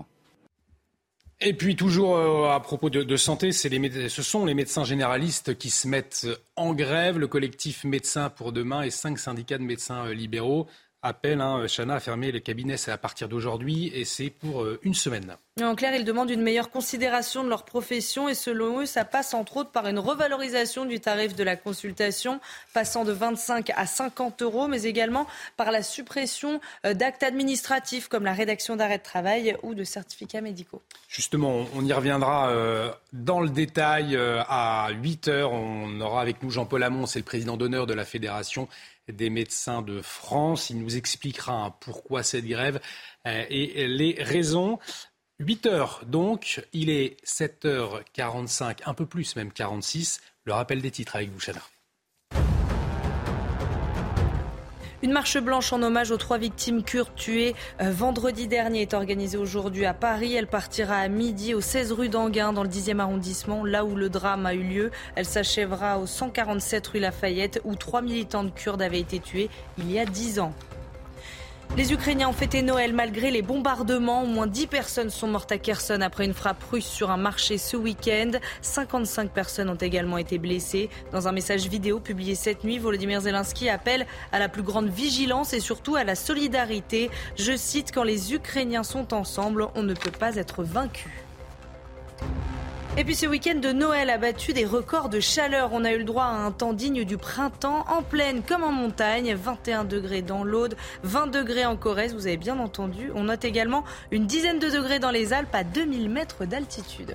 Et puis toujours euh, à propos de, de santé, c'est les, ce sont les médecins généralistes qui se mettent en grève. Le collectif Médecins pour demain et cinq syndicats de médecins euh, libéraux appellent, hein, Chana, à fermer les cabinets à partir d'aujourd'hui et c'est pour euh, une semaine. En clair, ils demandent une meilleure considération de leur profession et selon eux, ça passe entre autres par une revalorisation du tarif de la consultation, passant de vingt-cinq à cinquante euros, mais également par la suppression d'actes administratifs comme la rédaction d'arrêts de travail ou de certificats médicaux. Justement, on y reviendra euh, dans le détail euh, à huit heures. On aura avec nous Jean-Paul Hamon, c'est le président d'honneur de la Fédération des médecins de France. Il nous expliquera hein, pourquoi cette grève euh, et les raisons. huit heures donc, il est sept heures quarante-cinq, un peu plus même quarante-six. Le rappel des titres avec vous, Chana. Une marche blanche en hommage aux trois victimes kurdes tuées euh, vendredi dernier est organisée aujourd'hui à Paris. Elle partira à midi au seize rue d'Anguin dans le dixième arrondissement, là où le drame a eu lieu. Elle s'achèvera au cent quarante-sept rue Lafayette où trois militantes kurdes avaient été tuées il y a dix ans. Les Ukrainiens ont fêté Noël malgré les bombardements. Au moins dix personnes sont mortes à Kherson après une frappe russe sur un marché ce week-end. cinquante-cinq personnes ont également été blessées. Dans un message vidéo publié cette nuit, Volodymyr Zelensky appelle à la plus grande vigilance et surtout à la solidarité. Je cite, « Quand les Ukrainiens sont ensemble, on ne peut pas être vaincu ». Et puis ce week-end de Noël a battu des records de chaleur. On a eu le droit à un temps digne du printemps, en plaine comme en montagne. vingt et un degrés dans l'Aude, vingt degrés en Corrèze, vous avez bien entendu. On note également une dizaine de degrés dans les Alpes à deux mille mètres d'altitude.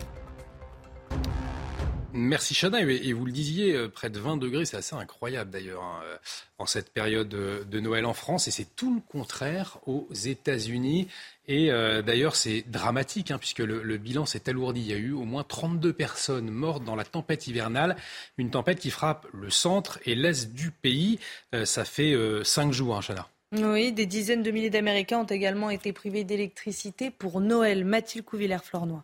Merci Chana, et vous le disiez, près de vingt degrés, c'est assez incroyable d'ailleurs hein, en cette période de Noël en France, et c'est tout le contraire aux États-Unis. Et euh, d'ailleurs, c'est dramatique hein, puisque le, le bilan s'est alourdi. Il y a eu au moins trente-deux personnes mortes dans la tempête hivernale, une tempête qui frappe le centre et l'est du pays. Euh, ça fait euh, cinq jours, hein, Chana. Oui, des dizaines de milliers d'Américains ont également été privés d'électricité pour Noël. Mathilde Couvillère-Flornois.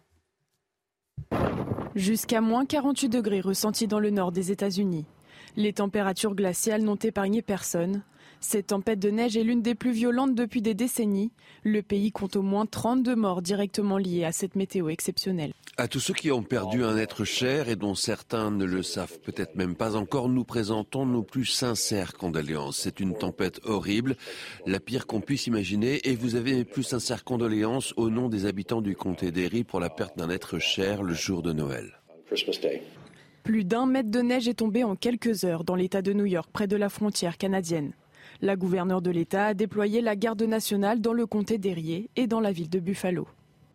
Jusqu'à moins quarante-huit degrés ressentis dans le nord des États-Unis. Les températures glaciales n'ont épargné personne. Cette tempête de neige est l'une des plus violentes depuis des décennies. Le pays compte au moins trente-deux morts directement liés à cette météo exceptionnelle. À tous ceux qui ont perdu un être cher et dont certains ne le savent peut-être même pas encore, nous présentons nos plus sincères condoléances. C'est une tempête horrible, la pire qu'on puisse imaginer, et vous avez mes plus sincères condoléances au nom des habitants du comté d'Erie pour la perte d'un être cher le jour de Noël. Plus d'un mètre de neige est tombé en quelques heures dans l'État de New York, près de la frontière canadienne. La gouverneure de l'État a déployé la garde nationale dans le comté d'Erie et dans la ville de Buffalo.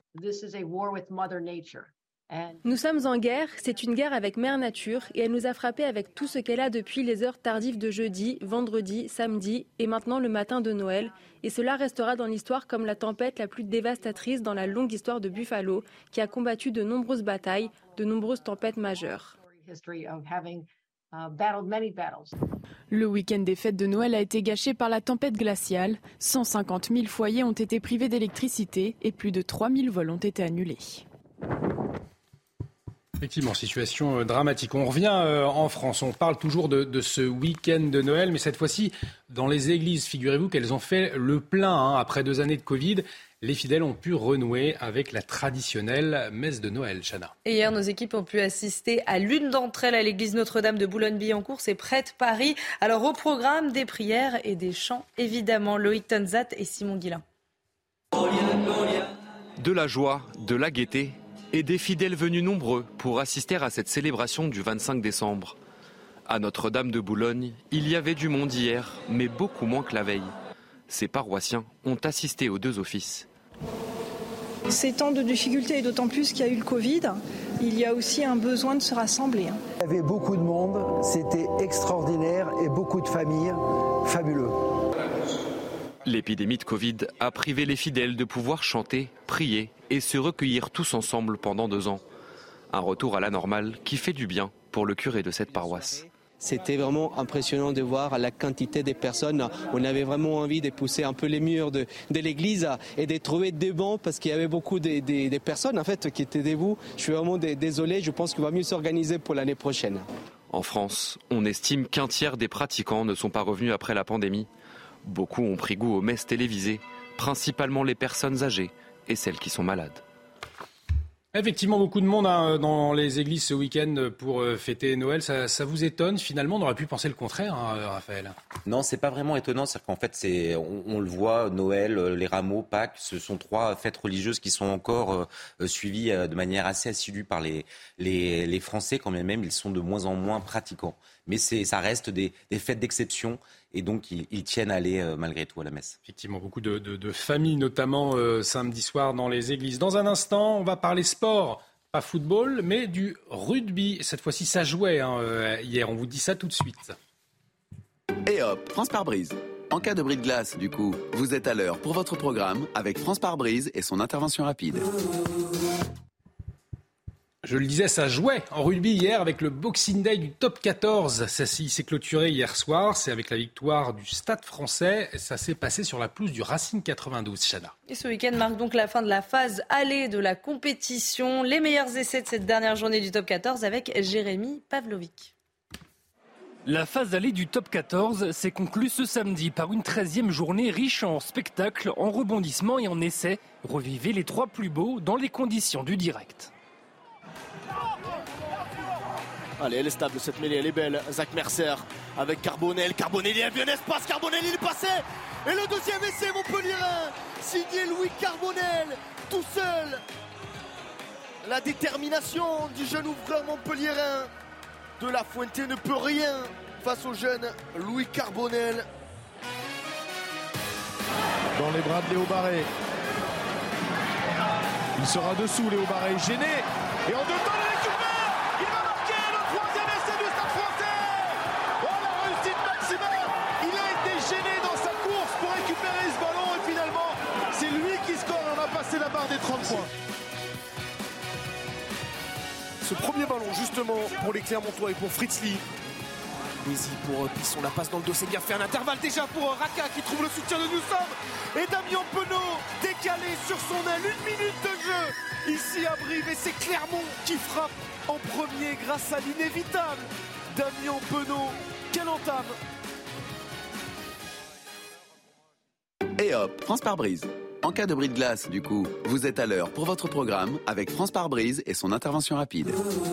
Nous sommes en guerre, c'est une guerre avec Mère Nature et elle nous a frappés avec tout ce qu'elle a depuis les heures tardives de jeudi, vendredi, samedi et maintenant le matin de Noël. Et cela restera dans l'histoire comme la tempête la plus dévastatrice dans la longue histoire de Buffalo qui a combattu de nombreuses batailles, de nombreuses tempêtes majeures. Le week-end des fêtes de Noël a été gâché par la tempête glaciale. cent cinquante mille foyers ont été privés d'électricité et plus de trois mille vols ont été annulés. Effectivement, situation dramatique. On revient en France. On parle toujours de, de ce week-end de Noël, mais cette fois-ci, dans les églises, figurez-vous qu'elles ont fait le plein. Hein. Après deux années de Covid, les fidèles ont pu renouer avec la traditionnelle messe de Noël. Chana. Et hier, nos équipes ont pu assister à l'une d'entre elles à l'église Notre-Dame de Boulogne-Billancourt. C'est près de Paris. Alors, au programme, des prières et des chants, évidemment. Loïc Tonzat et Simon Guillain. De la joie, de la gaieté et des fidèles venus nombreux pour assister à cette célébration du vingt-cinq décembre. À Notre-Dame de Boulogne, il y avait du monde hier, mais beaucoup moins que la veille. Ces paroissiens ont assisté aux deux offices. Ces temps de difficulté, et d'autant plus qu'il y a eu le Covid, il y a aussi un besoin de se rassembler. Il y avait beaucoup de monde, c'était extraordinaire et beaucoup de familles, fabuleux. L'épidémie de Covid a privé les fidèles de pouvoir chanter, prier et se recueillir tous ensemble pendant deux ans. Un retour à la normale qui fait du bien pour le curé de cette paroisse. C'était vraiment impressionnant de voir la quantité de personnes. On avait vraiment envie de pousser un peu les murs de, de l'église et de trouver des bancs parce qu'il y avait beaucoup de, de, de personnes en fait, qui étaient debout. Je suis vraiment désolé, je pense qu'il va mieux s'organiser pour l'année prochaine. En France, on estime qu'un tiers des pratiquants ne sont pas revenus après la pandémie. Beaucoup ont pris goût aux messes télévisées, principalement les personnes âgées et celles qui sont malades. Effectivement, beaucoup de monde hein, dans les églises ce week-end pour euh, fêter Noël. Ça, ça vous étonne? Finalement, on aurait pu penser le contraire, hein, Raphaël. Non, c'est pas vraiment étonnant. C'est qu'en fait, c'est, on, on le voit, Noël, les rameaux, Pâques, ce sont trois fêtes religieuses qui sont encore euh, suivies euh, de manière assez assidue par les, les, les Français, quand même, même ils sont de moins en moins pratiquants. Mais c'est, ça reste des, des fêtes d'exception. Et donc, ils, ils tiennent à aller euh, malgré tout à la messe. Effectivement, beaucoup de, de, de familles, notamment euh, samedi soir dans les églises. Dans un instant, on va parler sport. Pas football, mais du rugby. Cette fois-ci, ça jouait hein, euh, hier. On vous dit ça tout de suite. Et hop, France par brise. En cas de bris de glace, du coup, vous êtes à l'heure pour votre programme avec France par brise et son intervention rapide. Je le disais, ça jouait en rugby hier avec le Boxing Day du top quatorze. Ça s'est clôturé hier soir. C'est avec la victoire du Stade français. Ça s'est passé sur la pelouse du Racing quatre-vingt-douze, Chana. Et ce week-end marque donc la fin de la phase allée de la compétition. Les meilleurs essais de cette dernière journée du top quatorze avec Jérémy Pavlovic. La phase allée du top quatorze s'est conclue ce samedi par une treizième journée riche en spectacles, en rebondissements et en essais. Revivez les trois plus beaux dans les conditions du direct. Allez, elle est stable, cette mêlée, elle est belle. Zach Mercer avec Carbonel. Carbonel, il a vu un espace. Carbonel, il est passé. Et le deuxième essai, Montpellierin. Signé Louis Carbonel, tout seul. La détermination du jeune ouvreur montpellierin. De La Fuente ne peut rien face au jeune Louis Carbonel. Dans les bras de Léo Barré. Il sera dessous, Léo Barré, gêné. Et en deux temps, il récupère. Il va marquer le troisième essai du Stade français. Oh, la réussite maximale. Il a été gêné dans sa course pour récupérer ce ballon. Et finalement, c'est lui qui score. On a passé la barre des trente points. Ce premier ballon, justement, pour les Clermontois et pour Fritz Lee. Bézi pour Bisson, la passe dans le dos, c'est bien fait, un intervalle déjà pour Raka qui trouve le soutien de Newsom. Et Damien Penaud décalé sur son aile, une minute de jeu ici à Brive, et c'est Clermont qui frappe en premier grâce à l'inévitable Damien Penaud. Quelle entame! Et hop, France par brise. En cas de bris de glace, du coup, vous êtes à l'heure pour votre programme avec France par brise et son intervention rapide.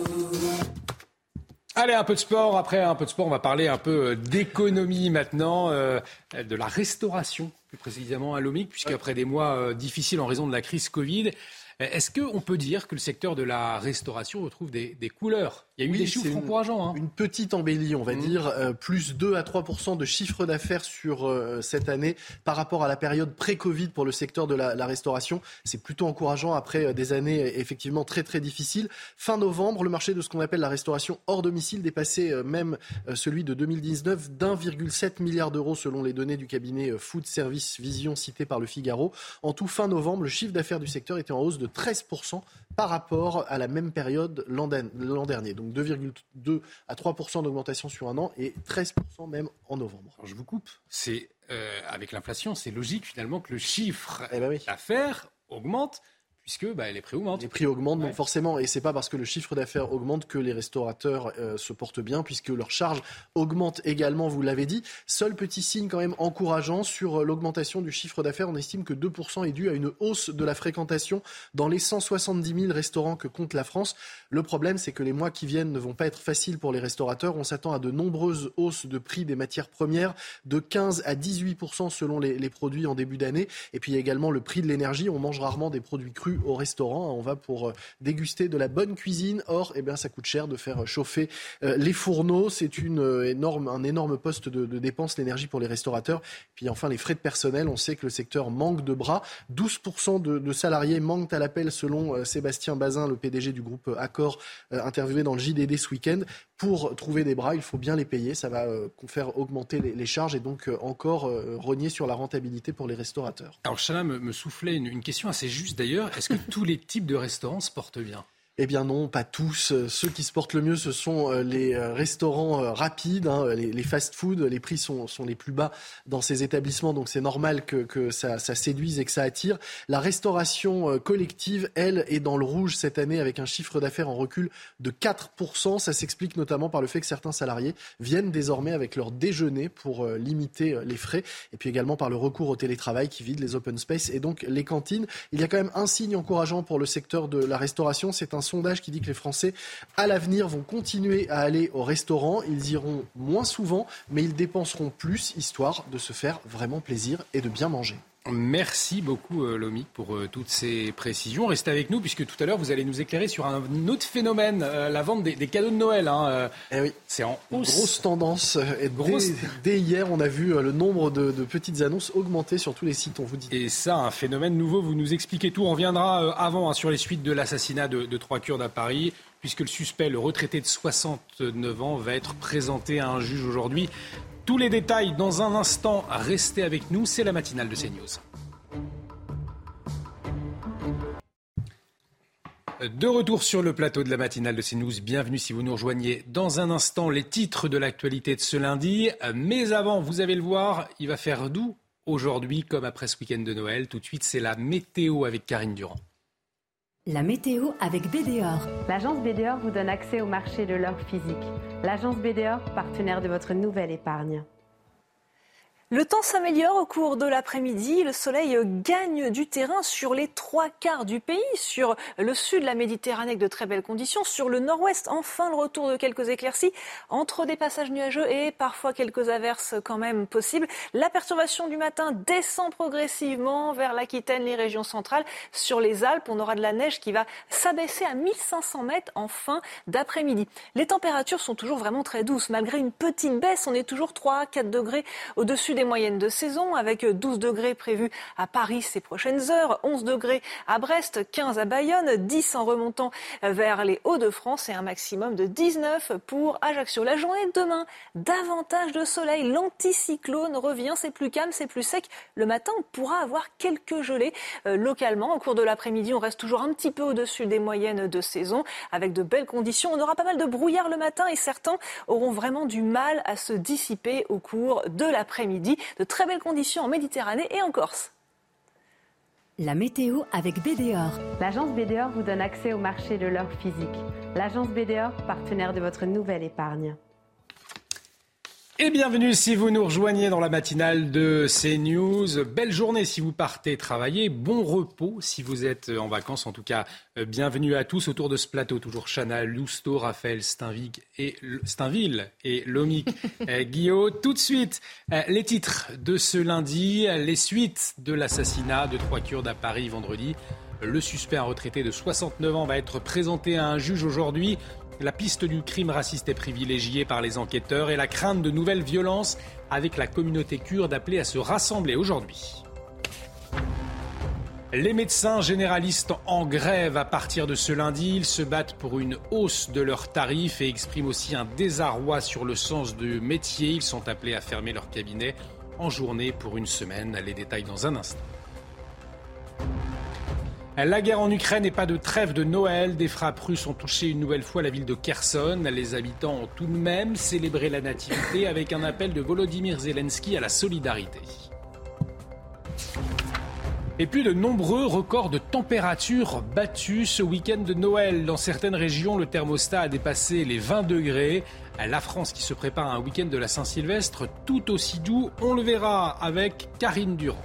Allez, un peu de sport. Après un peu de sport, on va parler un peu d'économie maintenant, euh, de la restauration, plus précisément à Lomic, puisqu'après des mois euh, difficiles en raison de la crise Covid, est-ce qu'on peut dire que le secteur de la restauration retrouve des, des couleurs? Il y a eu oui, des chiffres encourageants. Hein. Une petite embellie, on va mmh. dire, euh, plus deux à trois pour cent de chiffre d'affaires sur euh, cette année par rapport à la période pré-Covid pour le secteur de la, la restauration. C'est plutôt encourageant après euh, des années effectivement très très difficiles. Fin novembre, le marché de ce qu'on appelle la restauration hors domicile dépassait euh, même euh, celui de deux mille dix-neuf d'un virgule sept milliard d'euros selon les données du cabinet euh, Food Service Vision cité par le Figaro. En tout, fin novembre, le chiffre d'affaires du secteur était en hausse de treize pour cent par rapport à la même période l'an dernier. Donc deux virgule deux à trois pour cent d'augmentation sur un an et treize pour cent même en novembre. Alors je vous coupe. C'est, euh, avec l'inflation, c'est logique finalement que le chiffre eh ben oui. d'affaires augmente. Puisque bah, les prix augmentent. Les prix augmentent, ouais. donc forcément, et c'est pas parce que le chiffre d'affaires augmente que les restaurateurs euh, se portent bien, puisque leurs charges augmentent également, vous l'avez dit. Seul petit signe quand même encourageant sur l'augmentation du chiffre d'affaires, on estime que deux pour cent est dû à une hausse de la fréquentation dans les cent soixante-dix mille restaurants que compte la France. Le problème, c'est que les mois qui viennent ne vont pas être faciles pour les restaurateurs. On s'attend à de nombreuses hausses de prix des matières premières, de quinze à dix-huit pour cent selon les, les produits en début d'année. Et puis il y a également le prix de l'énergie. On mange rarement des produits crus au restaurant. On va pour déguster de la bonne cuisine. Or, eh bien, ça coûte cher de faire chauffer euh, les fourneaux. C'est une énorme, un énorme poste de, de dépense, l'énergie pour les restaurateurs. Puis enfin, les frais de personnel. On sait que le secteur manque de bras. douze pour cent de, de salariés manquent à l'appel selon euh, Sébastien Bazin, le P D G du groupe Accor, euh, interviewé dans le J D D ce week-end. Pour trouver des bras, il faut bien les payer. Ça va euh, faire augmenter les, les charges et donc euh, encore euh, rogner sur la rentabilité pour les restaurateurs. Alors, Chana me, me soufflait une, une question assez juste d'ailleurs. Est-ce que tous les types de restaurants se portent bien ? Eh bien non, pas tous. Ceux qui se portent le mieux, ce sont les restaurants rapides, hein, les, les fast-food. Les prix sont, sont les plus bas dans ces établissements, donc c'est normal que, que ça, ça séduise et que ça attire. La restauration collective, elle, est dans le rouge cette année avec un chiffre d'affaires en recul de quatre pour cent. Ça s'explique notamment par le fait que certains salariés viennent désormais avec leur déjeuner pour limiter les frais, et puis également par le recours au télétravail qui vide les open space et donc les cantines. Il y a quand même un signe encourageant pour le secteur de la restauration, c'est un sondage qui dit que les Français, à l'avenir, vont continuer à aller au restaurant. Ils iront moins souvent, mais ils dépenseront plus, histoire de se faire vraiment plaisir et de bien manger. Merci beaucoup euh, Lomic pour euh, toutes ces précisions. Restez avec nous puisque tout à l'heure vous allez nous éclairer sur un autre phénomène, euh, la vente des, des cadeaux de Noël. Hein, euh, eh oui, c'est en hausse. Grosse tendance. Et grosse... Dès, dès hier, on a vu euh, le nombre de, de petites annonces augmenter sur tous les sites. On vous dit. Et ça, un phénomène nouveau. Vous nous expliquez tout. On reviendra euh, avant hein, sur les suites de l'assassinat de, de trois Kurdes à Paris, puisque le suspect, le retraité de soixante-neuf ans, va être présenté à un juge aujourd'hui. Tous les détails dans un instant. Restez avec nous, c'est la matinale de CNews. De retour sur le plateau de la matinale de CNews. Bienvenue si vous nous rejoignez. Dans un instant, les titres de l'actualité de ce lundi. Mais avant, vous allez le voir, il va faire doux aujourd'hui comme après ce week-end de Noël. Tout de suite, c'est la météo avec Karine Durand. La météo avec B D O R. L'agence B D O R vous donne accès au marché de l'or physique. L'agence B D O R, partenaire de votre nouvelle épargne. Le temps s'améliore au cours de l'après-midi. Le soleil gagne du terrain sur les trois quarts du pays, sur le sud de la Méditerranée avec de très belles conditions, sur le nord-ouest, enfin le retour de quelques éclaircies, entre des passages nuageux et parfois quelques averses quand même possibles. La perturbation du matin descend progressivement vers l'Aquitaine, les régions centrales. Sur les Alpes, on aura de la neige qui va s'abaisser à mille cinq cents mètres en fin d'après-midi. Les températures sont toujours vraiment très douces. Malgré une petite baisse, on est toujours trois à quatre degrés au-dessus des des moyennes de saison avec douze degrés prévus à Paris ces prochaines heures, onze degrés à Brest, quinze à Bayonne, dix en remontant vers les Hauts-de-France et un maximum de dix-neuf pour Ajaccio. La journée de demain, davantage de soleil, l'anticyclone revient, c'est plus calme, c'est plus sec. Le matin, on pourra avoir quelques gelées euh, localement. Au cours de l'après-midi, on reste toujours un petit peu au-dessus des moyennes de saison avec de belles conditions. On aura pas mal de brouillard le matin et certains auront vraiment du mal à se dissiper au cours de l'après-midi. De très belles conditions en Méditerranée et en Corse. La météo avec B D O R. L'agence B D O R vous donne accès au marché de l'or physique. L'agence B D O R, partenaire de votre nouvelle épargne. Et bienvenue si vous nous rejoignez dans la matinale de CNews. Belle journée si vous partez travailler, bon repos si vous êtes en vacances. En tout cas, bienvenue à tous autour de ce plateau. Toujours Chana, Lousteau, Raphaël, Steinville et, Steinville et Lomic Guillaume. Tout de suite, les titres de ce lundi, les suites de l'assassinat de trois Kurdes à Paris vendredi. Le suspect, un retraité de soixante-neuf ans, va être présenté à un juge aujourd'hui. La piste du crime raciste est privilégiée par les enquêteurs et la crainte de nouvelles violences avec la communauté kurde appelée à se rassembler aujourd'hui. Les médecins généralistes en grève à partir de ce lundi. Ils se battent pour une hausse de leurs tarifs et expriment aussi un désarroi sur le sens du métier. Ils sont appelés à fermer leur cabinet en journée pour une semaine. Les détails dans un instant. La guerre en Ukraine et pas de trêve de Noël. Des frappes russes ont touché une nouvelle fois la ville de Kherson. Les habitants ont tout de même célébré la nativité avec un appel de Volodymyr Zelensky à la solidarité. Et puis de nombreux records de température battus ce week-end de Noël. Dans certaines régions, le thermostat a dépassé les vingt degrés. La France qui se prépare à un week-end de la Saint-Sylvestre tout aussi doux. On le verra avec Karine Durand.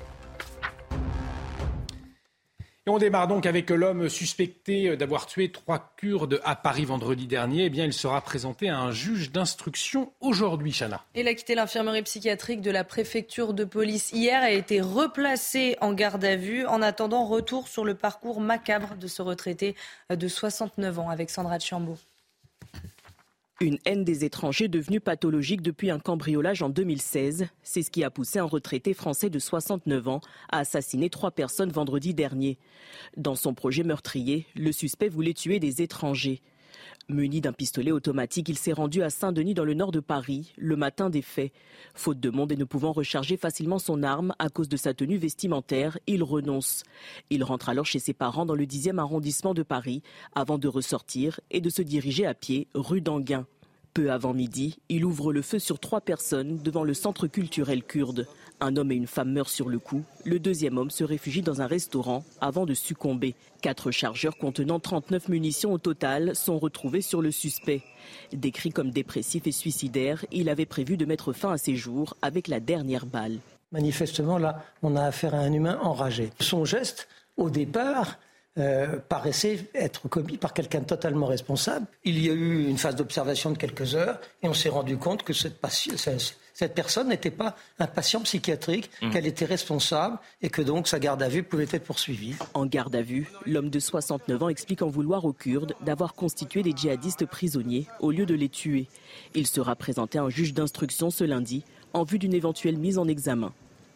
Et on démarre donc avec l'homme suspecté d'avoir tué trois Kurdes à Paris vendredi dernier. Eh bien, il sera présenté à un juge d'instruction aujourd'hui, Chana. Il a quitté l'infirmerie psychiatrique de la préfecture de police hier et a été replacé en garde à vue. En attendant, retour sur le parcours macabre de ce retraité de soixante-neuf ans avec Sandra Tchiambo. Une haine des étrangers devenue pathologique depuis un cambriolage en deux mille seize. C'est ce qui a poussé un retraité français de soixante-neuf ans à assassiner trois personnes vendredi dernier. Dans son projet meurtrier, le suspect voulait tuer des étrangers. Muni d'un pistolet automatique, il s'est rendu à Saint-Denis dans le nord de Paris le matin des faits. Faute de monde et ne pouvant recharger facilement son arme à cause de sa tenue vestimentaire, il renonce. Il rentre alors chez ses parents dans le dixième arrondissement de Paris avant de ressortir et de se diriger à pied rue d'Anguin. Peu avant midi, il ouvre le feu sur trois personnes devant le centre culturel kurde. Un homme et une femme meurent sur le coup. Le deuxième homme se réfugie dans un restaurant avant de succomber. Quatre chargeurs contenant trente-neuf munitions au total sont retrouvés sur le suspect. Décrit comme dépressif et suicidaire, il avait prévu de mettre fin à ses jours avec la dernière balle. Manifestement, là, on a affaire à un humain enragé. Son geste, au départ, Euh, paraissait être commis par quelqu'un de totalement responsable. Il y a eu une phase d'observation de quelques heures et on s'est rendu compte que cette, patient, cette personne n'était pas un patient psychiatrique, mmh. qu'elle était responsable et que donc sa garde à vue pouvait être poursuivie. En garde à vue, l'homme de soixante-neuf ans explique en vouloir aux Kurdes d'avoir constitué des djihadistes prisonniers au lieu de les tuer. Il sera présenté à un juge d'instruction ce lundi en vue d'une éventuelle mise en examen.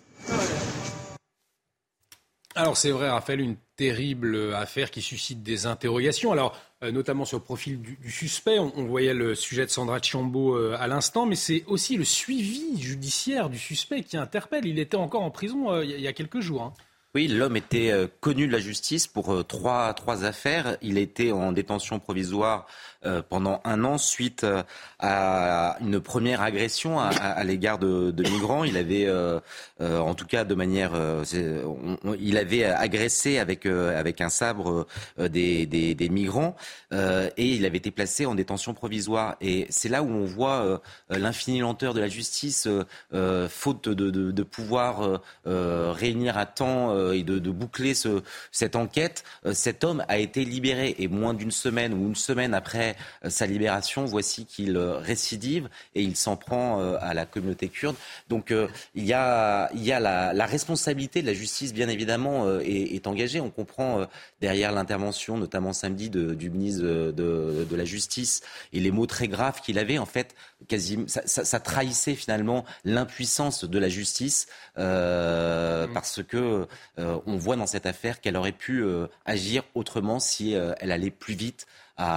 Alors c'est vrai, Raphaël, une terrible affaire qui suscite des interrogations. Alors euh, notamment sur le profil du, du suspect, on, on voyait le sujet de Sandra Tchiambo euh, à l'instant, mais c'est aussi le suivi judiciaire du suspect qui interpelle. Il était encore en prison euh, il y a quelques jours. Hein. Oui, l'homme était euh, connu de la justice pour euh, trois, trois affaires. Il était en détention provisoire euh, pendant un an suite euh, à une première agression à, à, à l'égard de, de migrants. Il avait, euh, euh, en tout cas de manière, euh, on, on, il avait agressé avec euh, avec un sabre euh, des, des, des migrants euh, et il avait été placé en détention provisoire. Et c'est là où on voit euh, l'infinie lenteur de la justice, euh, euh, faute de, de, de pouvoir euh, réunir à temps. Euh, euh, et de, de boucler ce, cette enquête, euh, cet homme a été libéré. Et moins d'une semaine ou une semaine après euh, sa libération, voici qu'il euh, récidive et il s'en prend euh, à la communauté kurde. Donc euh, il y a, il y a la, la responsabilité de la justice, bien évidemment, euh, est, est engagée. On comprend euh, derrière l'intervention, notamment samedi, de, du ministre de, de, de la Justice et les mots très graves qu'il avait, en fait, quasiment, ça, ça, ça trahissait finalement l'impuissance de la justice euh, mmh. parce que euh, on voit dans cette affaire qu'elle aurait pu euh, agir autrement si euh, elle allait plus vite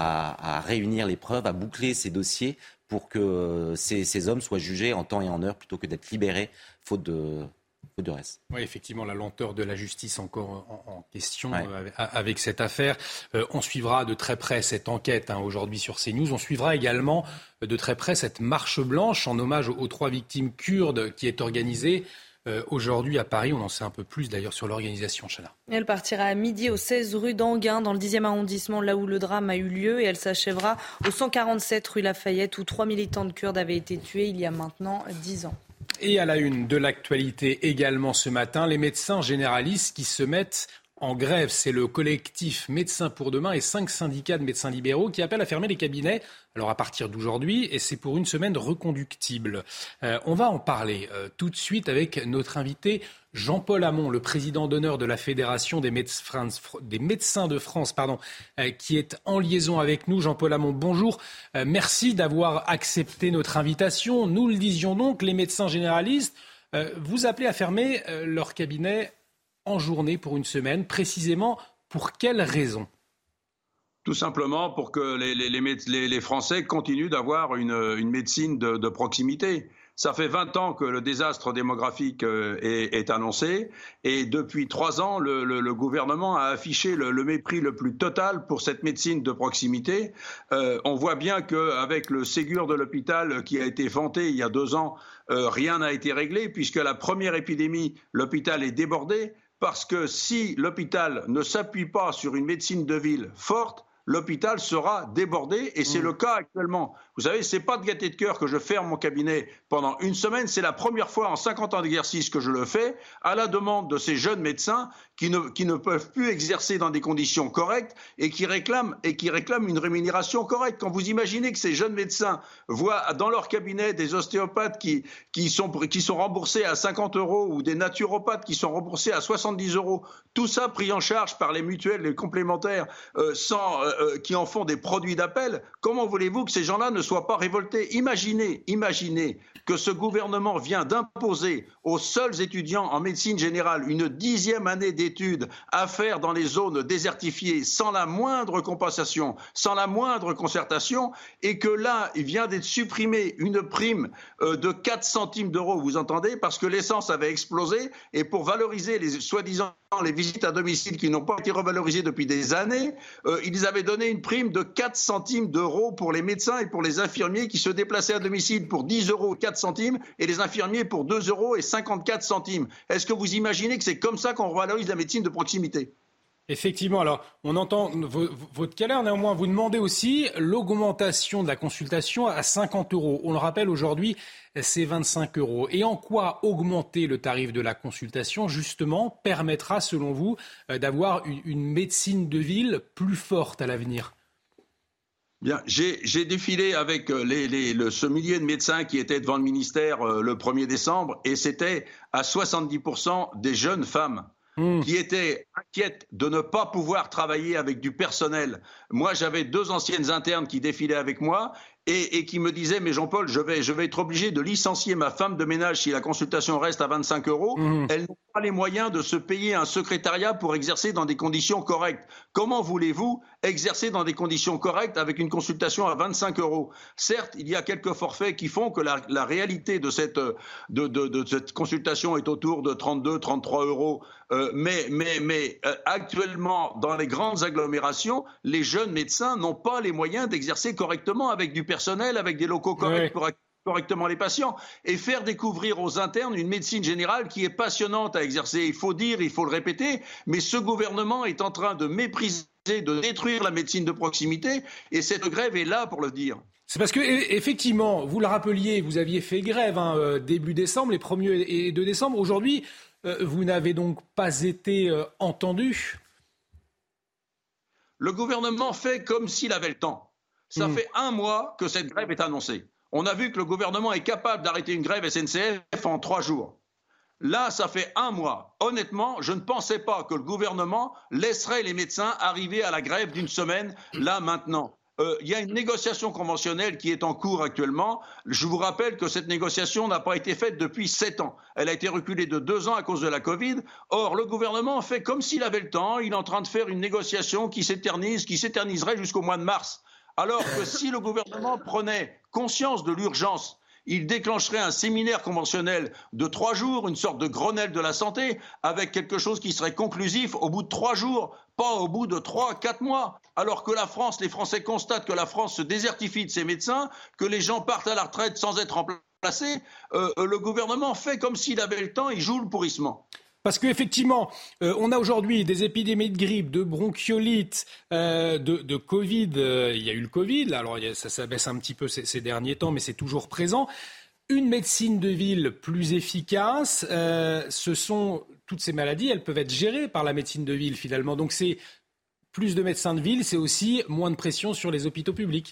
à, à réunir les preuves, à boucler ses dossiers pour que euh, ces, ces hommes soient jugés en temps et en heure plutôt que d'être libérés faute de... de reste. Oui, effectivement, la lenteur de la justice encore en, en question ouais. euh, avec cette affaire. Euh, on suivra de très près cette enquête hein, aujourd'hui sur CNews. On suivra également de très près cette marche blanche en hommage aux, aux trois victimes kurdes qui est organisée euh, aujourd'hui à Paris. On en sait un peu plus d'ailleurs sur l'organisation, Chana. Elle partira à midi au seize rue d'Anguin, dans le dixième arrondissement, là où le drame a eu lieu. Et elle s'achèvera au cent quarante-sept rue Lafayette, où trois militantes kurdes avaient été tuées il y a maintenant dix ans. Et à la une de l'actualité également ce matin, les médecins généralistes qui se mettent en grève. C'est le collectif Médecins pour demain et cinq syndicats de médecins libéraux qui appellent à fermer les cabinets. Alors à partir d'aujourd'hui, et c'est pour une semaine reconductible. Euh, on va en parler euh, tout de suite avec notre invité Jean-Paul Hamon, le président d'honneur de la Fédération des, Méde- France, des médecins de France, pardon, euh, qui est en liaison avec nous. Jean-Paul Hamon, bonjour. Euh, merci d'avoir accepté notre invitation. Nous le disions donc, les médecins généralistes, euh, vous appelez à fermer euh, leur cabinet en journée pour une semaine. Précisément, pour quelles raisons ? Tout simplement pour que les, les, les, les Français continuent d'avoir une, une médecine de, de proximité. Ça fait vingt ans que le désastre démographique est, est annoncé et depuis trois ans, le, le, le gouvernement a affiché le, le mépris le plus total pour cette médecine de proximité. Euh, on voit bien qu'avec le Ségur de l'hôpital qui a été vanté il y a deux ans, euh, rien n'a été réglé puisque la première épidémie, l'hôpital est débordé parce que si l'hôpital ne s'appuie pas sur une médecine de ville forte, l'hôpital sera débordé et c'est mmh. le cas actuellement. Vous savez, c'est pas de gaieté de cœur que je ferme mon cabinet pendant une semaine. C'est la première fois en cinquante ans d'exercice que je le fais à la demande de ces jeunes médecins qui ne, qui ne peuvent plus exercer dans des conditions correctes et qui réclament, et qui réclament une rémunération correcte. Quand vous imaginez que ces jeunes médecins voient dans leur cabinet des ostéopathes qui, qui, sont, qui sont remboursés à cinquante euros ou des naturopathes qui sont remboursés à soixante-dix euros, tout ça pris en charge par les mutuelles, les complémentaires, euh, sans, euh, qui en font des produits d'appel, comment voulez-vous que ces gens-là ne soient pas révoltés ? Imaginez, imaginez que ce gouvernement vient d'imposer aux seuls étudiants en médecine générale une dixième année d'études à faire dans les zones désertifiées sans la moindre compensation, sans la moindre concertation, et que là, il vient d'être supprimé une prime euh, de quatre centimes d'euros, vous entendez, parce que l'essence avait explosé, et pour valoriser les soi-disant les visites à domicile qui n'ont pas été revalorisées depuis des années, euh, ils avaient donné une prime de quatre centimes d'euros pour les médecins et pour les infirmiers qui se déplaçaient à domicile pour dix euros quatre centimes et les infirmiers pour deux euros et cinquante-quatre centimes. Est-ce que vous imaginez que c'est comme ça qu'on revalorise la médecine de proximité ? Effectivement, alors on entend votre galère, néanmoins vous demandez aussi l'augmentation de la consultation à cinquante euros. On le rappelle aujourd'hui, c'est vingt-cinq euros. Et en quoi augmenter le tarif de la consultation, justement, permettra selon vous d'avoir une, une médecine de ville plus forte à l'avenir ? Bien, j'ai, j'ai défilé avec les, les, le, ce millier de médecins qui étaient devant le ministère euh, le premier décembre et c'était à soixante-dix pour cent des jeunes femmes mmh. qui étaient inquiètes de ne pas pouvoir travailler avec du personnel. Moi, j'avais deux anciennes internes qui défilaient avec moi et, et qui me disaient « Mais Jean-Paul, je vais, je vais être obligé de licencier ma femme de ménage si la consultation reste à vingt-cinq euros. Mmh. Elles n'ont pas les moyens de se payer un secrétariat pour exercer dans des conditions correctes. Comment voulez-vous exercer dans des conditions correctes avec une consultation à vingt-cinq euros ? Certes, il y a quelques forfaits qui font que la, la réalité de cette, de, de, de cette consultation est autour de trente-deux, trente-trois euros. Euh, mais mais, mais euh, actuellement, dans les grandes agglomérations, les jeunes médecins n'ont pas les moyens d'exercer correctement avec du personnel, avec des locaux corrects oui. pour accueillir correctement les patients et faire découvrir aux internes une médecine générale qui est passionnante à exercer. Il faut dire, il faut le répéter, mais ce gouvernement est en train de mépriser, de détruire la médecine de proximité et cette grève est là pour le dire. C'est parce que effectivement, vous le rappeliez, vous aviez fait grève hein, début décembre, les premiers et deux décembre. Aujourd'hui, euh, vous n'avez donc pas été euh, entendu ? Le gouvernement fait comme s'il avait le temps. Ça mmh. fait un mois que cette grève est annoncée. On a vu que le gouvernement est capable d'arrêter une grève S N C F en trois jours. Là, ça fait un mois. Honnêtement, je ne pensais pas que le gouvernement laisserait les médecins arriver à la grève d'une semaine, là, maintenant. Il euh, y a une négociation conventionnelle qui est en cours actuellement. Je vous rappelle que cette négociation n'a pas été faite depuis sept ans. Elle a été reculée de deux ans à cause de la Covid. Or, le gouvernement fait comme s'il avait le temps. Il est en train de faire une négociation qui s'éternise, qui s'éterniserait jusqu'au mois de mars. Alors que si le gouvernement prenait conscience de l'urgence, il déclencherait un séminaire conventionnel de trois jours, une sorte de Grenelle de la santé, avec quelque chose qui serait conclusif au bout de trois jours, pas au bout de trois, quatre mois. Alors que la France, les Français constatent que la France se désertifie de ses médecins, que les gens partent à la retraite sans être remplacés, euh, le gouvernement fait comme s'il avait le temps, il joue le pourrissement. Parce qu'effectivement, euh, on a aujourd'hui des épidémies de grippe, de bronchiolite, euh, de, de Covid. Euh, il y a eu le Covid, alors il y a, ça, ça baisse un petit peu ces, ces derniers temps, mais c'est toujours présent. Une médecine de ville plus efficace, euh, ce sont toutes ces maladies, elles peuvent être gérées par la médecine de ville finalement. Donc c'est plus de médecins de ville, c'est aussi moins de pression sur les hôpitaux publics.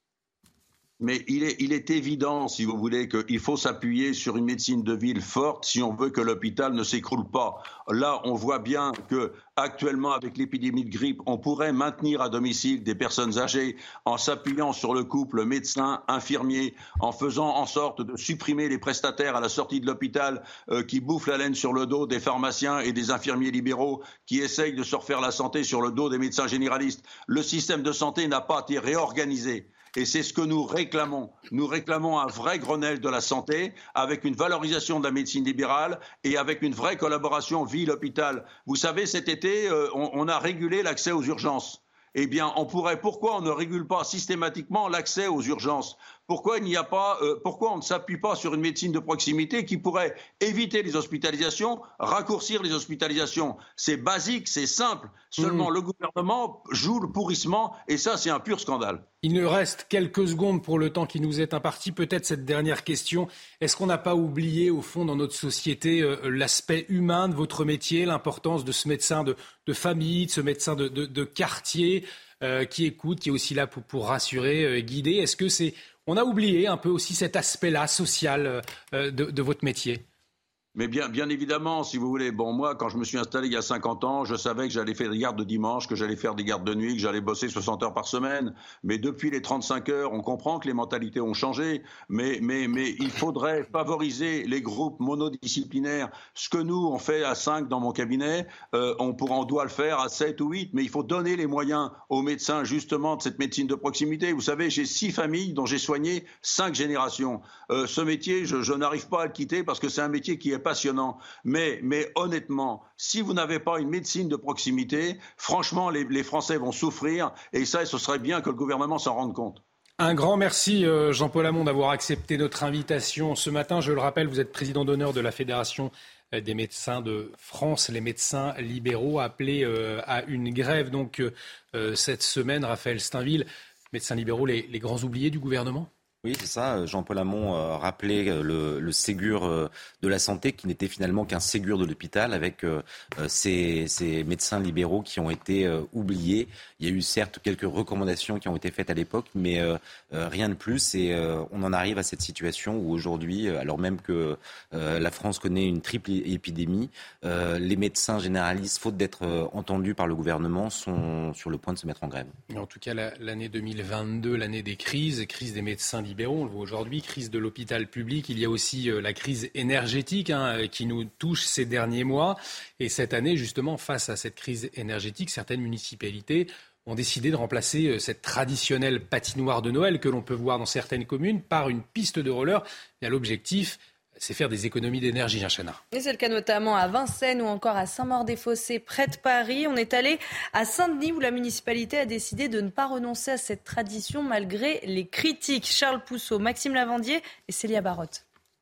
Mais il est, il est évident, si vous voulez, qu'il faut s'appuyer sur une médecine de ville forte si on veut que l'hôpital ne s'écroule pas. Là, on voit bien que actuellement, avec l'épidémie de grippe, on pourrait maintenir à domicile des personnes âgées en s'appuyant sur le couple médecin-infirmier, en faisant en sorte de supprimer les prestataires à la sortie de l'hôpital euh, qui bouffent la laine sur le dos des pharmaciens et des infirmiers libéraux qui essayent de se refaire la santé sur le dos des médecins généralistes. Le système de santé n'a pas été réorganisé. Et c'est ce que nous réclamons. Nous réclamons un vrai Grenelle de la santé avec une valorisation de la médecine libérale et avec une vraie collaboration ville-hôpital. Vous savez, cet été, euh, on, on a régulé l'accès aux urgences. Eh bien, on pourrait, pourquoi on ne régule pas systématiquement l'accès aux urgences ? Pourquoi il n'y a pas, euh, pourquoi on ne s'appuie pas sur une médecine de proximité qui pourrait éviter les hospitalisations, raccourcir les hospitalisations ? C'est basique, c'est simple. Seulement, mmh. le gouvernement joue le pourrissement et ça, c'est un pur scandale. Il nous reste quelques secondes pour le temps qui nous est imparti. Peut-être cette dernière question. Est-ce qu'on n'a pas oublié, au fond, dans notre société, euh, l'aspect humain de votre métier, l'importance de ce médecin de, de famille, de ce médecin de, de, de quartier euh, qui écoute, qui est aussi là pour, pour rassurer, euh, guider ? Est-ce que c'est... On a oublié un peu aussi cet aspect-là, social, euh, de, de votre métier. Mais bien, bien évidemment, si vous voulez, bon, moi, quand je me suis installé il y a cinquante ans, je savais que j'allais faire des gardes de dimanche, que j'allais faire des gardes de nuit, que j'allais bosser soixante heures par semaine. Mais depuis les trente-cinq heures, on comprend que les mentalités ont changé. Mais, mais, mais il faudrait favoriser les groupes monodisciplinaires. Ce que nous, on fait à cinq dans mon cabinet, euh, on, pourra, on doit le faire à sept ou huit. Mais il faut donner les moyens aux médecins, justement, de cette médecine de proximité. Vous savez, j'ai six familles dont j'ai soigné cinq générations. Euh, ce métier, je, je n'arrive pas à le quitter parce que c'est un métier qui est passionnant, mais, mais honnêtement, si vous n'avez pas une médecine de proximité, franchement, les, les Français vont souffrir, et ça, ce serait bien que le gouvernement s'en rende compte. Un grand merci, Jean-Paul Hamon, d'avoir accepté notre invitation ce matin. Je le rappelle, vous êtes président d'honneur de la Fédération des médecins de France, les médecins libéraux, appelés euh, à une grève donc euh, cette semaine. Raphaël Steinville, médecins libéraux, les, les grands oubliés du gouvernement ? Oui, c'est ça. Jean-Paul Hamon euh, rappelait le, le Ségur euh, de la santé qui n'était finalement qu'un Ségur de l'hôpital avec euh, ces, ces médecins libéraux qui ont été euh, oubliés. Il y a eu certes quelques recommandations qui ont été faites à l'époque, mais euh, euh, rien de plus. Et euh, on en arrive à cette situation où aujourd'hui, alors même que euh, la France connaît une triple épidémie, euh, les médecins généralistes, faute d'être euh, entendus par le gouvernement, sont sur le point de se mettre en grève. Mais en tout cas, la, l'année deux mille vingt-deux, l'année des crises, crise des médecins libéraux, on le voit aujourd'hui, crise de l'hôpital public. Il y a aussi euh, la crise énergétique hein, qui nous touche ces derniers mois. Et cette année, justement, face à cette crise énergétique, certaines municipalités ont décidé de remplacer euh, cette traditionnelle patinoire de Noël que l'on peut voir dans certaines communes par une piste de roller. Et l'objectif, c'est faire des économies d'énergie, hein, Chana. Et c'est le cas notamment à Vincennes ou encore à Saint-Maur-des-Fossés, près de Paris. On est allé à Saint-Denis où la municipalité a décidé de ne pas renoncer à cette tradition malgré les critiques. Charles Pousseau, Maxime Lavandier et Célia Barotte.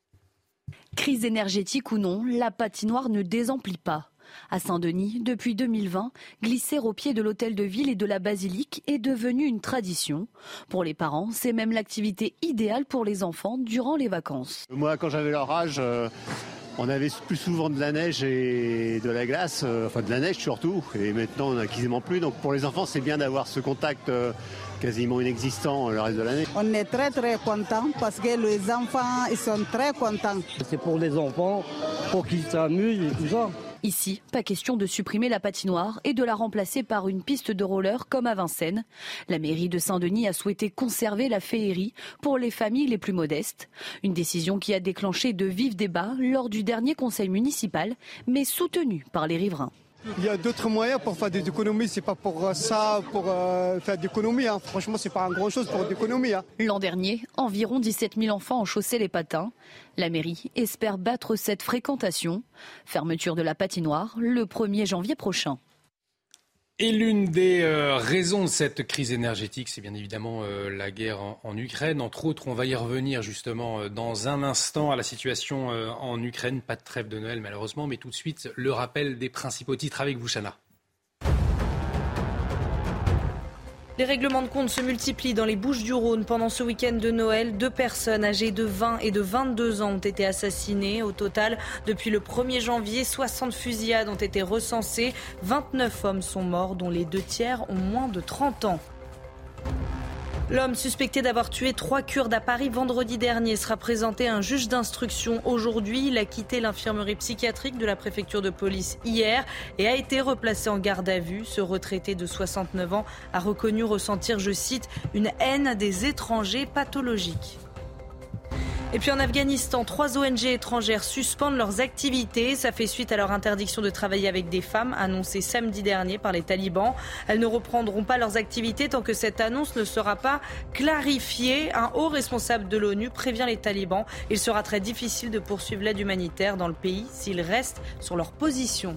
Crise énergétique ou non, la patinoire ne désemplit pas. À Saint-Denis, depuis deux mille vingt, glisser au pied de l'hôtel de ville et de la basilique est devenu une tradition. Pour les parents, c'est même l'activité idéale pour les enfants durant les vacances. Moi, quand j'avais leur âge, euh, On avait plus souvent de la neige et de la glace, euh, enfin de la neige surtout, et maintenant on n'a quasiment plus. Donc pour les enfants, c'est bien d'avoir ce contact euh, quasiment inexistant le reste de l'année. On est très très contents parce que les enfants ils sont très contents. C'est pour les enfants, pour qu'ils s'amusent et tout ça. Ici, pas question de supprimer la patinoire et de la remplacer par une piste de roller comme à Vincennes. La mairie de Saint-Denis a souhaité conserver la féerie pour les familles les plus modestes. Une décision qui a déclenché de vifs débats lors du dernier conseil municipal, mais soutenue par les riverains. Il y a d'autres moyens pour faire des économies, c'est pas pour ça, pour euh, faire d'économies. Hein. Franchement, c'est pas grand chose pour d'économies. Hein. L'an dernier, environ dix-sept mille enfants ont chaussé les patins. La mairie espère battre cette fréquentation. Fermeture de la patinoire le premier janvier prochain. Et l'une des euh, raisons de cette crise énergétique, c'est bien évidemment euh, la guerre en, en Ukraine. Entre autres, on va y revenir justement euh, dans un instant à la situation euh, en Ukraine. Pas de trêve de Noël malheureusement, mais tout de suite le rappel des principaux titres avec vous, Chana. Les règlements de compte se multiplient dans les Bouches-du-Rhône. Pendant ce week-end de Noël, deux personnes âgées de vingt et de vingt-deux ans ont été assassinées. Au total, depuis le premier janvier, soixante fusillades ont été recensées. vingt-neuf hommes sont morts, dont les deux tiers ont moins de trente ans. L'homme suspecté d'avoir tué trois Kurdes à Paris vendredi dernier sera présenté à un juge d'instruction aujourd'hui. Il a quitté l'infirmerie psychiatrique de la préfecture de police hier et a été replacé en garde à vue. Ce retraité de soixante-neuf ans a reconnu ressentir, je cite, une haine des étrangers pathologique. Et puis en Afghanistan, trois O N G étrangères suspendent leurs activités. Ça fait suite à leur interdiction de travailler avec des femmes, annoncée samedi dernier par les talibans. Elles ne reprendront pas leurs activités tant que cette annonce ne sera pas clarifiée. Un haut responsable de l'ONU prévient les talibans. Il sera très difficile de poursuivre l'aide humanitaire dans le pays s'ils restent sur leur position.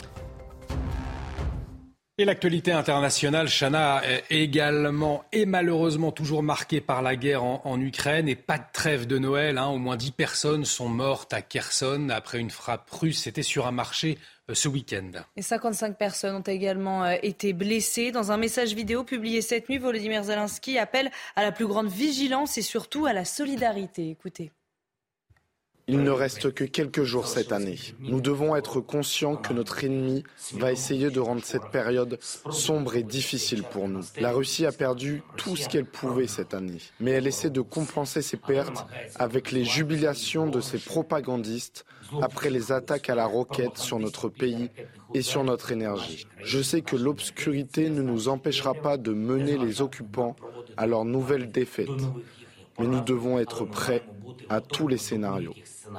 Et l'actualité internationale, Chana, est également et malheureusement toujours marquée par la guerre en, en Ukraine et pas de trêve de Noël. Hein. Au moins dix personnes sont mortes à Kherson après une frappe russe. C'était sur un marché euh, ce week-end. Et cinquante-cinq personnes ont également euh, été blessées. Dans un message vidéo publié cette nuit, Volodymyr Zelensky appelle à la plus grande vigilance et surtout à la solidarité. Écoutez. Il ne reste que quelques jours cette année. Nous devons être conscients que notre ennemi va essayer de rendre cette période sombre et difficile pour nous. La Russie a perdu tout ce qu'elle pouvait cette année, mais elle essaie de compenser ses pertes avec les jubilations de ses propagandistes après les attaques à la roquette sur notre pays et sur notre énergie. Je sais que l'obscurité ne nous empêchera pas de mener les occupants à leur nouvelle défaite, mais nous devons être prêts à tous les scénarios.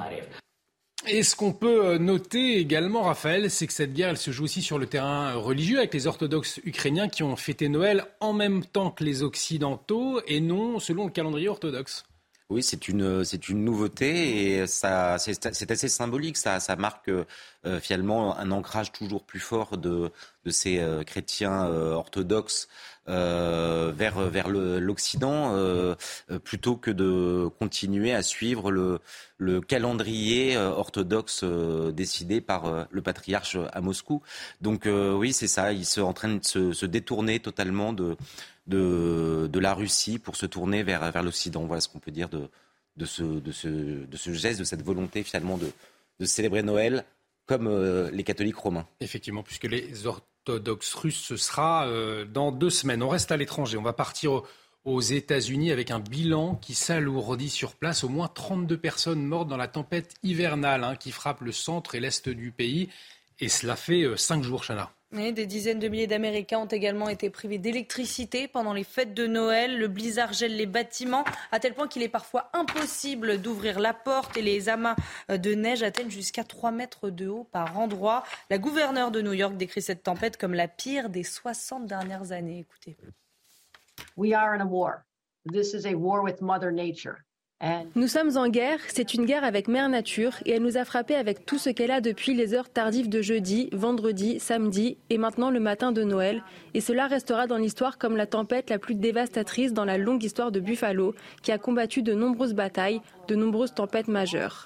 Et ce qu'on peut noter également, Raphaël, c'est que cette guerre, elle se joue aussi sur le terrain religieux avec les orthodoxes ukrainiens qui ont fêté Noël en même temps que les occidentaux et non selon le calendrier orthodoxe. Oui, c'est une, c'est une nouveauté et ça, c'est, c'est assez symbolique. Ça, ça marque euh, finalement un ancrage toujours plus fort de, de ces euh, chrétiens euh, orthodoxes euh, vers, vers le, l'Occident, euh, plutôt que de continuer à suivre le, le calendrier euh, orthodoxe euh, décidé par euh, le patriarche à Moscou. Donc euh, oui, c'est ça. Ils sont en train de se, se détourner totalement de De, de la Russie pour se tourner vers, vers l'Occident. Voilà ce qu'on peut dire de, de, ce, de, ce, de ce geste, de cette volonté finalement de, de célébrer Noël comme euh, les catholiques romains. Effectivement, puisque les orthodoxes russes, ce sera euh, dans deux semaines. On reste à l'étranger. On va partir au, aux États-Unis avec un bilan qui s'alourdit sur place. Au moins trente-deux personnes mortes dans la tempête hivernale hein, qui frappe le centre et l'est du pays. Et cela fait euh, cinq jours, Chana. Et des dizaines de milliers d'Américains ont également été privés d'électricité pendant les fêtes de Noël. Le blizzard gèle les bâtiments à tel point qu'il est parfois impossible d'ouvrir la porte et les amas de neige atteignent jusqu'à trois mètres de haut par endroit. La gouverneure de New York décrit cette tempête comme la pire des soixante dernières années. Écoutez. We are in a war. This is a war with Mother Nature. Nous sommes en guerre, c'est une guerre avec Mère Nature et elle nous a frappés avec tout ce qu'elle a depuis les heures tardives de jeudi, vendredi, samedi et maintenant le matin de Noël. Et cela restera dans l'histoire comme la tempête la plus dévastatrice dans la longue histoire de Buffalo, qui a combattu de nombreuses batailles, de nombreuses tempêtes majeures.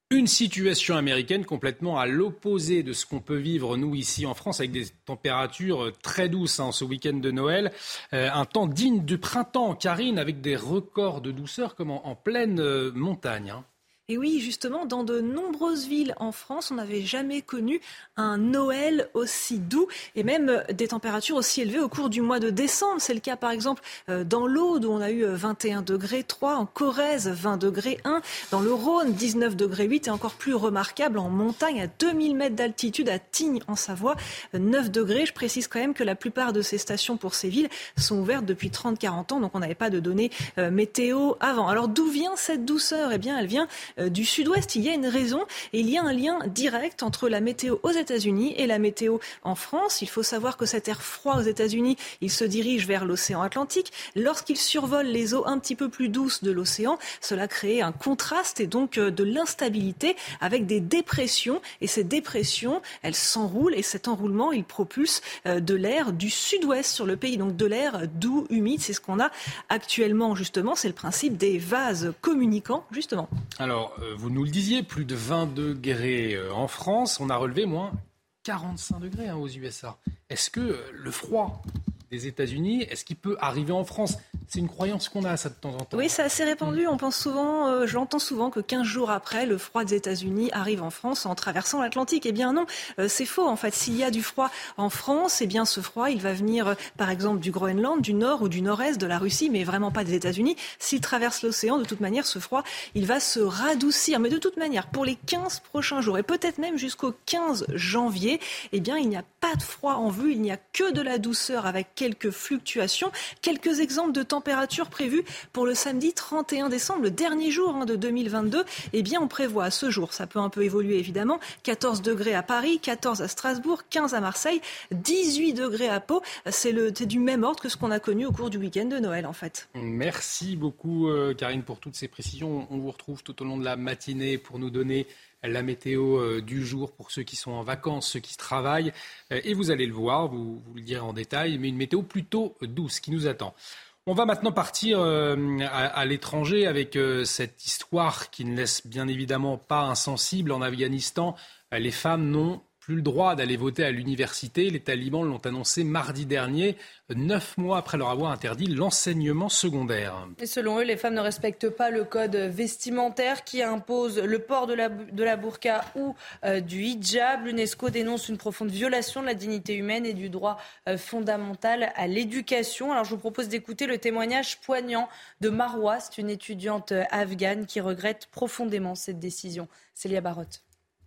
Une situation américaine complètement à l'opposé de ce qu'on peut vivre, nous, ici en France, avec des températures très douces hein, ce week-end de Noël. Euh, un temps digne du printemps, Karine, avec des records de douceur comme en, en pleine euh, montagne. Hein. Et oui, justement, dans de nombreuses villes en France, on n'avait jamais connu un Noël aussi doux et même des températures aussi élevées au cours du mois de décembre. C'est le cas, par exemple, dans l'Aude, où on a eu vingt et un degrés trois, en Corrèze, vingt degrés un, dans le Rhône, dix-neuf degrés huit, et encore plus remarquable, en montagne, à deux mille mètres d'altitude, à Tignes, en Savoie, neuf degrés. Je précise quand même que la plupart de ces stations pour ces villes sont ouvertes depuis trente à quarante ans, donc on n'avait pas de données euh, météo avant. Alors d'où vient cette douceur ? Eh bien, elle vient du sud-ouest. Il y a une raison et il y a un lien direct entre la météo aux États-Unis et la météo en France. Il faut savoir que cet air froid aux États-Unis, il se dirige vers l'océan Atlantique. Lorsqu'il survole les eaux un petit peu plus douces de l'océan, cela crée un contraste et donc de l'instabilité avec des dépressions. Et ces dépressions, elles s'enroulent et cet enroulement, il propulse de l'air du sud-ouest sur le pays. Donc de l'air doux, humide. C'est ce qu'on a actuellement, justement. C'est le principe des vases communicants, justement. Alors, euh, vous nous le disiez, plus de vingt degrés euh, en France. On a relevé moins quarante-cinq degrés hein, aux U S A. Est-ce que euh, le froid des États-Unis, est-ce qu'il peut arriver en France ? C'est une croyance qu'on a, ça, de temps en temps. Oui, c'est assez répandu. On pense souvent, euh, j'entends souvent que quinze jours après, le froid des États-Unis arrive en France en traversant l'Atlantique. Eh bien non, euh, c'est faux. En fait, s'il y a du froid en France, eh bien ce froid, il va venir, euh, par exemple, du Groenland, du nord ou du nord-est de la Russie, mais vraiment pas des États-Unis. S'il traverse l'océan, de toute manière, ce froid, il va se radoucir. Mais de toute manière, pour les quinze prochains jours, et peut-être même jusqu'au quinze janvier, eh bien, il n'y a pas de froid en vue. Il n'y a que de la douceur avec quelques fluctuations. Quelques exemples de température prévue pour le samedi trente et un décembre, le dernier jour hein, de deux mille vingt-deux. Eh bien, on prévoit à ce jour, ça peut un peu évoluer évidemment, quatorze degrés à Paris, quatorze à Strasbourg, quinze à Marseille, dix-huit degrés à Pau. C'est, le, c'est du même ordre que ce qu'on a connu au cours du week-end de Noël en fait. Merci beaucoup euh, Karine pour toutes ces précisions. On vous retrouve tout au long de la matinée pour nous donner la météo euh, du jour pour ceux qui sont en vacances, ceux qui travaillent. Euh, et vous allez le voir, vous, vous le direz en détail, mais une météo plutôt douce qui nous attend. On va maintenant partir euh, à, à l'étranger avec euh, cette histoire qui ne laisse bien évidemment pas insensible. En Afghanistan, euh, les femmes n'ont plus le droit d'aller voter à l'université. Les talibans l'ont annoncé mardi dernier, neuf mois après leur avoir interdit l'enseignement secondaire. Et selon eux, les femmes ne respectent pas le code vestimentaire qui impose le port de la, de la burqa ou euh, du hijab. L'UNESCO dénonce une profonde violation de la dignité humaine et du droit euh, fondamental à l'éducation. Alors je vous propose d'écouter le témoignage poignant de Marwa, c'est une étudiante afghane qui regrette profondément cette décision. Célia Barotte.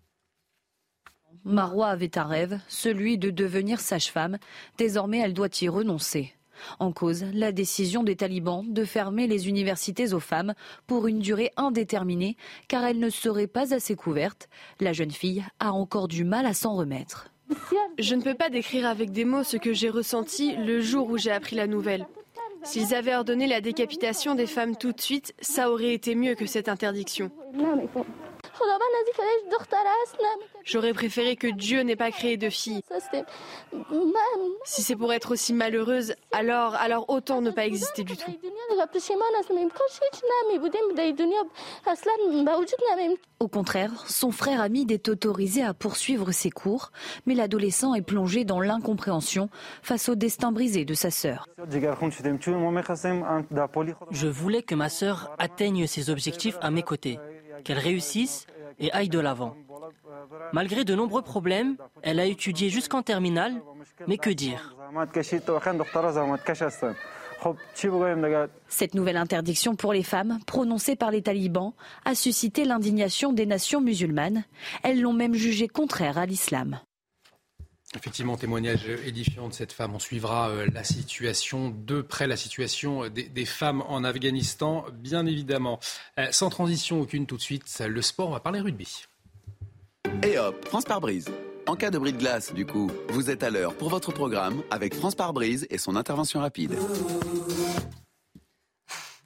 Marwa avait un rêve, celui de devenir sage-femme. Désormais, elle doit y renoncer. En cause, la décision des talibans de fermer les universités aux femmes pour une durée indéterminée, car elles ne seraient pas assez couvertes. La jeune fille a encore du mal à s'en remettre. Je ne peux pas décrire avec des mots ce que j'ai ressenti le jour où j'ai appris la nouvelle. S'ils avaient ordonné la décapitation des femmes tout de suite, ça aurait été mieux que cette interdiction. J'aurais préféré que Dieu n'ait pas créé de filles. Si c'est pour être aussi malheureuse, alors, alors autant ne pas exister du tout. Au contraire, son frère Hamid est autorisé à poursuivre ses cours, mais l'adolescent est plongé dans l'incompréhension face au destin brisé de sa sœur. Je voulais que ma sœur atteigne ses objectifs à mes côtés, qu'elle réussisse et aille de l'avant. Malgré de nombreux problèmes, elle a étudié jusqu'en terminale, mais que dire ? Cette nouvelle interdiction pour les femmes, prononcée par les talibans, a suscité l'indignation des nations musulmanes. Elles l'ont même jugée contraire à l'islam. Effectivement, témoignage édifiant de cette femme. On suivra euh, la situation de près, la situation des, des femmes en Afghanistan, bien évidemment. Euh, sans transition aucune tout de suite, le sport, on va parler rugby. Et hop, France par brise. En cas de bris de glace, du coup, vous êtes à l'heure pour votre programme avec France par brise et son intervention rapide.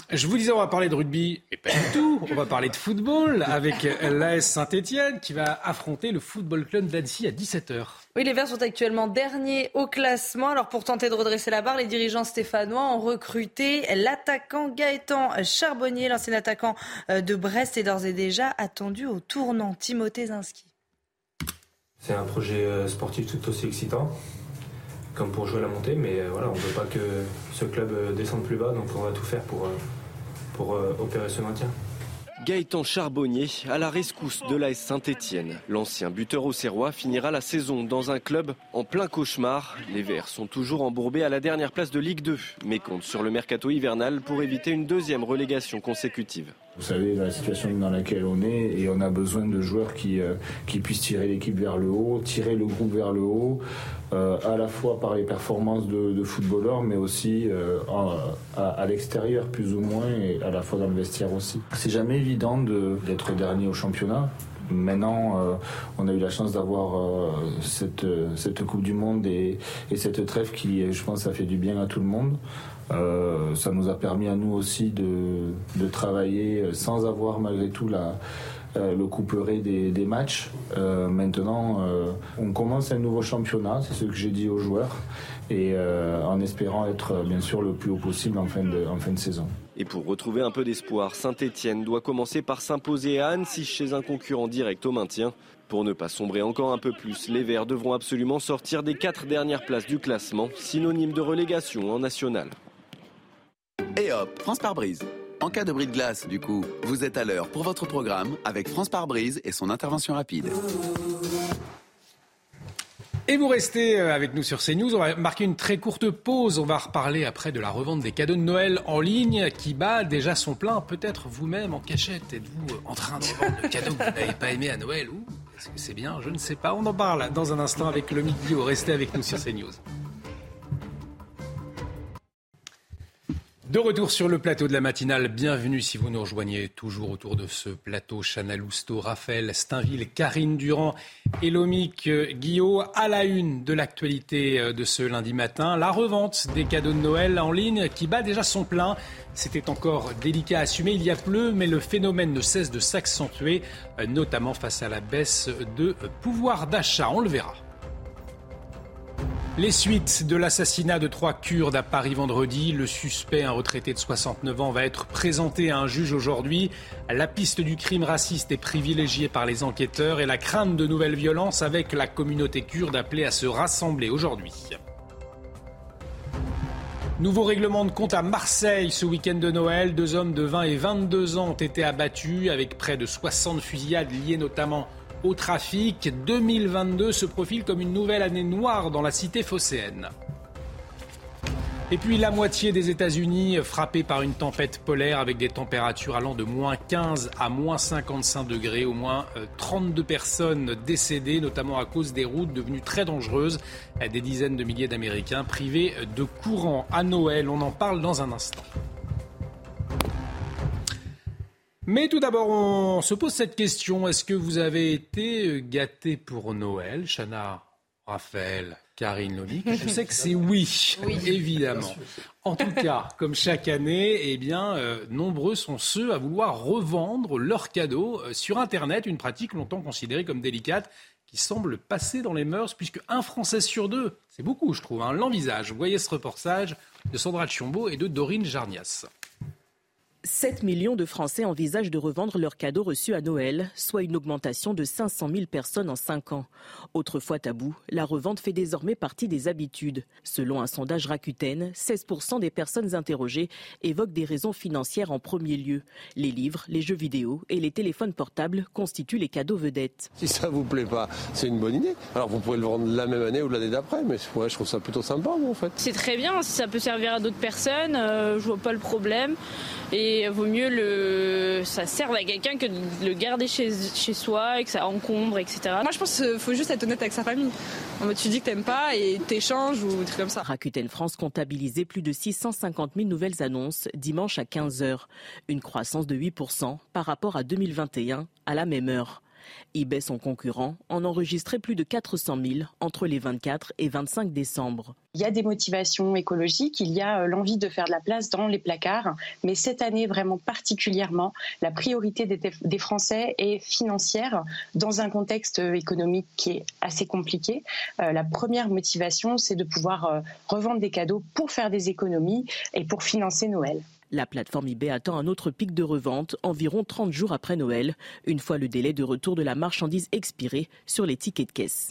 Je vous disais, on va parler de rugby, mais pas du tout. On va parler de football avec l'A S Saint-Etienne qui va affronter le Football Club d'Annecy à dix-sept heures. Oui, les Verts sont actuellement derniers au classement. Alors pour tenter de redresser la barre, les dirigeants stéphanois ont recruté l'attaquant Gaëtan Charbonnier, l'ancien attaquant de Brest, est d'ores et déjà attendu au tournant. Timothée Zinski. C'est un projet sportif tout aussi excitant, comme pour jouer à la montée, mais voilà, on ne veut pas que ce club descende plus bas, donc on va tout faire pour, pour opérer ce maintien. Gaëtan Charbonnier à la rescousse de l'A S Saint-Etienne. L'ancien buteur auxerrois finira la saison dans un club en plein cauchemar. Les Verts sont toujours embourbés à la dernière place de Ligue deux, mais comptent sur le mercato hivernal pour éviter une deuxième relégation consécutive. Vous savez la situation dans laquelle on est et on a besoin de joueurs qui, euh, qui puissent tirer l'équipe vers le haut, tirer le groupe vers le haut, euh, à la fois par les performances de, de footballeurs, mais aussi euh, en, à, à l'extérieur plus ou moins et à la fois dans le vestiaire aussi. C'est jamais évident de, d'être dernier au championnat. Maintenant, euh, on a eu la chance d'avoir euh, cette, cette Coupe du Monde et, et cette trêve qui, je pense, ça fait du bien à tout le monde. Euh, ça nous a permis à nous aussi de, de travailler sans avoir malgré tout la, euh, le couperet des, des matchs. Euh, maintenant, euh, on commence un nouveau championnat, c'est ce que j'ai dit aux joueurs, et euh, en espérant être bien sûr le plus haut possible en fin de, en fin de saison. Et pour retrouver un peu d'espoir, Saint-Etienne doit commencer par s'imposer à Annecy chez un concurrent direct au maintien. Pour ne pas sombrer encore un peu plus, les Verts devront absolument sortir des quatre dernières places du classement, synonyme de relégation en national. Et hop, France par brise. En cas de bris de glace, du coup, vous êtes à l'heure pour votre programme avec France par brise et son intervention rapide. Et vous restez avec nous sur CNews. On va marquer une très courte pause. On va reparler après de la revente des cadeaux de Noël en ligne qui bat déjà son plein. Peut-être vous-même en cachette. Êtes-vous en train de revendre le cadeau que vous n'avez pas aimé à Noël ou est-ce que c'est bien? Je ne sais pas. On en parle dans un instant avec Lomi Guillot. Restez avec nous sur CNews. De retour sur le plateau de la matinale, bienvenue si vous nous rejoignez toujours autour de ce plateau. Chana Lousteau, Raphaël Steinville, Karine Durand et Lomique Guillot. À la une de l'actualité de ce lundi matin, la revente des cadeaux de Noël en ligne qui bat déjà son plein. C'était encore délicat à assumer, il y a peu, mais le phénomène ne cesse de s'accentuer, notamment face à la baisse de pouvoir d'achat. On le verra. Les suites de l'assassinat de trois Kurdes à Paris vendredi. Le suspect, un retraité de soixante-neuf ans, va être présenté à un juge aujourd'hui. La piste du crime raciste est privilégiée par les enquêteurs et la crainte de nouvelles violences avec la communauté kurde appelée à se rassembler aujourd'hui. Nouveau règlement de compte à Marseille ce week-end de Noël. Deux hommes de vingt et vingt-deux ans ont été abattus avec près de soixante fusillades liées notamment au trafic. deux mille vingt-deux se profile comme une nouvelle année noire dans la cité phocéenne. Et puis la moitié des États-Unis frappés par une tempête polaire avec des températures allant de moins quinze à moins cinquante-cinq degrés. Au moins trente-deux personnes décédées, notamment à cause des routes devenues très dangereuses. Des dizaines de milliers d'Américains privés de courant à Noël. On en parle dans un instant. Mais tout d'abord, on se pose cette question. Est-ce que vous avez été gâtés pour Noël, Chana, Raphaël, Karine, Lomique? Je sais que c'est oui, oui, évidemment. En tout cas, comme chaque année, eh bien, euh, nombreux sont ceux à vouloir revendre leurs cadeaux euh, sur Internet, une pratique longtemps considérée comme délicate, qui semble passer dans les mœurs, puisque un Français sur deux, c'est beaucoup je trouve, hein, l'envisage. Vous voyez ce reportage de Sandra Chiombo et de Dorine Jarnias. sept millions de Français envisagent de revendre leurs cadeaux reçus à Noël, soit une augmentation de cinq cent mille personnes en cinq ans. Autrefois tabou, la revente fait désormais partie des habitudes. Selon un sondage Rakuten, seize pour cent des personnes interrogées évoquent des raisons financières en premier lieu. Les livres, les jeux vidéo et les téléphones portables constituent les cadeaux vedettes. Si ça vous plaît pas, c'est une bonne idée. Alors vous pouvez le vendre la même année ou l'année d'après, mais ouais, je trouve ça plutôt sympa moi, en fait. C'est très bien, si ça peut servir à d'autres personnes, euh, je vois pas le problème. Et vaut mieux le ça serve à quelqu'un que de le garder chez, chez soi et que ça encombre, et cetera. Moi je pense qu'il faut juste être honnête avec sa famille. En mode tu dis que t'aimes pas et t'échanges ou des trucs comme ça. Rakuten France comptabilisait plus de six cent cinquante mille nouvelles annonces dimanche à quinze heures. Une croissance de huit pour cent par rapport à deux mille vingt et un à la même heure. eBay, son concurrent, en enregistrait plus de quatre cent mille entre les vingt-quatre et vingt-cinq décembre. Il y a des motivations écologiques, il y a l'envie de faire de la place dans les placards, mais cette année vraiment particulièrement, la priorité des, des Français est financière dans un contexte économique qui est assez compliqué. Euh, la première motivation, c'est de pouvoir euh, revendre des cadeaux pour faire des économies et pour financer Noël. La plateforme eBay attend un autre pic de revente environ trente jours après Noël, une fois le délai de retour de la marchandise expiré sur les tickets de caisse.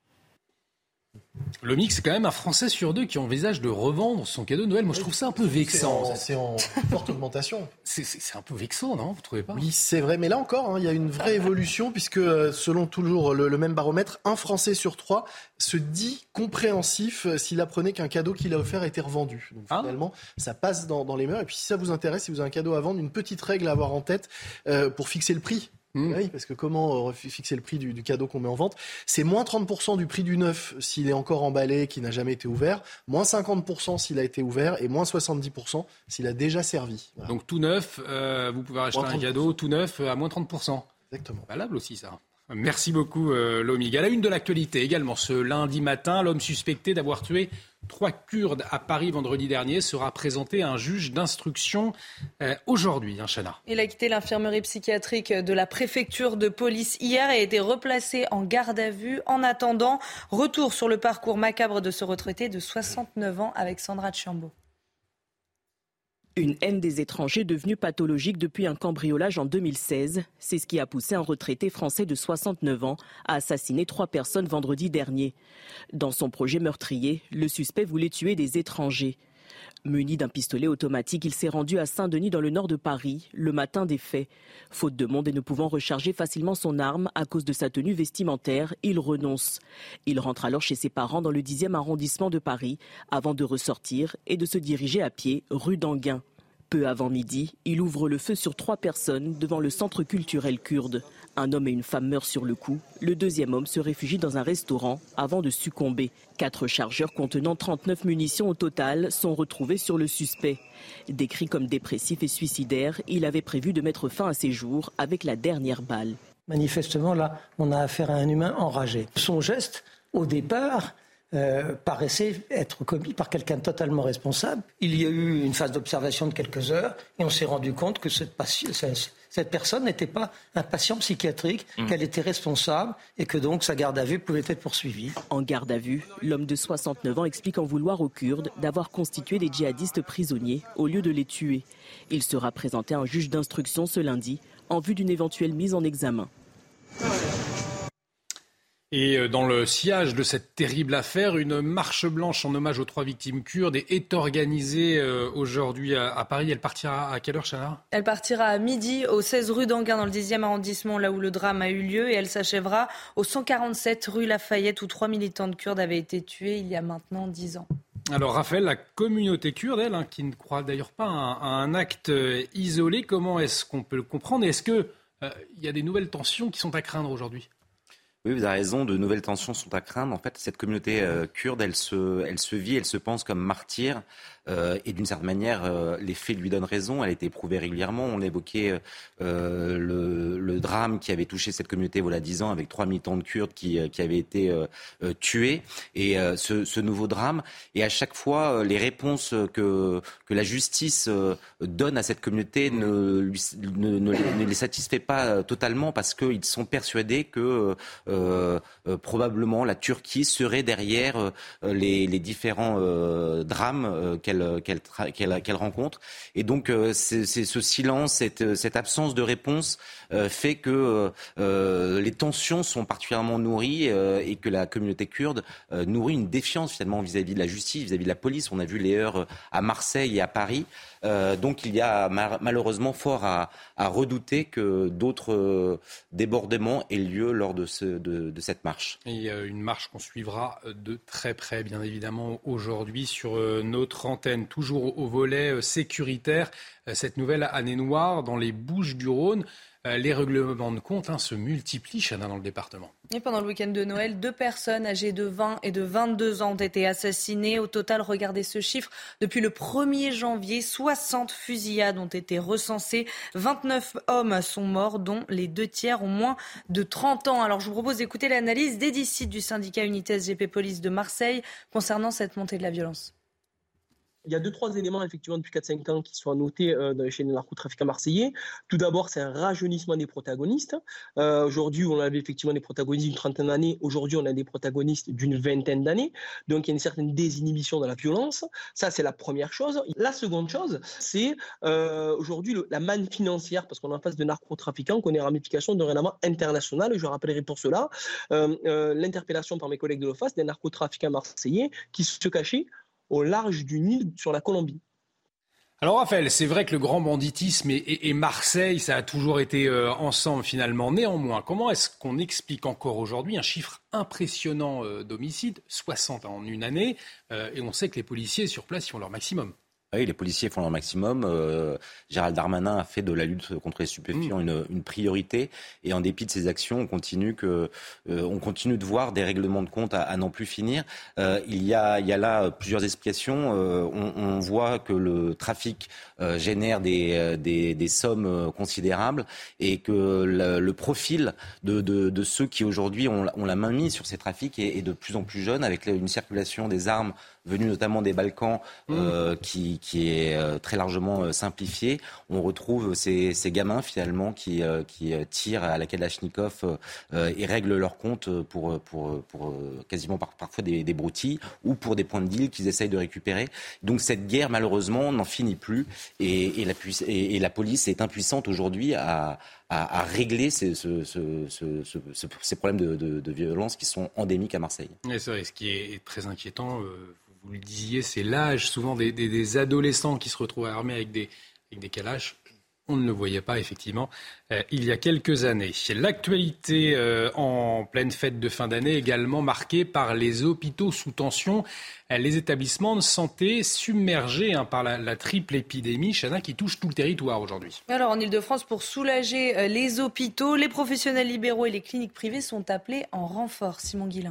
Le mix, c'est quand même un Français sur deux qui envisage de revendre son cadeau de Noël. Moi, je trouve ça un peu vexant. C'est en, c'est en forte augmentation. C'est, c'est, c'est un peu vexant, non ? Vous trouvez pas ? Oui, c'est vrai. Mais là encore, hein, il y a une vraie évolution puisque, selon toujours le, le même baromètre, un Français sur trois se dit compréhensif s'il apprenait qu'un cadeau qu'il a offert a été revendu. Donc ah. finalement, ça passe dans, dans les mœurs. Et puis, si ça vous intéresse, si vous avez un cadeau à vendre, une petite règle à avoir en tête euh, pour fixer le prix. Mmh. Oui, parce que comment fixer le prix du, du cadeau qu'on met en vente ? C'est moins trente pour cent du prix du neuf s'il est encore emballé, qui n'a jamais été ouvert, moins cinquante pour cent s'il a été ouvert et moins soixante-dix pour cent s'il a déjà servi. Voilà. Donc tout neuf, euh, vous pouvez acheter un cadeau tout neuf à moins trente pour cent. Exactement. Valable aussi ça. Merci beaucoup euh, Lomig. À la une de l'actualité également, ce lundi matin, l'homme suspecté d'avoir tué trois Kurdes à Paris vendredi dernier sera présenté à un juge d'instruction euh, aujourd'hui, hein, Chana. Il a quitté l'infirmerie psychiatrique de la préfecture de police hier et a été replacé en garde à vue. En attendant, retour sur le parcours macabre de ce retraité de soixante-neuf ans avec Sandra Tchiambo. Une haine des étrangers devenue pathologique depuis un cambriolage en deux mille seize. C'est ce qui a poussé un retraité français de soixante-neuf ans à assassiner trois personnes vendredi dernier. Dans son projet meurtrier, le suspect voulait tuer des étrangers. Muni d'un pistolet automatique, il s'est rendu à Saint-Denis dans le nord de Paris le matin des faits. Faute de monde et ne pouvant recharger facilement son arme à cause de sa tenue vestimentaire, il renonce. Il rentre alors chez ses parents dans le dixième arrondissement de Paris avant de ressortir et de se diriger à pied rue d'Anguin. Peu avant midi, il ouvre le feu sur trois personnes devant le centre culturel kurde. Un homme et une femme meurent sur le coup. Le deuxième homme se réfugie dans un restaurant avant de succomber. Quatre chargeurs contenant trente-neuf munitions au total sont retrouvés sur le suspect. Décrit comme dépressif et suicidaire, il avait prévu de mettre fin à ses jours avec la dernière balle. Manifestement, là, on a affaire à un humain enragé. Son geste, au départ, Euh, paraissait être commis par quelqu'un de totalement responsable. Il y a eu une phase d'observation de quelques heures et on s'est rendu compte que cette, patient, cette personne n'était pas un patient psychiatrique, mmh. qu'elle était responsable et que donc sa garde à vue pouvait être poursuivie. En garde à vue, l'homme de soixante-neuf ans explique en vouloir aux Kurdes d'avoir constitué des djihadistes prisonniers au lieu de les tuer. Il sera présenté à un juge d'instruction ce lundi en vue d'une éventuelle mise en examen. Et dans le sillage de cette terrible affaire, une marche blanche en hommage aux trois victimes kurdes est organisée aujourd'hui à Paris. Elle partira à quelle heure, Chana ? Elle partira à midi au seize rue d'Anguin dans le dixième arrondissement, là où le drame a eu lieu. Et elle s'achèvera au cent quarante-sept rue Lafayette, où trois militants kurdes avaient été tués il y a maintenant dix ans. Alors Raphaël, la communauté kurde, elle, hein, qui ne croit d'ailleurs pas à un, à un acte isolé, comment est-ce qu'on peut le comprendre ? Est-ce qu'il euh, y a des nouvelles tensions qui sont à craindre aujourd'hui ? Oui, vous avez raison, de nouvelles tensions sont à craindre. En fait, cette communauté euh, kurde, elle se, elle se vit, elle se pense comme martyr. Euh, et d'une certaine manière, euh, les faits lui donnent raison. Elle a été éprouvée régulièrement. On évoquait euh, le, le drame qui avait touché cette communauté voilà dix ans avec trois militants de Kurdes qui, qui avaient été euh, euh, tués. Et euh, ce, ce nouveau drame. Et à chaque fois, euh, les réponses que, que la justice euh, donne à cette communauté ne, lui, ne, ne, ne les satisfait pas totalement parce qu'ils sont persuadés que euh, euh, probablement la Turquie serait derrière euh, les, les différents euh, drames euh, qu'elle Qu'elle, qu'elle, qu'elle rencontre. Et donc, euh, c'est, c'est ce silence, cette, cette absence de réponse euh, fait que euh, les tensions sont particulièrement nourries euh, et que la communauté kurde euh, nourrit une défiance finalement vis-à-vis de la justice, vis-à-vis de la police. On a vu les heurts à Marseille et à Paris. Euh, donc, il y a ma- malheureusement fort à, à redouter que d'autres euh, débordements aient lieu lors de, ce, de, de cette marche. Et euh, une marche qu'on suivra de très près, bien évidemment, aujourd'hui sur euh, notre antenne. Toujours au volet sécuritaire, cette nouvelle année noire dans les Bouches-du-Rhône. les règlements de compte hein, se multiplient, Chana, dans le département. Et pendant le week-end de Noël, deux personnes âgées de vingt et de vingt-deux ans ont été assassinées. Au total, regardez ce chiffre, depuis le premier janvier, soixante fusillades ont été recensées. vingt-neuf hommes sont morts, dont les deux tiers ont moins de trente ans. Alors je vous propose d'écouter l'analyse d'Edicide du syndicat Unites G P Police de Marseille concernant cette montée de la violence. Il y a deux, trois éléments, effectivement, depuis quatre cinq ans qui sont à noter euh, chez les narcotrafiquants marseillais. Tout d'abord, c'est un rajeunissement des protagonistes. Euh, aujourd'hui, on avait effectivement des protagonistes d'une trentaine d'années. Aujourd'hui, on a des protagonistes d'une vingtaine d'années. Donc, il y a une certaine désinhibition de la violence. Ça, c'est la première chose. La seconde chose, c'est euh, aujourd'hui le, la manne financière, parce qu'on est en face de narcotrafiquants, qu'on est en ramification dorénavant internationale. Je rappellerai pour cela euh, euh, l'interpellation par mes collègues de l'O F A S des narcotrafiquants marseillais qui se cachaient au large du Nil sur la Colombie. Alors Raphaël, c'est vrai que le grand banditisme et, et, et Marseille, ça a toujours été euh, ensemble finalement. Néanmoins, comment est-ce qu'on explique encore aujourd'hui un chiffre impressionnant euh, d'homicides, soixante en une année, euh, et on sait que les policiers sur place font leur maximum? Oui, les policiers font leur maximum. Euh, Gérald Darmanin a fait de la lutte contre les stupéfiants mmh. une, une priorité. Et en dépit de ces actions, on continue, que, euh, on continue de voir des règlements de compte à, à n'en plus finir. Euh, il, y a, il y a là plusieurs explications. Euh, on, on voit que le trafic euh, génère des, des, des sommes considérables et que le, le profil de, de, de ceux qui aujourd'hui ont, ont la main mise sur ces trafics est, est de plus en plus jeune, avec une circulation des armes venues notamment des Balkans euh, mmh. qui qui est euh, très largement euh, simplifié. On retrouve ces, ces gamins finalement qui, euh, qui euh, tirent à la Kalachnikov euh, et règlent leur compte pour, pour, pour euh, quasiment par, parfois des, des broutilles ou pour des points de deal qu'ils essayent de récupérer. Donc cette guerre malheureusement n'en finit plus et, et, la, et, et la police est impuissante aujourd'hui à, à, à régler ces, ce, ce, ce, ce, ce, ces problèmes de, de, de violence qui sont endémiques à Marseille. Et c'est vrai, ce qui est très inquiétant, euh... vous le disiez, c'est l'âge souvent des, des, des adolescents qui se retrouvent armés avec des, avec des calaches. On ne le voyait pas, effectivement, euh, il y a quelques années. L'actualité euh, en pleine fête de fin d'année également marquée par les hôpitaux sous tension, euh, les établissements de santé submergés hein, par la, la triple épidémie, Chana, qui touche tout le territoire aujourd'hui. Alors en Ile-de-France, pour soulager euh, les hôpitaux, les professionnels libéraux et les cliniques privées sont appelés en renfort. Simon Guillain.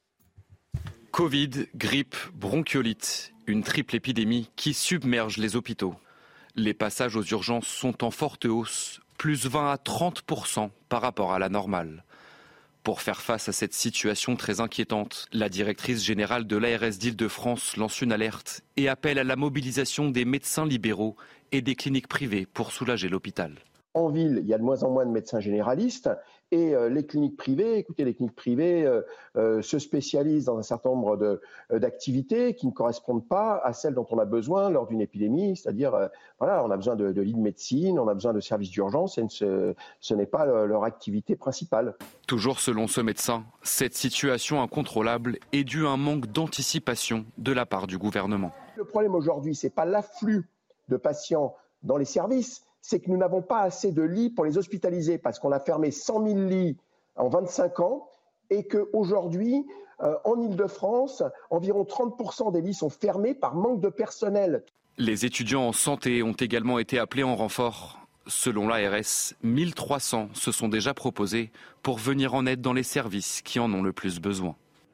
Covid, grippe, bronchiolite, une triple épidémie qui submerge les hôpitaux. Les passages aux urgences sont en forte hausse, plus vingt à trente pour cent par rapport à la normale. Pour faire face à cette situation très inquiétante, la directrice générale de l'A R S d'Île-de-France lance une alerte et appelle à la mobilisation des médecins libéraux et des cliniques privées pour soulager l'hôpital. En ville, il y a de moins en moins de médecins généralistes et euh, les cliniques privées, écoutez, les cliniques privées euh, euh, se spécialisent dans un certain nombre de, euh, d'activités qui ne correspondent pas à celles dont on a besoin lors d'une épidémie, c'est-à-dire, euh, voilà, on a besoin de, de lits de médecine, on a besoin de services d'urgence et ce, ce n'est pas le, leur activité principale. Toujours selon ce médecin, cette situation incontrôlable est due à un manque d'anticipation de la part du gouvernement. Le problème aujourd'hui, ce n'est pas l'afflux de patients dans les services, c'est que nous n'avons pas assez de lits pour les hospitaliser parce qu'on a fermé cent mille lits en vingt-cinq ans et qu'aujourd'hui, euh, en Ile-de-France, environ trente pour cent des lits sont fermés par manque de personnel. Les étudiants en santé ont également été appelés en renfort. Selon l'A R S, mille trois cents se sont déjà proposés pour venir en aide dans les services qui en ont le plus besoin.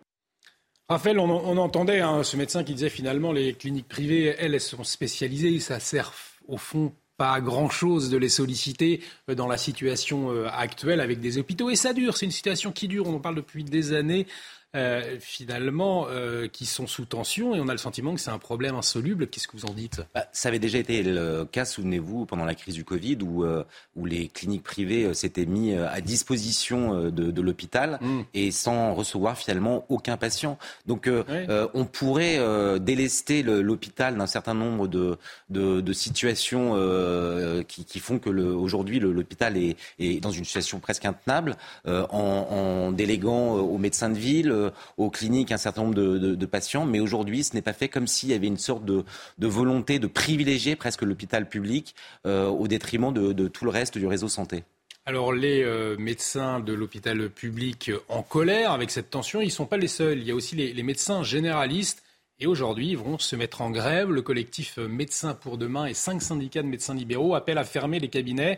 Raphaël, on, on entendait hein, ce médecin qui disait finalement les cliniques privées, elles, elles sont spécialisées, ça sert au fond pas grand-chose de les solliciter dans la situation actuelle avec des hôpitaux. Et ça dure, c'est une situation qui dure, on en parle depuis des années. Euh, finalement, euh, qui sont sous tension et on a le sentiment que c'est un problème insoluble. Qu'est-ce que vous en dites ? Bah, ça avait déjà été le cas, souvenez-vous, pendant la crise du Covid, où, euh, où les cliniques privées euh, s'étaient mis à disposition euh, de, de l'hôpital mmh. et sans recevoir finalement aucun patient. Donc, euh, oui. euh, on pourrait euh, délester le, l'hôpital d'un certain nombre de, de, de situations euh, qui, qui font que le, aujourd'hui le, l'hôpital est, est dans une situation presque intenable, euh, en, en déléguant aux médecins de ville, aux cliniques un certain nombre de, de, de patients, mais aujourd'hui ce n'est pas fait, comme s'il y avait une sorte de, de volonté de privilégier presque l'hôpital public euh, au détriment de, de tout le reste du réseau santé. Alors les euh, médecins de l'hôpital public en colère avec cette tension, ils ne sont pas les seuls. Il y a aussi les, les médecins généralistes et aujourd'hui ils vont se mettre en grève. Le collectif Médecins pour demain et cinq syndicats de médecins libéraux appellent à fermer les cabinets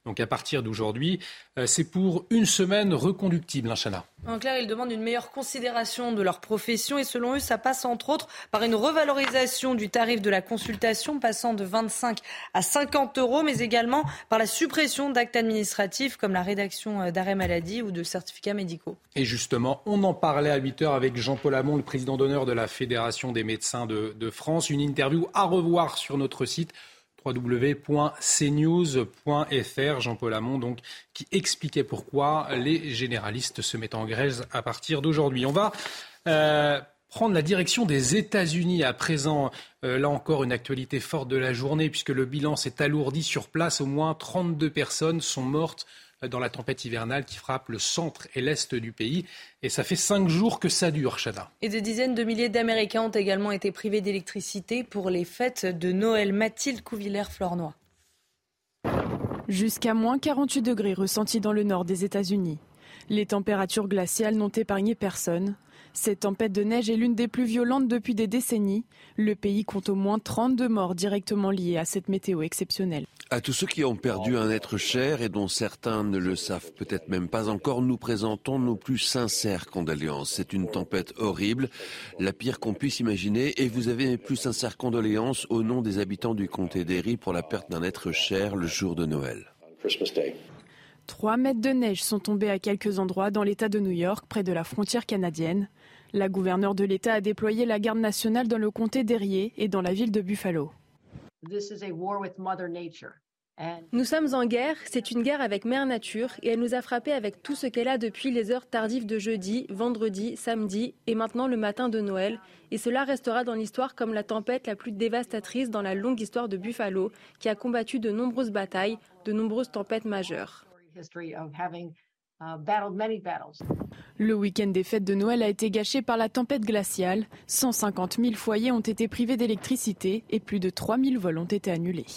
Donc à partir d'aujourd'hui, euh, c'est pour une semaine reconductible, hein, Chana. En clair, ils demandent une meilleure considération de leur profession et selon eux, ça passe entre autres par une revalorisation du tarif de la consultation passant de vingt-cinq à cinquante euros, mais également par la suppression d'actes administratifs comme la rédaction d'arrêts maladie ou de certificats médicaux. Et justement, on en parlait à huit heures avec Jean-Paul Hamon, le président d'honneur de la Fédération des médecins de, de France. Une interview à revoir sur notre site w w w point c news point f r. Jean-Paul Hamon, donc, qui expliquait pourquoi les généralistes se mettent en grève à partir d'aujourd'hui. On va euh, prendre la direction des États-Unis à présent. Euh, là encore, une actualité forte de la journée puisque le bilan s'est alourdi sur place. Au moins trente-deux personnes sont mortes dans la tempête hivernale qui frappe le centre et l'est du pays. Et ça fait cinq jours que ça dure, Chana. Et des dizaines de milliers d'Américains ont également été privés d'électricité pour les fêtes de Noël. Mathilde Couvillère-Flornois. Jusqu'à moins quarante-huit degrés ressentis dans le nord des États-Unis. Les températures glaciales n'ont épargné personne. Cette tempête de neige est l'une des plus violentes depuis des décennies. Le pays compte au moins trente-deux morts directement liés à cette météo exceptionnelle. À tous ceux qui ont perdu un être cher et dont certains ne le savent peut-être même pas encore, nous présentons nos plus sincères condoléances. C'est une tempête horrible, la pire qu'on puisse imaginer, et vous avez mes plus sincères condoléances au nom des habitants du comté d'Erie pour la perte d'un être cher le jour de Noël. Trois mètres de neige sont tombés à quelques endroits dans l'État de New York, près de la frontière canadienne. La gouverneure de l'État a déployé la garde nationale dans le comté d'Erie et dans la ville de Buffalo. Nous sommes en guerre, c'est une guerre avec Mère Nature et elle nous a frappés avec tout ce qu'elle a depuis les heures tardives de jeudi, vendredi, samedi et maintenant le matin de Noël. Et cela restera dans l'histoire comme la tempête la plus dévastatrice dans la longue histoire de Buffalo qui a combattu de nombreuses batailles, de nombreuses tempêtes majeures. Le week-end des fêtes de Noël a été gâché par la tempête glaciale. cent cinquante mille foyers ont été privés d'électricité et plus de trois mille vols ont été annulés.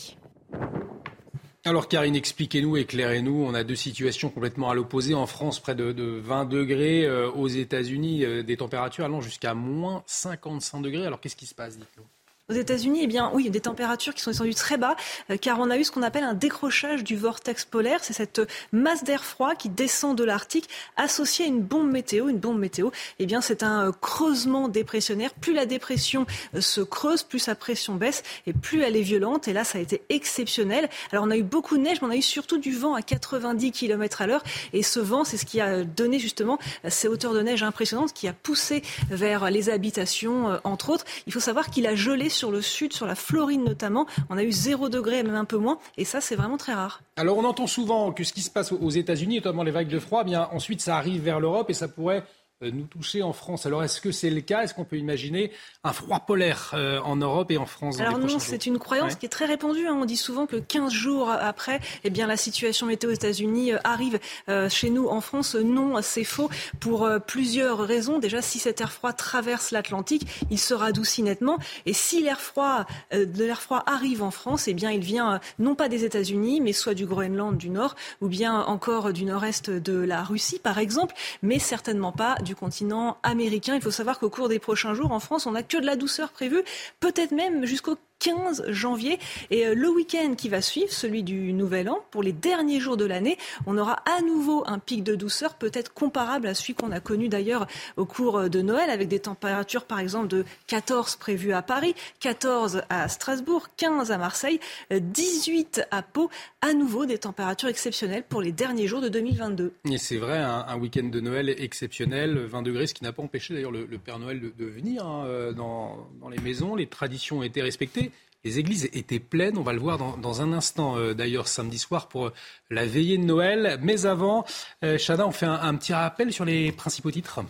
Alors Karine, expliquez-nous, éclairez-nous. On a deux situations complètement à l'opposé. En France, près de, de vingt degrés. Euh, aux États-Unis, euh, des températures allant jusqu'à moins cinquante-cinq degrés. Alors qu'est-ce qui se passe, dites-nous ? Aux États-Unis, eh bien, oui, il y a des températures qui sont descendues très bas, euh, car on a eu ce qu'on appelle un décrochage du vortex polaire. C'est cette masse d'air froid qui descend de l'Arctique, associée à une bombe météo. Une bombe météo, eh bien, c'est un euh, creusement dépressionnaire. Plus la dépression euh, se creuse, plus sa pression baisse, et plus elle est violente. Et là, ça a été exceptionnel. Alors, on a eu beaucoup de neige, mais on a eu surtout du vent à quatre-vingt-dix kilomètres à l'heure. Et ce vent, c'est ce qui a donné justement ces hauteurs de neige impressionnantes, qui a poussé vers les habitations, euh, entre autres. Il faut savoir qu'il a gelé sur le sud, sur la Floride notamment. On a eu zéro degré, même un peu moins. Et ça, c'est vraiment très rare. Alors, on entend souvent que ce qui se passe aux États-Unis, notamment les vagues de froid, eh bien, ensuite, ça arrive vers l'Europe et ça pourrait nous toucher en France. Alors, est-ce que c'est le cas ? Est-ce qu'on peut imaginer un froid polaire euh, en Europe et en France dans Alors les prochains non, jours ? c'est une croyance ouais. qui est très répandue. Hein. On dit souvent que quinze jours après, eh bien, la situation météo aux États-Unis euh, arrive euh, chez nous en France. Non, c'est faux pour euh, plusieurs raisons. Déjà, si cet air froid traverse l'Atlantique, il se radoucit nettement. Et si l'air froid, euh, de l'air froid arrive en France, eh bien, il vient euh, non pas des États-Unis, mais soit du Groenland du Nord, ou bien encore du nord-est de la Russie, par exemple, mais certainement pas du continent américain. Il faut savoir qu'au cours des prochains jours, en France, on n'a que de la douceur prévue, peut-être même jusqu'au quinze janvier. Et le week-end qui va suivre, celui du Nouvel An, pour les derniers jours de l'année, on aura à nouveau un pic de douceur, peut-être comparable à celui qu'on a connu d'ailleurs au cours de Noël, avec des températures par exemple de quatorze prévues à Paris, quatorze à Strasbourg, quinze à Marseille, dix-huit à Pau. À nouveau des températures exceptionnelles pour les derniers jours de deux mille vingt-deux. Et c'est vrai, un, un week-end de Noël exceptionnel, vingt degrés, ce qui n'a pas empêché d'ailleurs le, le Père Noël de, de venir hein, dans, dans les maisons. Les traditions ont été respectées. Les églises étaient pleines, on va le voir dans, dans un instant euh, d'ailleurs samedi soir pour euh, la veillée de Noël. Mais avant, euh, Chana, on fait un, un petit rappel sur les principaux titres.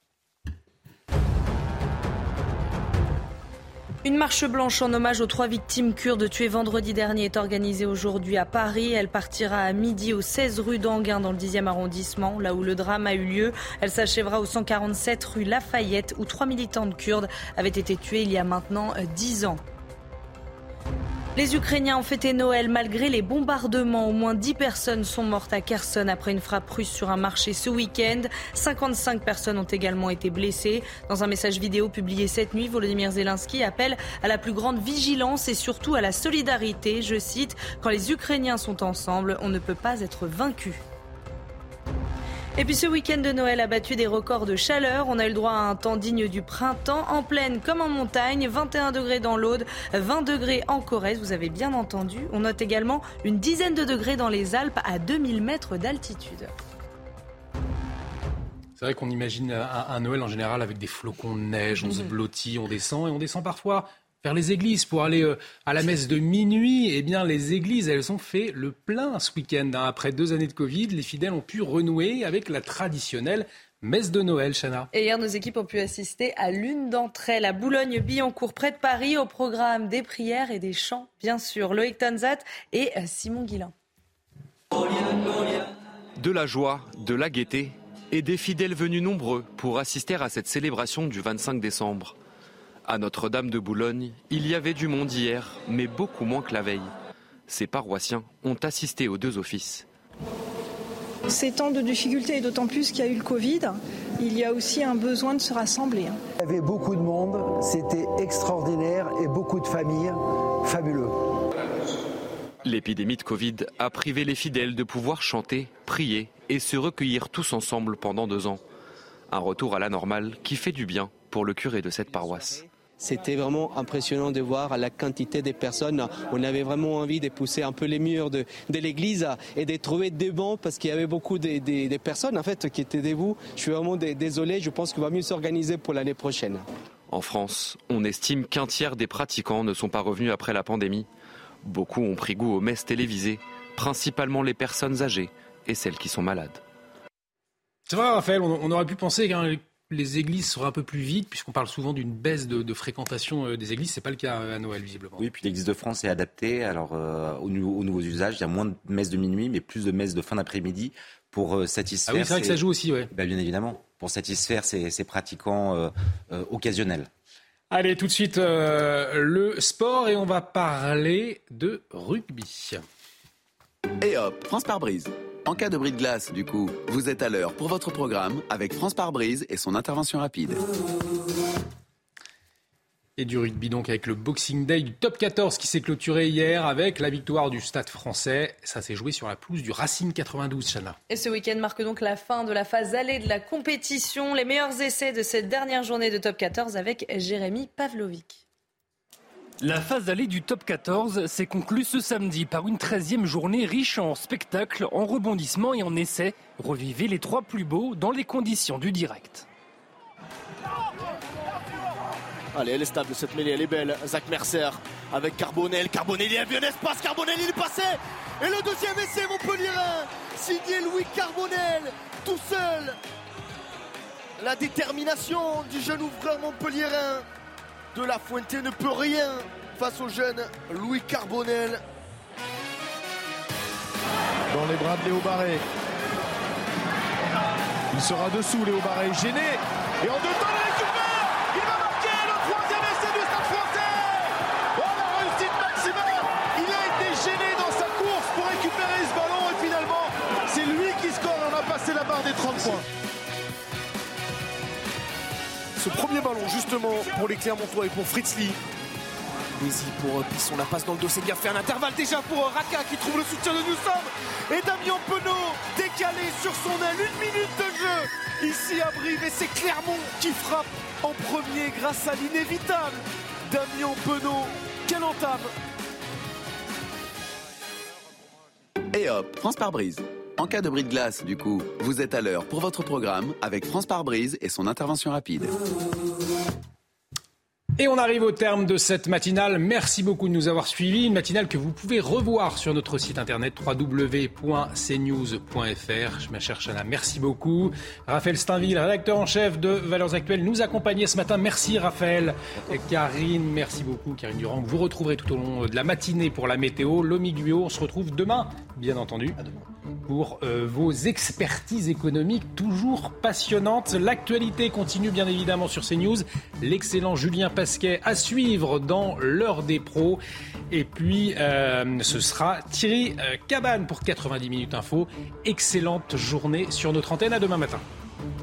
Une marche blanche en hommage aux trois victimes kurdes tuées vendredi dernier est organisée aujourd'hui à Paris. Elle partira à midi au seize rue d'Anguin dans le dixième arrondissement, là où le drame a eu lieu. Elle s'achèvera au cent quarante-sept rue Lafayette où trois militantes kurdes avaient été tuées il y a maintenant dix ans. Les Ukrainiens ont fêté Noël malgré les bombardements. Au moins dix personnes sont mortes à Kherson après une frappe russe sur un marché ce week-end. cinquante-cinq personnes ont également été blessées. Dans un message vidéo publié cette nuit, Volodymyr Zelensky appelle à la plus grande vigilance et surtout à la solidarité. Je cite, « Quand les Ukrainiens sont ensemble, on ne peut pas être vaincu ». Et puis ce week-end de Noël a battu des records de chaleur. On a eu le droit à un temps digne du printemps, en plaine comme en montagne. vingt et un degrés dans l'Aude, vingt degrés en Corrèze, vous avez bien entendu. On note également une dizaine de degrés dans les Alpes à deux mille mètres d'altitude. C'est vrai qu'on imagine un, un Noël en général avec des flocons de neige, on mmh. se blottit, on descend et on descend parfois vers les églises pour aller euh, à la messe de minuit. Eh bien, les églises, elles ont fait le plein ce week-end. Hein. Après deux années de Covid, les fidèles ont pu renouer avec la traditionnelle messe de Noël, Chana. Et hier, nos équipes ont pu assister à l'une d'entre elles, à Boulogne-Billancourt, près de Paris, au programme des prières et des chants, bien sûr. Loïc Tanzat et Simon Guillain. De la joie, de la gaieté et des fidèles venus nombreux pour assister à cette célébration du vingt-cinq décembre. À Notre-Dame de Boulogne, il y avait du monde hier, mais beaucoup moins que la veille. Ces paroissiens ont assisté aux deux offices. Ces temps de difficulté, et d'autant plus qu'il y a eu le Covid, il y a aussi un besoin de se rassembler. Il y avait beaucoup de monde, c'était extraordinaire et beaucoup de familles, fabuleux. L'épidémie de Covid a privé les fidèles de pouvoir chanter, prier et se recueillir tous ensemble pendant deux ans. Un retour à la normale qui fait du bien pour le curé de cette paroisse. C'était vraiment impressionnant de voir la quantité de personnes. On avait vraiment envie de pousser un peu les murs de, de l'église et de trouver des bancs parce qu'il y avait beaucoup de, de, de personnes en fait, qui étaient debout. Je suis vraiment désolé, je pense qu'il va mieux s'organiser pour l'année prochaine. En France, on estime qu'un tiers des pratiquants ne sont pas revenus après la pandémie. Beaucoup ont pris goût aux messes télévisées, principalement les personnes âgées et celles qui sont malades. C'est vrai, Raphaël, on, on aurait pu penser qu'un... les églises seraient un peu plus vides, puisqu'on parle souvent d'une baisse de, de fréquentation des églises. Ce n'est pas le cas à Noël, visiblement. Oui, puis l'Église de France est adaptée alors, euh, aux, aux nouveaux usages. Il y a moins de messes de minuit, mais plus de messes de fin d'après-midi pour euh, satisfaire... Ah oui, c'est vrai que ça joue aussi, oui. Ben, bien évidemment, pour satisfaire ces, ces pratiquants euh, euh, occasionnels. Allez, tout de suite, euh, le sport, et on va parler de rugby. Et hop, France par brise. En cas de bris de glace, du coup, vous êtes à l'heure pour votre programme avec France par brise et son intervention rapide. Et du rugby donc avec le Boxing Day du top quatorze qui s'est clôturé hier avec la victoire du Stade français. Ça s'est joué sur la pelouse du Racing quatre-vingt-douze, Chana. Et ce week-end marque donc la fin de la phase allée de la compétition. Les meilleurs essais de cette dernière journée de top quatorze avec Jérémy Pavlovic. La phase allée du top quatorze s'est conclue ce samedi par une treizième journée riche en spectacles, en rebondissements et en essais. Revivez les trois plus beaux dans les conditions du direct. Allez, elle est stable cette mêlée, elle est belle. Zach Mercer avec Carbonel. Carbonel, il y a un espace. Carbonel, il est passé. Et le deuxième essai montpelliérain, signé Louis Carbonel, tout seul. La détermination du jeune ouvreur montpelliérain. De La Fuente ne peut rien face au jeune Louis Carbonel. Dans les bras de Léo Barré. Il sera dessous, Léo Barré, gêné. Et en deux temps, il récupère. Il va marquer le troisième essai du Stade français. Oh, la réussite maximale. Il a été gêné dans sa course pour récupérer ce ballon. Et finalement, c'est lui qui score. On a passé la barre des trente points. Ce premier ballon justement pour les Clermontois et pour Fritz Lee. Bézi pour Pisson, la passe dans le dos, c'est bien fait, un intervalle déjà pour Raka qui trouve le soutien de Newsom. Et Damien Penaud décalé sur son aile, une minute de jeu ici à Brive et c'est Clermont qui frappe en premier grâce à l'inévitable Damien Penaud. Quelle entame! Et hop, France par brise. En cas de bris de glace, du coup, vous êtes à l'heure pour votre programme avec France par brise et son intervention rapide. Et on arrive au terme de cette matinale. Merci beaucoup de nous avoir suivis. Une matinale que vous pouvez revoir sur notre site internet w w w point c news point f r. Ma chère Chana, merci beaucoup. Raphaël Steinville, rédacteur en chef de Valeurs Actuelles, nous accompagnait ce matin. Merci Raphaël. Et Karine, merci beaucoup. Karine Durand, vous retrouverez tout au long de la matinée pour la météo. Lomi Guillot, on se retrouve demain, bien entendu. À demain. Pour euh, vos expertises économiques toujours passionnantes. L'actualité continue bien évidemment sur CNews. L'excellent Julien Pasquet à suivre dans l'heure des pros. Et puis, euh, ce sera Thierry euh, Cabane pour quatre-vingt-dix minutes info. Excellente journée sur notre antenne. À demain matin.